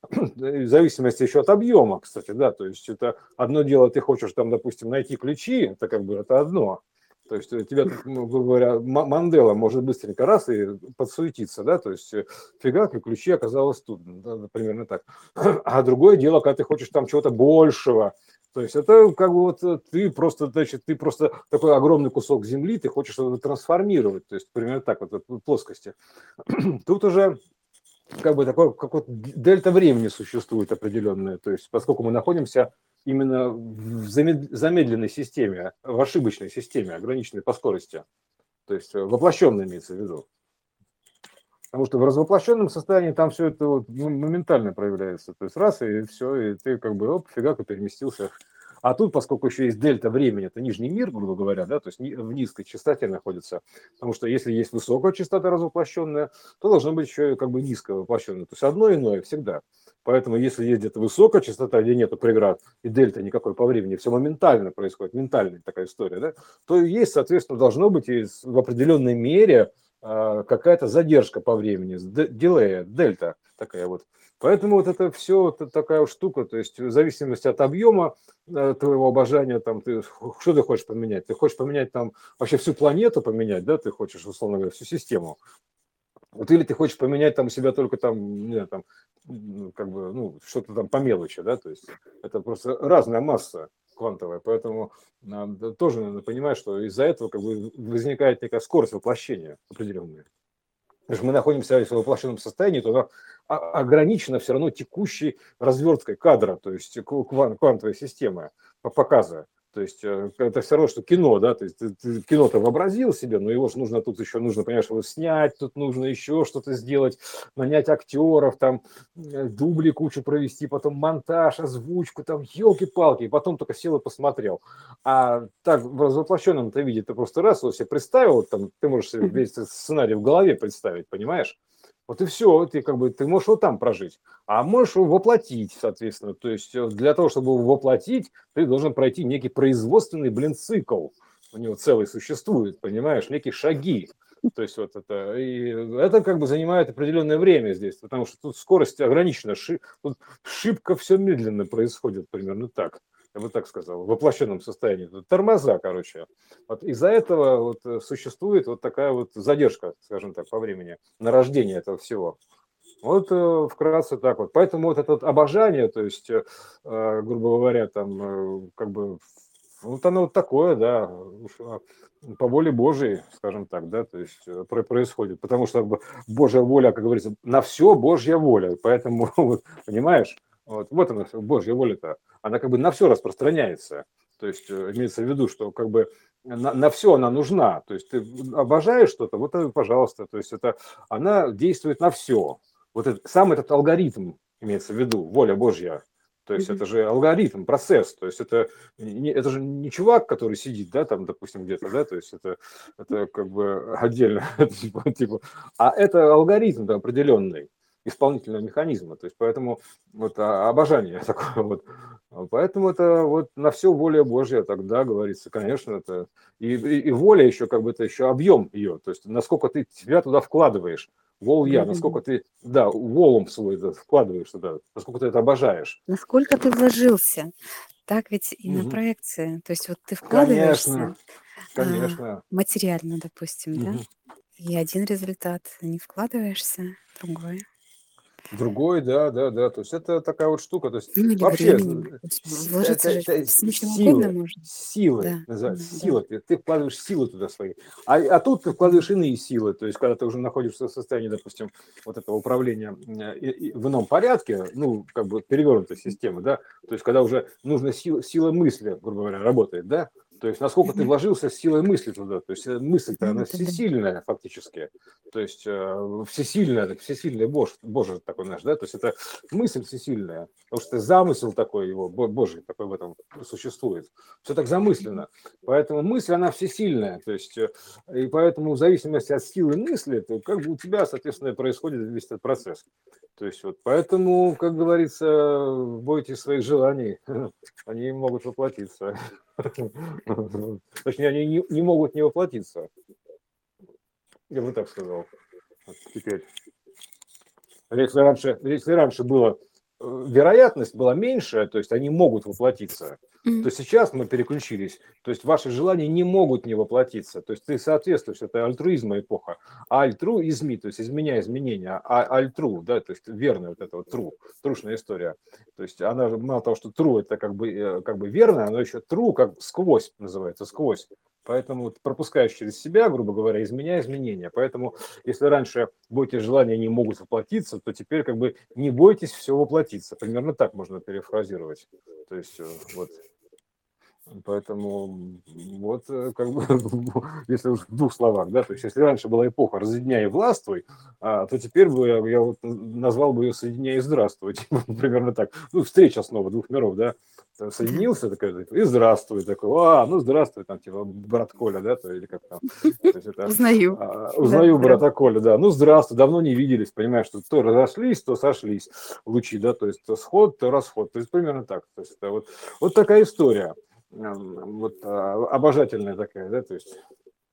в зависимости еще от объема, кстати, да, то есть это одно дело, ты хочешь там, допустим, найти ключи, это как бы это одно, то есть тебя, грубо говоря, Мандела может быстренько раз и подсуетиться, да, то есть фига, ключи оказалось тут, да, примерно так. А другое дело, когда ты хочешь там чего-то большего, то есть это как бы вот ты просто, значит, ты просто такой огромный кусок земли, ты хочешь его трансформировать, то есть примерно так вот в плоскости. Тут уже как бы такое какое-то дельта времени существует определенное, то есть поскольку мы находимся именно в замедленной системе, в ошибочной системе, ограниченной по скорости, то есть воплощенной имеется в виду. Потому что в развоплощенном состоянии там все это вот моментально проявляется. То есть раз, и все, и ты как бы оп, фигака переместился. А тут, поскольку еще есть дельта времени, это нижний мир, грубо говоря, да, то есть в низкой частоте находится. Потому что если есть высокая частота развоплощенная, то должно быть еще и как бы низкая воплощенная. То есть одно иное всегда. Поэтому если есть где-то высокая частота, где нету преград, и дельта никакой по времени, все моментально происходит, ментальная такая история, да, то есть, соответственно, должно быть и в определенной мере какая-то задержка по времени, дилея, дельта такая вот. Поэтому вот это все такая вот штука, то есть в зависимости от объема твоего обожания, там, что ты хочешь поменять? Ты хочешь поменять там вообще всю планету поменять, да, ты хочешь, условно говоря, всю систему. Вот или ты хочешь поменять там у себя только там, не знаю, там, как бы, ну, что-то там по мелочи, да, то есть это просто разная масса квантовая, поэтому тоже надо понимать, что из-за этого как бы возникает некая скорость воплощения определенная. Потому что мы находимся в воплощенном состоянии, то она ограничена все равно текущей разверткой кадра, то есть квантовой системы показа. То есть это все равно, что кино, да, то есть ты кино-то вообразил себе, но его же нужно тут еще, нужно, понимаешь, его снять, тут нужно еще что-то сделать, нанять актеров, там, дубли кучу провести, потом монтаж, озвучку, там, елки-палки, и потом только сел и посмотрел. А так в развоплощенном-то виде ты просто раз его себе представил, там, ты можешь себе весь сценарий в голове представить, понимаешь? Вот и все, ты как бы ты можешь его там прожить, а можешь его воплотить, соответственно. То есть для того, чтобы его воплотить, ты должен пройти некий производственный, цикл. У него целый существует, понимаешь, некие шаги. То есть вот это, и это как бы занимает определенное время здесь, потому что тут скорость ограничена, тут шибко все медленно происходит, примерно так. Я бы так сказал, в воплощенном состоянии. Тормоза, короче. Вот из-за этого вот существует вот такая вот задержка, скажем так, по времени на рождение этого всего. Вот вкратце так вот. Поэтому вот это вот обожание, то есть, грубо говоря, там как бы вот оно вот такое, да, по воле Божией, скажем так, да, то есть происходит. Потому что Божья воля, как говорится, на все Божья воля. Поэтому, понимаешь, вот она, Божья воля-то, она как бы на все распространяется. То есть имеется в виду, что как бы на все она нужна. То есть ты обожаешь что-то, вот это, пожалуйста. То есть это она действует на все. Вот сам этот алгоритм имеется в виду, воля Божья. То есть это же алгоритм, процесс. То есть это же не чувак, который сидит, да, там, допустим, где-то, да, то есть это как бы отдельно, типа, а это алгоритм да, определенный исполнительного механизма. То есть поэтому вот обожание такое вот. Поэтому это вот на все воля Божья тогда говорится, конечно, это и воля еще как бы это еще объем ее, то есть насколько ты себя туда вкладываешь. Вол я, насколько ты, да, волом свой вкладываешь туда, насколько ты это обожаешь. Насколько ты вложился. Так ведь и на Мгм. проекции. То есть вот ты Конечно, вкладываешься конечно. материально, допустим, да, Мгм. и один результат, не вкладываешься, другой. Другой, да, да, да. То есть это такая вот штука. То есть Ну или вообще временем. То есть вложиться же всем, чем угодно силы, можно. силы, Да, называется, да, да. сила. Ты вкладываешь силы туда свои. А тут ты вкладываешь иные силы. То есть когда ты уже находишься в состоянии, допустим, вот этого управления в ином порядке, ну, как бы перевернутой системы, да, то есть когда уже нужна сила мысли, грубо говоря, работает, да, то есть насколько ты Мгм. вложился с силой мысли туда, то есть мысль-то, она Да-да-да. всесильная фактически, то есть всесильный Боже такой наш, да, то есть это мысль всесильная, потому что замысел такой его, Божий такой в этом существует, все так замысленно, поэтому мысль, она всесильная, то есть, и поэтому в зависимости от силы мысли, то как бы у тебя, соответственно, происходит весь этот процесс. То есть вот поэтому, как говорится, бойтесь своих желаний, они могут воплотиться. Точнее, они не могут не воплотиться. Я бы так сказал. Вот теперь. Если раньше было вероятность была меньшая, то есть они могут воплотиться, Мгм. то сейчас мы переключились. То есть ваши желания не могут не воплотиться. То есть ты соответствуешь, это альтруизма эпоха. А альтруизми, то есть из меня изменения, а альтру, да, то есть верная вот эта вот трушная история. То есть она же мало того, что true это как бы верно, но еще true как сквозь называется, сквозь. Поэтому пропускаешь через себя, грубо говоря, из меня изменения. Поэтому если раньше бойтесь желания не могут воплотиться, то теперь как бы не бойтесь все воплотиться. Примерно так можно перефразировать. То есть вот. Поэтому вот как бы, если уж в двух словах, да, то есть если раньше была эпоха «разъединяй и властвуй», то теперь бы я вот назвал бы ее «соединяй и здравствуй», примерно так. Ну, встреча снова двух миров, да, Да. соединился такой, и здравствуй, такой, ну здравствуй, там, типа, брат Коля, да, то, или как там, то есть это, Узнаю. Да, узнаю брата здравствуйте. Коля, да, ну здравствуй, давно не виделись, понимаешь, что то разошлись, то сошлись лучи, да, то есть то сход, то расход, то есть примерно так, то есть это вот такая история. Вот обожательная такая, да, то есть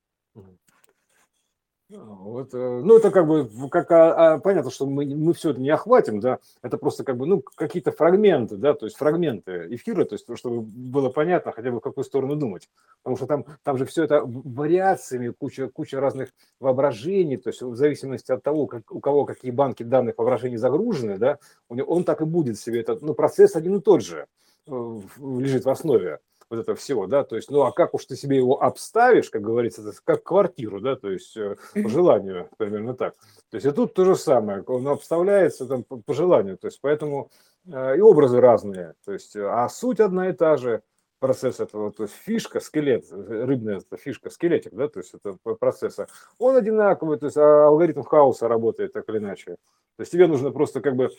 вот, ну это как бы понятно, что мы все это не охватим, да, это просто как бы ну какие-то фрагменты, да, то есть фрагменты эфира, то есть чтобы было понятно хотя бы в какую сторону думать, потому что там же все это вариациями, куча разных воображений, то есть в зависимости от того, у кого какие банки данных воображений загружены, да, он так и будет себе этот, ну процесс один и тот же лежит в основе вот этого всего, да, то есть, ну, а как уж ты себе его обставишь, как говорится, это как квартиру, да, то есть по Мгм. желанию, примерно так. То есть и тут то же самое, он обставляется там по желанию, то есть поэтому и образы разные, то есть, а суть одна и та же, процесс этого, то есть фишка, скелет, рыбная эта фишка, скелетик, да, то есть это процесса, он одинаковый, то есть алгоритм хаоса работает так или иначе. То есть тебе нужно просто как бы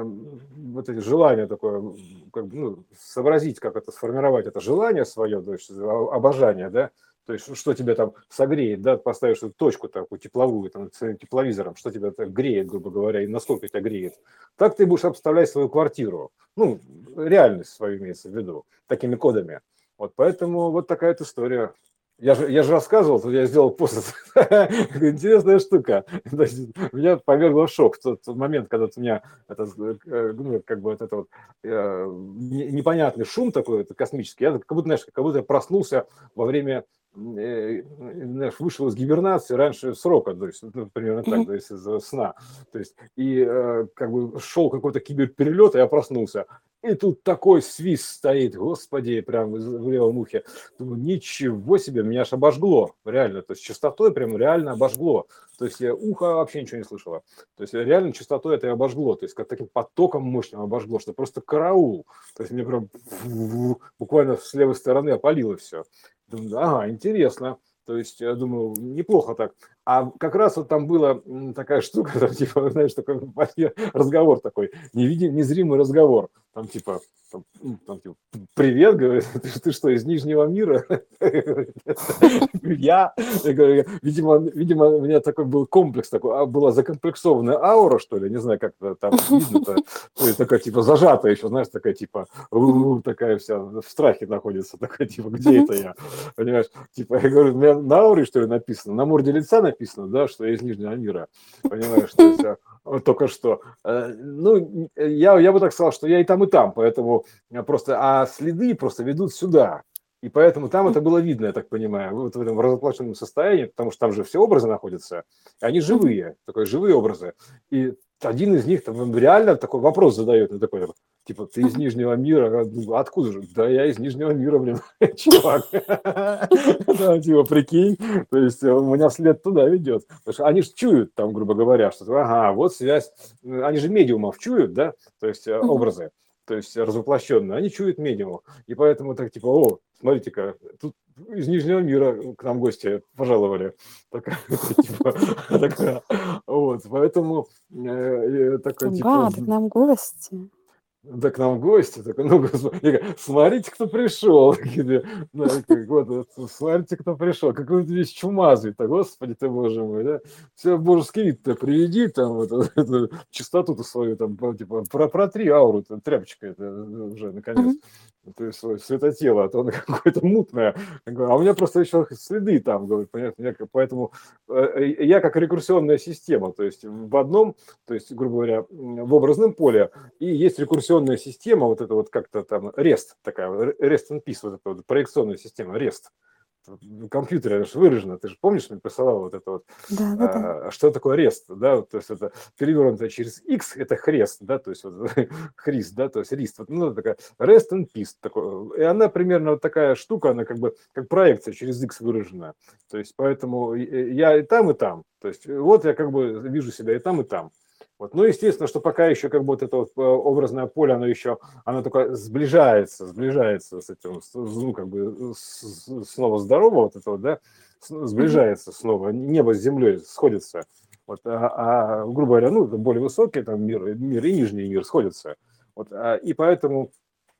вот эти желания такое, как бы, ну, сообразить, как это сформировать, это желание свое, то есть обожание, да, то есть что тебя там согреет, да, поставишь эту точку такую тепловую, там, своим тепловизором, что тебя так греет, грубо говоря, и насколько тебя греет. Так ты будешь обставлять свою квартиру, ну, реальность свою имеется в виду, такими кодами. Вот поэтому вот такая вот история. Я же рассказывал, я сделал пост. Интересная штука. Меня повергло в шок в тот момент, когда у меня это, ну, как бы вот это вот непонятный шум такой это космический. Я как будто, знаешь, как будто я проснулся во время, знаешь, вышел из гибернации раньше срока, то есть, ну, примерно так, Мгм. то есть из сна. То есть, и как бы шел какой-то киберперелет, и я проснулся. И тут такой свист стоит, господи, прям в левом ухе. Думаю, ничего себе, меня аж обожгло, реально. То есть частотой прям реально обожгло. То есть ухо вообще ничего не слышало. То есть реально частотой это и обожгло. То есть как таким потоком мощным обожгло, что просто караул. То есть мне прям буквально с левой стороны опалило все. Думаю, ага, интересно. То есть я думаю, неплохо так. А как раз вот там была такая штука, там, типа, знаешь, такой разговор такой, незримый разговор. Там типа, типа, привет, говорит, ты что, из Нижнего мира? Я говорю, видимо, у меня такой был комплекс, такой, была закомплексованная аура, что ли, не знаю, как это там видно-то, то есть такая, типа, зажатая еще, знаешь, такая, типа, Мгм. такая вся в страхе находится, такая, типа, где Мгм. это я, понимаешь, типа, я говорю, у меня на ауре, что ли, написано, на морде лица написано, да, что я из Нижнего мира, понимаешь, то есть, вот только что. Ну, я бы так сказал, что я и там, поэтому просто, а следы просто ведут сюда. И поэтому там это было видно, я так понимаю, вот в этом разоплаченном состоянии, потому что там же все образы находятся, и они Мгм. живые, такой живые образы. И один из них там реально такой вопрос задает, ну, такой, типа, ты из Мгм. Нижнего мира? Откуда же? Да я из Нижнего мира, блин, чувак. Да, типа, прикинь, то есть у меня след туда ведет. Потому что они же чуют там, грубо говоря, что, ага, вот связь. Они же медиумов чуют, да, то есть Мгм. образы, то есть развоплощенные. Они чуют медиумов. И поэтому так, типа, о, смотрите-ка, тут из Нижнего мира к нам гости пожаловали. Такая, типа, такая, вот, поэтому такой, типа, Ага, так нам гости. да к нам гости, так, ну, смотрите, кто пришел. Да, вот, смотрите, кто пришел. Какой ты весь чумазый-то, господи ты, боже мой, да. Все божеский вид-то приведи, там, вот, эту чистоту-то свою, там, типа, протри ауру тряпочкой это уже, наконец. Мгм. То есть свое светотело, а то оно какое-то мутное. Я говорю, а у меня просто еще следы там, говорю, понятно, поэтому я как рекурсионная система, то есть в одном, то есть, грубо говоря, в образном поле и есть рекурсионная система, вот это вот как-то там REST такая, REST and Peace, вот эта вот проекционная система REST. В компьютере это же выражено, ты же помнишь, мне присылал вот это вот, Да-да-да. что такое REST, да, вот, то есть это перевернуто через X, это хрест, да, то есть вот, христ, да, то есть рист, вот, ну, такая REST and Peace, такой, и она примерно вот такая штука, она как бы как проекция через X выражена, то есть поэтому я и там, то есть вот я как бы вижу себя и там, и там. Вот. Ну, естественно, что пока еще как бы вот это вот образное поле, оно только сближается с этим, ну, как бы снова здорово, вот это вот, да, Мгм. сближается снова, небо с землей сходится. Вот, грубо говоря, ну, это более высокий там мир и нижний мир сходятся. Вот, и поэтому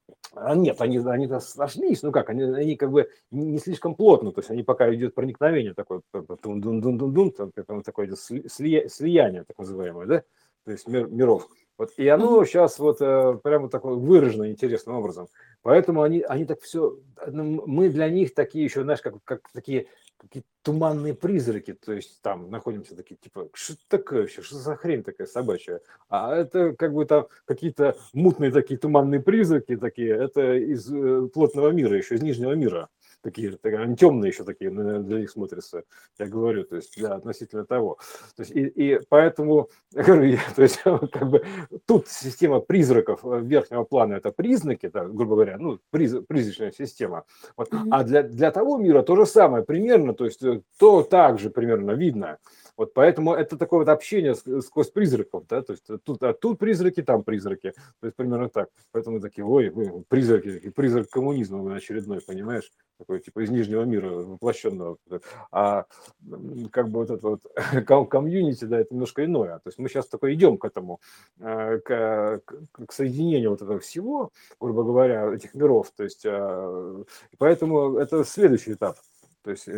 нет, они сошлись, ну как, они как бы не слишком плотно, то есть они пока идет проникновение такое, дун-дун-дун-дун-дун, такое слияние, так называемое, да, то есть миров. Вот, и Мгм. оно сейчас вот прямо такое выражено интересным образом. Поэтому они так все, мы для них такие еще, знаешь, как такие какие туманные призраки, то есть там находимся такие, типа, что это такое вообще, что за хрень такая собачья? А это как бы там какие-то мутные такие туманные призраки такие, это из плотного мира, еще из нижнего мира. Они темные еще такие для них смотрятся, я говорю, то есть для относительно того. То есть, и поэтому, я говорю, то есть, как бы, тут система призраков верхнего плана, это признаки, да, грубо говоря, ну, призрачная система. Вот. Мгм. А для того мира то же самое примерно, то есть то также примерно видно. Вот поэтому это такое вот общение сквозь призраков, да, то есть тут призраки, там призраки, то есть примерно так. Поэтому такие, ой, призраки, призрак коммунизма очередной, понимаешь, такой типа из нижнего мира воплощенного. А как бы вот это вот комьюнити, да, это немножко иное. То есть мы сейчас только идем к этому, к соединению вот этого всего, грубо говоря, этих миров. То есть поэтому это следующий этап. То есть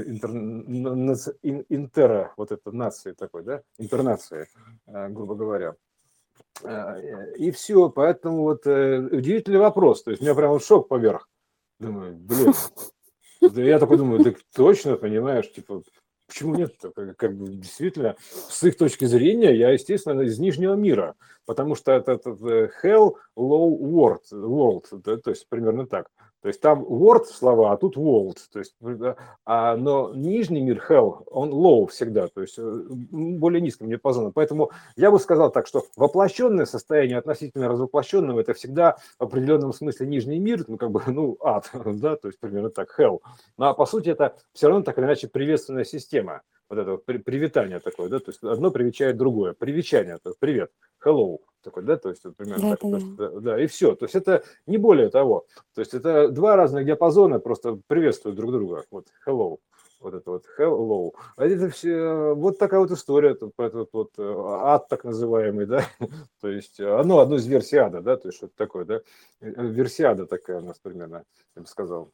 интера, вот это нации такой, да, интернации, грубо говоря. И все, поэтому вот удивительный вопрос. То есть у меня прям вот шок поверх. Думаю, блин, да я такой думаю, да точно, понимаешь, типа, почему нет? Как бы действительно, с их точки зрения, я, естественно, из Нижнего мира, потому что это hell, low world, да, то есть примерно так. То есть там world слова, а тут world. То есть, но нижний мир hell, он low всегда, то есть более низким диапазоном. Поэтому я бы сказал так, что воплощенное состояние относительно развоплощенного это всегда в определенном смысле нижний мир, ну как бы, ну ад, да, то есть примерно так, hell. Ну, а по сути это все равно так или иначе приветственная система. Вот это вот привитание такое, да, то есть одно привечает другое. Привечание, то есть привет, hello, такой, да, то есть вот примерно так, то Да-да-да. есть, да, и все. То есть это не более того. То есть это два разных диапазона просто приветствуют друг друга. Вот hello, вот это вот hello. А это все, вот такая вот история, этот вот ад так называемый, да, то есть одно из версий ада, да, то есть что-то такое, да, версиада такая у нас примерно, я бы сказал.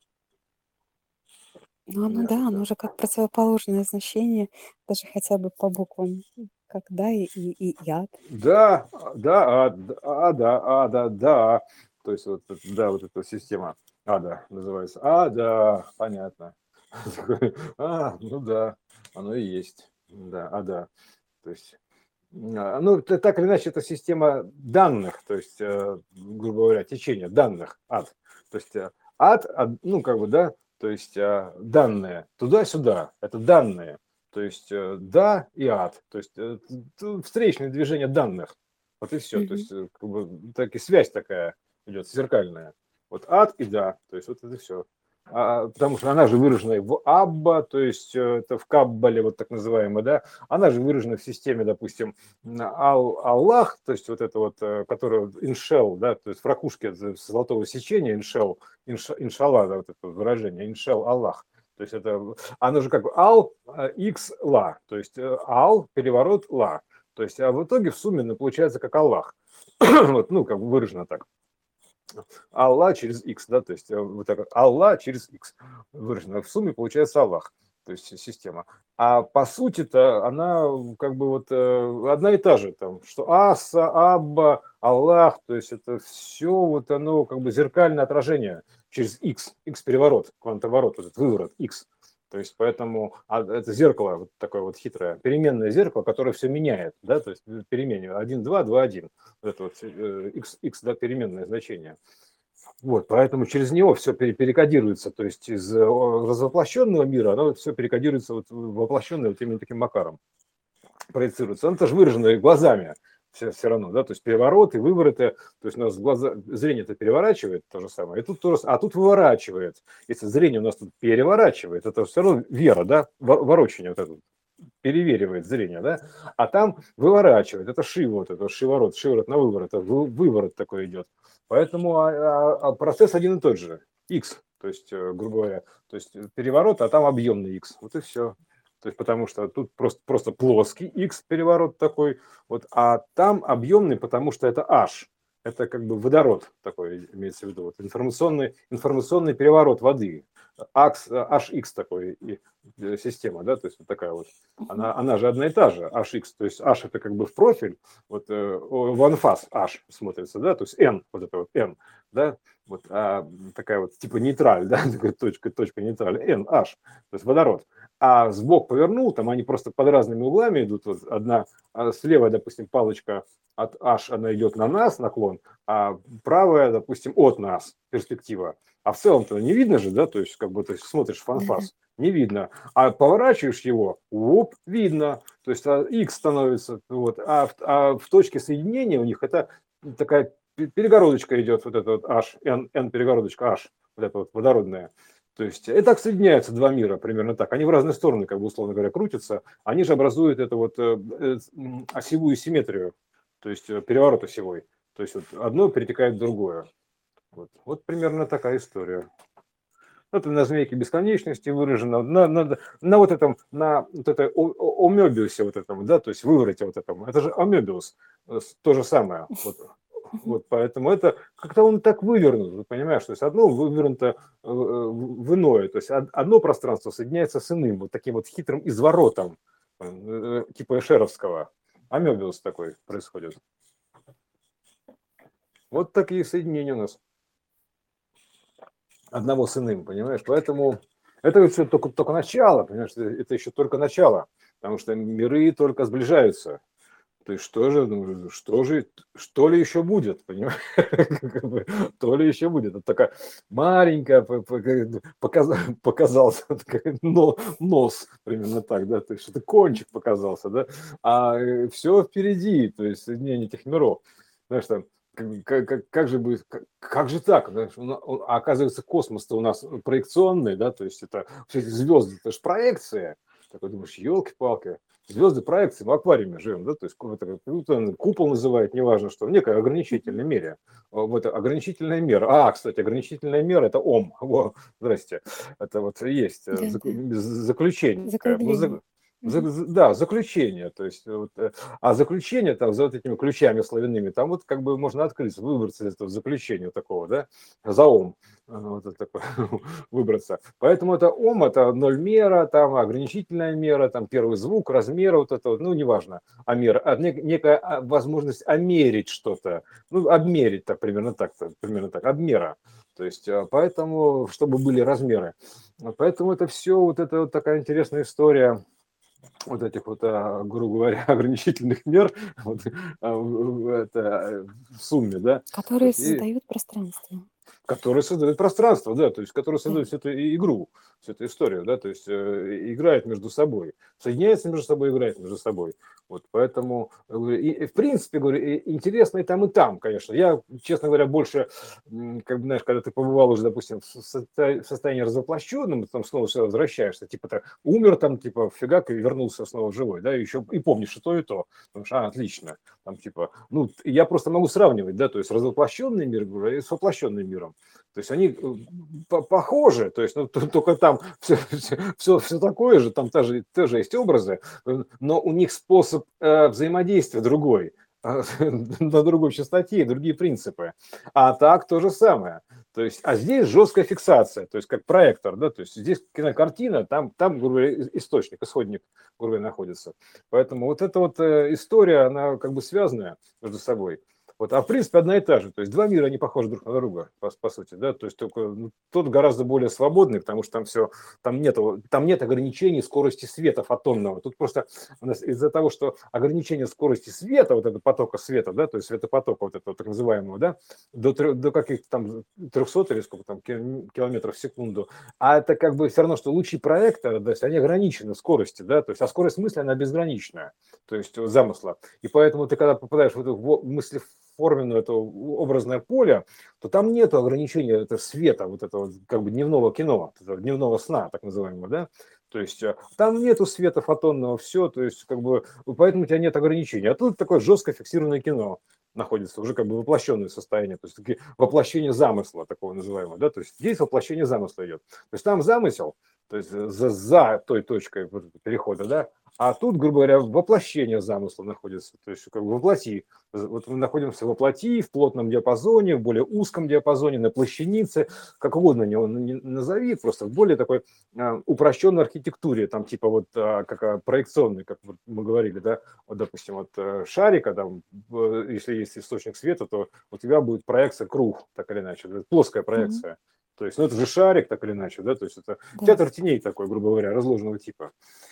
Ну, оно Да, да, оно да. уже как противоположное значение, даже хотя бы по буквам, как да и яд. Да, да, да. То есть вот, да, вот эта система ада называется. Да, понятно. Такой, ну да, оно и есть. Да, ада. То есть. Ну, так или иначе, это система данных, то есть, грубо говоря, течение данных, ад. То есть ад, ну, как бы, да, то есть данные туда-сюда, это данные. То есть да и ад, то есть встречное движение данных. Вот и все. То Мгм. есть как бы так и связь такая идет, зеркальная. Вот ад и да, то есть вот это все. Потому что она же выражена в Абба, то есть это в Каббале, вот так называемая, да, она же выражена в системе, допустим, Аллах, то есть вот это вот, которое иншел, да, то есть в ракушке золотого сечения иншел, иншалла, да, вот это выражение, иншел Аллах. То есть это, оно же как бы ал, икс, ла, то есть ал, переворот, ла. То есть, а в итоге в сумме получается как Аллах. Вот, ну, как бы выражено так. Аллах через X, да, то есть вот так вот, Аллах через X выражено. В сумме получается Аллах, то есть система. А по сути-то она как бы вот одна и та же, там, что Аса, Абба, Аллах, то есть это все вот оно как бы зеркальное отражение через X, X переворот, квантоворот, вот этот выворот X. То есть поэтому это зеркало вот такое вот хитрое, переменное зеркало, которое все меняет, да, то есть перемене 1, 2, 2, 1. Вот это вот x, да, переменное значение. Вот, поэтому через него все перекодируется, то есть из развоплощенного мира оно все перекодируется вот в воплощенное вот именно таким макаром, проецируется. Это же выражено глазами все равно, да, то есть перевороты, вывороты, то есть у нас глаза, зрение это переворачивает, то же самое, и тут тоже, а тут выворачивает. Если зрение у нас тут переворачивает, это все равно вера, да, ворочение вот это, переверивает зрение, да, а там выворачивает, это шиворот, это шиворот, шиворот на выворот, это выворот такой идет. Поэтому процесс один и тот же, x, то есть, грубо говоря, то есть переворот, а там объемный x, вот и все. То есть потому что тут просто плоский x переворот такой, вот, а там объемный, потому что это h. Это как бы водород такой, имеется в виду, вот, информационный переворот воды. HX такой система, да, то есть вот такая вот. Она же одна и та же, HX, то есть H это как бы в профиль, вот в анфас H смотрится, да, то есть N, вот это вот N, да, вот такая вот типа нейтраль, да, такая точка нейтраль, N, H, то есть водород. А сбоку повернул, там они просто под разными углами идут, вот одна слева, допустим, палочка от H, она идет на нас, наклон, а правая, допустим, от нас, перспектива. А в целом-то не видно же, да, то есть как бы ты смотришь в Да-да. анфас, не видно. А поворачиваешь его, оп, видно. То есть X становится, вот, в точке соединения у них это такая перегородочка идет, вот эта вот H, N перегородочка H, вот эта вот водородная. То есть и так соединяются два мира, примерно так. Они в разные стороны, как бы условно говоря, крутятся. Они же образуют эту вот осевую симметрию, то есть переворот осевой. То есть вот одно перетекает в другое. Вот примерно такая история. Это на змейке бесконечности выражено, на вот этом, на вот этой омебиусе вот этом, да, то есть вывороте вот этом. Это же омебиус, то же самое. Вот поэтому это как-то он так вывернут, понимаешь, то есть одно вывернуто в иное, то есть одно пространство соединяется с иным, вот таким вот хитрым изворотом, типа эшеровского. Амебиус такой происходит. Вот такие соединения у нас. Одного с иным, понимаешь? Поэтому это все только начало, понимаешь? Это еще только начало, потому что миры только сближаются. То есть что ли еще будет, понимаешь? То ли еще будет. Это такая маленькая показался нос, примерно так, да, то есть что-то кончик показался, да, а все впереди, то есть соединение этих миров. Знаешь, там, как же будет, как же так? Знаешь, оказывается, космос-то у нас проекционный, да, то есть это все эти звезды, это же проекция. Такой думаешь, елки-палки, звезды проекции, в аквариуме живем, да, то есть купол называют, неважно что, в некой ограничительной мере. Вот ограничительная мера. Кстати, ограничительная мера это Ом. Во, здрасте. Это вот есть Да-да. заключение. Закругление. Мгм. Да, заключение. То есть, вот, а заключение там за вот этими ключами славяными, там вот как бы можно открыть, выбраться из этого заключения такого, да, за Ом. Вот это такое, выбраться. Поэтому это Ом, это ноль мера, там ограничительная мера, там первый звук, размер, вот это вот, ну, неважно, мера, некая возможность омерить что-то, ну, обмерить так, примерно так, обмера. То есть, поэтому, чтобы были размеры. Поэтому это все, вот это вот такая интересная история вот этих вот, грубо говоря, ограничительных мер вот, в сумме, да, то Которые есть и создают пространство. которые создают пространство, да, то есть которые Да. создают всю эту игру, всю эту историю, да, то есть играют между собой, соединяются между собой, играют между собой. Вот, поэтому, и, в принципе, говорю, интересно и там, конечно. Я, честно говоря, больше, как бы, знаешь, когда ты побывал уже, допустим, в состоянии развоплощенном, ты там снова сюда возвращаешься, типа, так, умер там, типа, фигак, и вернулся снова живой, да, и еще и помнишь и то, и то. Потому что, отлично, там, типа, ну, я просто могу сравнивать, да, то есть развоплощенный мир, говорю, и с воплощенным миром. То есть они похожи, то есть, ну, только там все такое же, там тоже есть образы, но у них способ взаимодействия другой, на другой частоте, другие принципы. А так то же самое. То есть, а здесь жесткая фиксация, то есть как проектор, да, то есть здесь кинокартина, там грубо говоря, источник, исходник, грубо говоря, находится. Поэтому вот эта вот история, она как бы связанная между собой. Вот, а в принципе одна и та же. То есть два мира, они похожи друг на друга, по сути, да. То есть только тот гораздо более свободный, потому что там нет ограничений скорости света фотонного. Тут просто у нас из-за того, что ограничение скорости света, вот этого потока света, да, то есть светопотока вот этого так называемого, да, до каких-то там 300 или сколько там километров в секунду, а это как бы все равно, что лучи проектора, то есть они ограничены в скорости, да, то есть, а скорость мысли, она безграничная, то есть замысла. И поэтому ты, когда попадаешь в эту мыслеформенную, это образное поле, то там нет ограничения этого света, вот этого как бы дневного кино, этого дневного сна, так называемого, да, то есть там нету света фотонного, все, то есть как бы, поэтому у тебя нет ограничений. А тут такое жестко фиксированное кино находится, уже как бы воплощенное состояние, то есть такие воплощение замысла такого называемого, да, то есть здесь воплощение замысла идет. То есть там замысел, то есть за той точкой перехода, да, а тут, грубо говоря, воплощение замысла находится, то есть как бы воплоти. Вот мы находимся в воплоти, в плотном диапазоне, в более узком диапазоне, на плащанице, как угодно его назови, просто в более такой упрощенной архитектуре, там типа вот как проекционный, как вот мы говорили, да, вот допустим, вот шарика, там, если есть источник света, то у тебя будет проекция круг, так или иначе, плоская Мгм. проекция. То есть, ну это же шарик, так или иначе, да, то есть это Да. театр теней такой, грубо говоря, разложенного типа.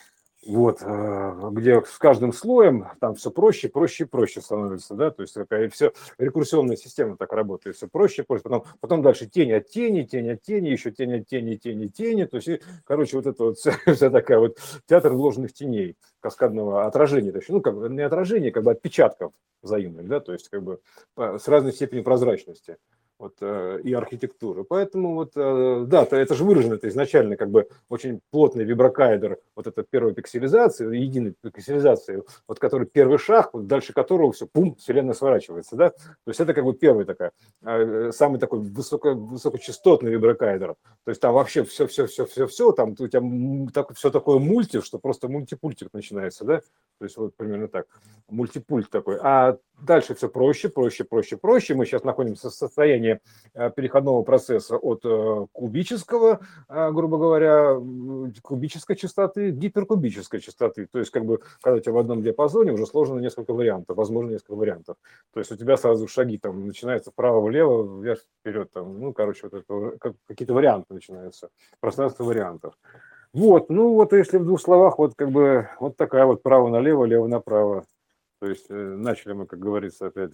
Вот, где с каждым слоем там все проще, проще и проще становится, да, то есть такая все, рекурсионная система так работает, все проще, проще, потом дальше тень от тени, тень от тени, еще тень от тени, тени, тени, то есть, и, короче, вот это вот вся такая вот театр вложенных теней, каскадного отражения, то есть, ну, как бы не отражения, как бы отпечатков взаимных, да, то есть, как бы с разной степенью прозрачности. Вот, и архитектуры. Поэтому вот, да, это же выражено, это изначально как бы очень плотный виброкайдер, вот эта первая пикселизация, единой пикселизации, вот который первый шаг, вот дальше которого все, пум, вселенная сворачивается, да, то есть это как бы первый такой, самый такой высокочастотный виброкайдер, то есть там вообще все, там у тебя все такое мульти, что просто мультипультик начинается, да, то есть вот примерно так, мультипульт такой, а дальше все проще, проще, проще, проще. Мы сейчас находимся в состоянии переходного процесса от кубического, грубо говоря, кубической частоты, гиперкубической частоты. То есть, как бы, когда у тебя в одном диапазоне уже сложено несколько вариантов, возможно, несколько вариантов. То есть у тебя сразу шаги там начинаются вправо-влево, вверх-вперед, там, ну, короче, вот это, какие-то варианты начинаются, пространство вариантов. Вот, ну вот если в двух словах, вот как бы вот такая вот право-налево, лево-направо. То есть начали мы, как говорится, опять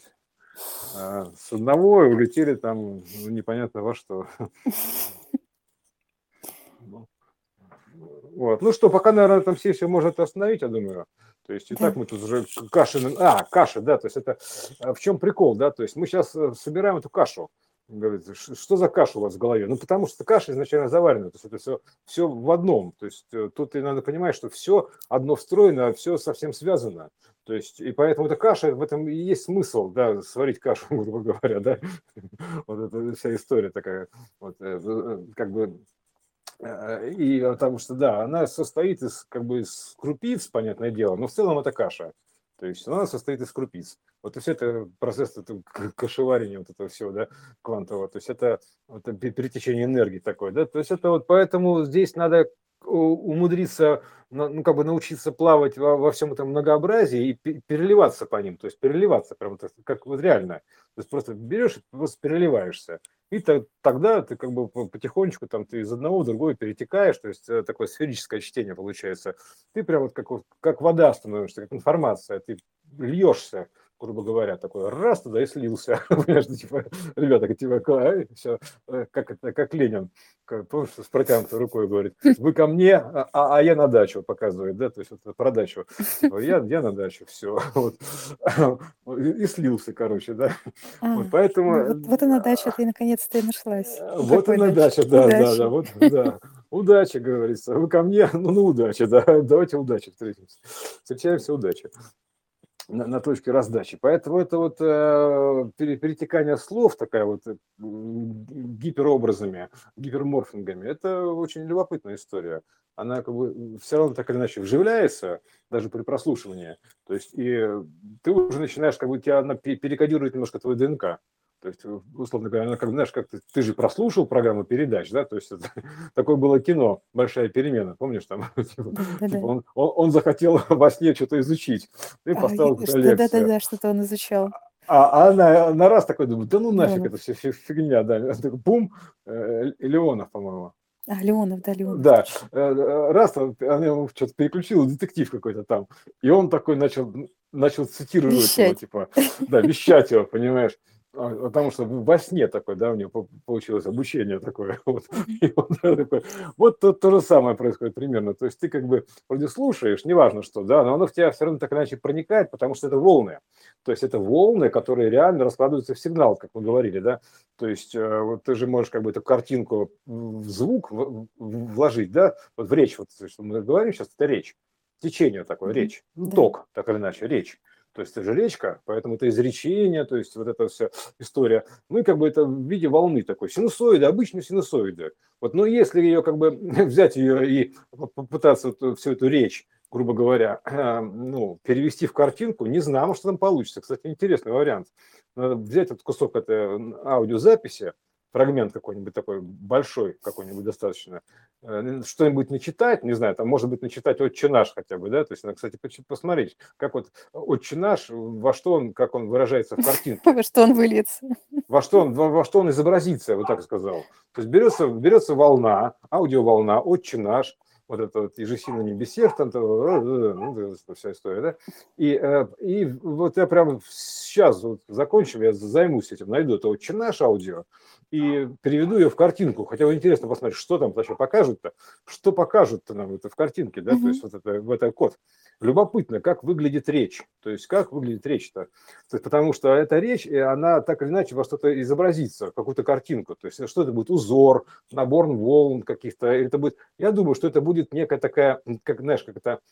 с одного и улетели там непонятно во что. Вот. Ну что, пока, наверное, там сессию может остановить, я думаю. То есть и Да. так мы тут уже каша, да, то есть это в чем прикол, да, то есть мы сейчас собираем эту кашу. Говорит, что за каша у вас в голове? Ну, потому что каша изначально заварена, то есть это все в одном. То есть тут и надо понимать, что все одно встроено, а все совсем связано. То есть, и поэтому эта каша, в этом и есть смысл, да, сварить кашу, грубо говоря, да. Вот эта вся история такая, вот, как бы и потому что, да, она состоит из, как бы, из крупиц, понятное дело, но в целом это каша. То есть она состоит из крупиц. Вот и все это процесс это кашеварения вот этого всего, да, квантового. То есть это перетечение энергии такое, да. То есть это вот поэтому здесь надо умудриться, ну, как бы научиться плавать во всем этом многообразии и переливаться по ним, то есть переливаться прям как вот реально. То есть просто берешь и просто переливаешься. И тогда ты как бы потихонечку там ты из одного в другое перетекаешь, то есть такое сферическое чтение получается. Ты прям вот как вода становишься, как информация, ты льешься, грубо говоря, такой раз туда и слился. Понимаешь, типа, ребята, типа, все, как Ленин, помнишь, с протянутой рукой говорит, вы ко мне, а я на дачу показывает, да, то есть вот про дачу. Типа, я на дачу, все. Вот. И слился, короче, да. Вот поэтому... вот она дача, ты наконец-то и нашлась. У Вот какой она дачи? дача, да, Удачи. вот, да. Удачи, говорится. Вы ко мне, ну, удачи, да. Давайте удачи встретимся. Встречаемся, удачи. На точке раздачи. Поэтому это вот перетекание слов, такая вот гиперобразами, гиперморфингами, это очень любопытная история. Она как бы все равно так или иначе вживляется, даже при прослушивании. То есть и ты уже начинаешь, как бы тебя она перекодирует немножко твою ДНК. То есть, условно говоря, она, как, знаешь, как ты же прослушал программу передач, да, то есть это, такое было кино «Большая перемена», помнишь, там, Да. он захотел во сне что-то изучить, и поставил какую-то лекцию. Да, что-то он изучал. А она на раз такой думает, да ну нафиг, Леонов. это все фигня, да, такой, бум, Леонов, по-моему. Леонов, Да, точно. раз она ему что-то переключила, детектив какой-то там, и он такой начал цитировать его, Вещать. типа, да, вещать его, понимаешь, потому что во сне такое, да, у него получилось обучение такое, вот, и он такой, вот то же самое происходит примерно, то есть ты как бы вроде слушаешь, неважно что, да, но оно в тебя все равно так иначе проникает, потому что это волны, то есть это волны, которые реально раскладываются в сигнал, как мы говорили, да, то есть вот ты же можешь как бы эту картинку в звук вложить, да, вот в речь, вот что мы говорим сейчас, это речь, течение такое, речь, ну, Да. ток, так или иначе, речь. То есть это же речка, поэтому это изречение, то есть вот эта вся история. Ну и как бы это в виде волны такой, синусоида, обычной синусоиды. Вот, но если ее как бы взять ее и попытаться вот всю эту речь, грубо говоря, ну, перевести в картинку, не знаю, что там получится. Кстати, интересный вариант. Надо взять этот кусок этой аудиозаписи, фрагмент какой-нибудь такой большой, какой-нибудь достаточно, что-нибудь начитать, не знаю, там, может быть, начитать «Отче наш» хотя бы, да, то есть, надо, кстати, посмотреть, как вот «Отче наш», во что он, как он выражается в картинке. Во что он выльется. Во что он изобразится, я вот так сказал. То есть берется волна, аудиоволна, «Отче наш», вот это вот «Ежеси на небесех», там, ну, вся история, да. И вот я прямо сейчас вот закончим, я займусь этим, найду это «Отче наш» аудио и переведу ее в картинку. Хотя бы интересно посмотреть, что там вообще покажут-то, что покажут-то нам это в картинке, да, то есть вот это, в этот код. Любопытно, как выглядит речь, то есть как выглядит речь-то. То есть, потому что эта речь, и она так или иначе во что-то изобразится, какую-то картинку. То есть что это будет? Узор, набор волн каких-то. Или это будет, я думаю, что это будет некая такая, как, знаешь, как это,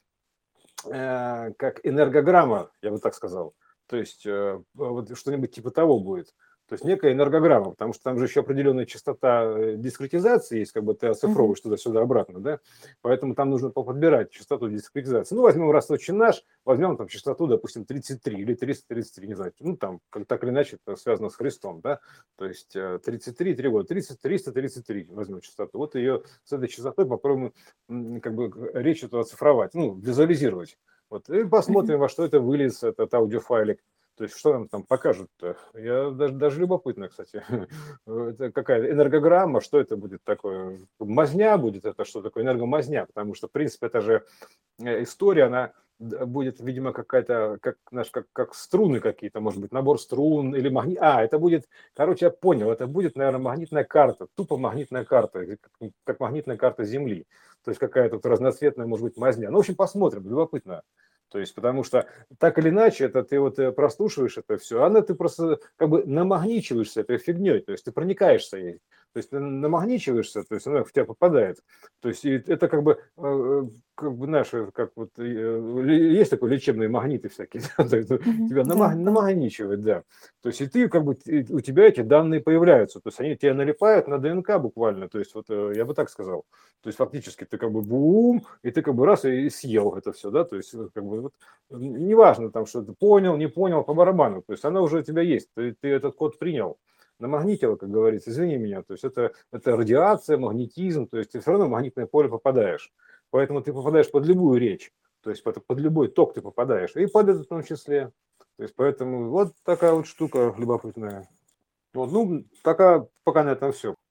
как энергограмма, я бы так сказал. То есть вот что-нибудь типа того будет. То есть некая энергограмма, потому что там же еще определенная частота дискретизации есть, как бы ты оцифровываешь туда-сюда обратно, да, поэтому там нужно подбирать частоту дискретизации. Ну, возьмем раз очень наш, возьмем там частоту, допустим, 33 или 333, не знаю, ну, там, как так или иначе это связано с Христом, да, то есть 33, 3 года, 30, 333 возьмем частоту, вот ее с этой частотой попробуем как бы речь эту оцифровать, ну, визуализировать. Вот, и посмотрим, во что это выльется, этот аудиофайлик. То есть, что нам там покажут-то? Я даже любопытно, кстати. Это какая энергограмма, что это будет такое? Мазня будет это, что такое энергомазня? Потому что, в принципе, это же история, она будет, видимо, какая-то, как струны какие-то, может быть, набор струн или магнит. Это будет, короче, я понял, это будет, наверное, магнитная карта, тупо магнитная карта, как магнитная карта Земли. То есть какая-то вот разноцветная, может быть, мазня. Ну, в общем, посмотрим, любопытно. То есть, потому что так или иначе, это ты вот прослушиваешь это все, а ты просто как бы намагничиваешься этой фигней, то есть ты проникаешься ей. То есть ты намагничиваешься, то есть она в тебя попадает. То есть это как бы, знаешь, как вот есть такой лечебные магниты всякие, тебя Да. намагничивает, да. То есть и ты как бы, у тебя эти данные появляются, то есть они тебя налипают на ДНК буквально, то есть вот я бы так сказал. То есть фактически ты как бы бум, и ты как бы раз и съел это все, да, то есть как бы вот, неважно там, что ты понял, не понял, по барабану, то есть она уже у тебя есть, ты этот код принял, намагнитило, как говорится, извини меня, то есть это радиация, магнетизм, то есть ты все равно в магнитное поле попадаешь. Поэтому ты попадаешь под любую речь, то есть под любой ток ты попадаешь, и под это в том числе. То есть поэтому вот такая вот штука любопытная. Вот, ну, пока на этом все.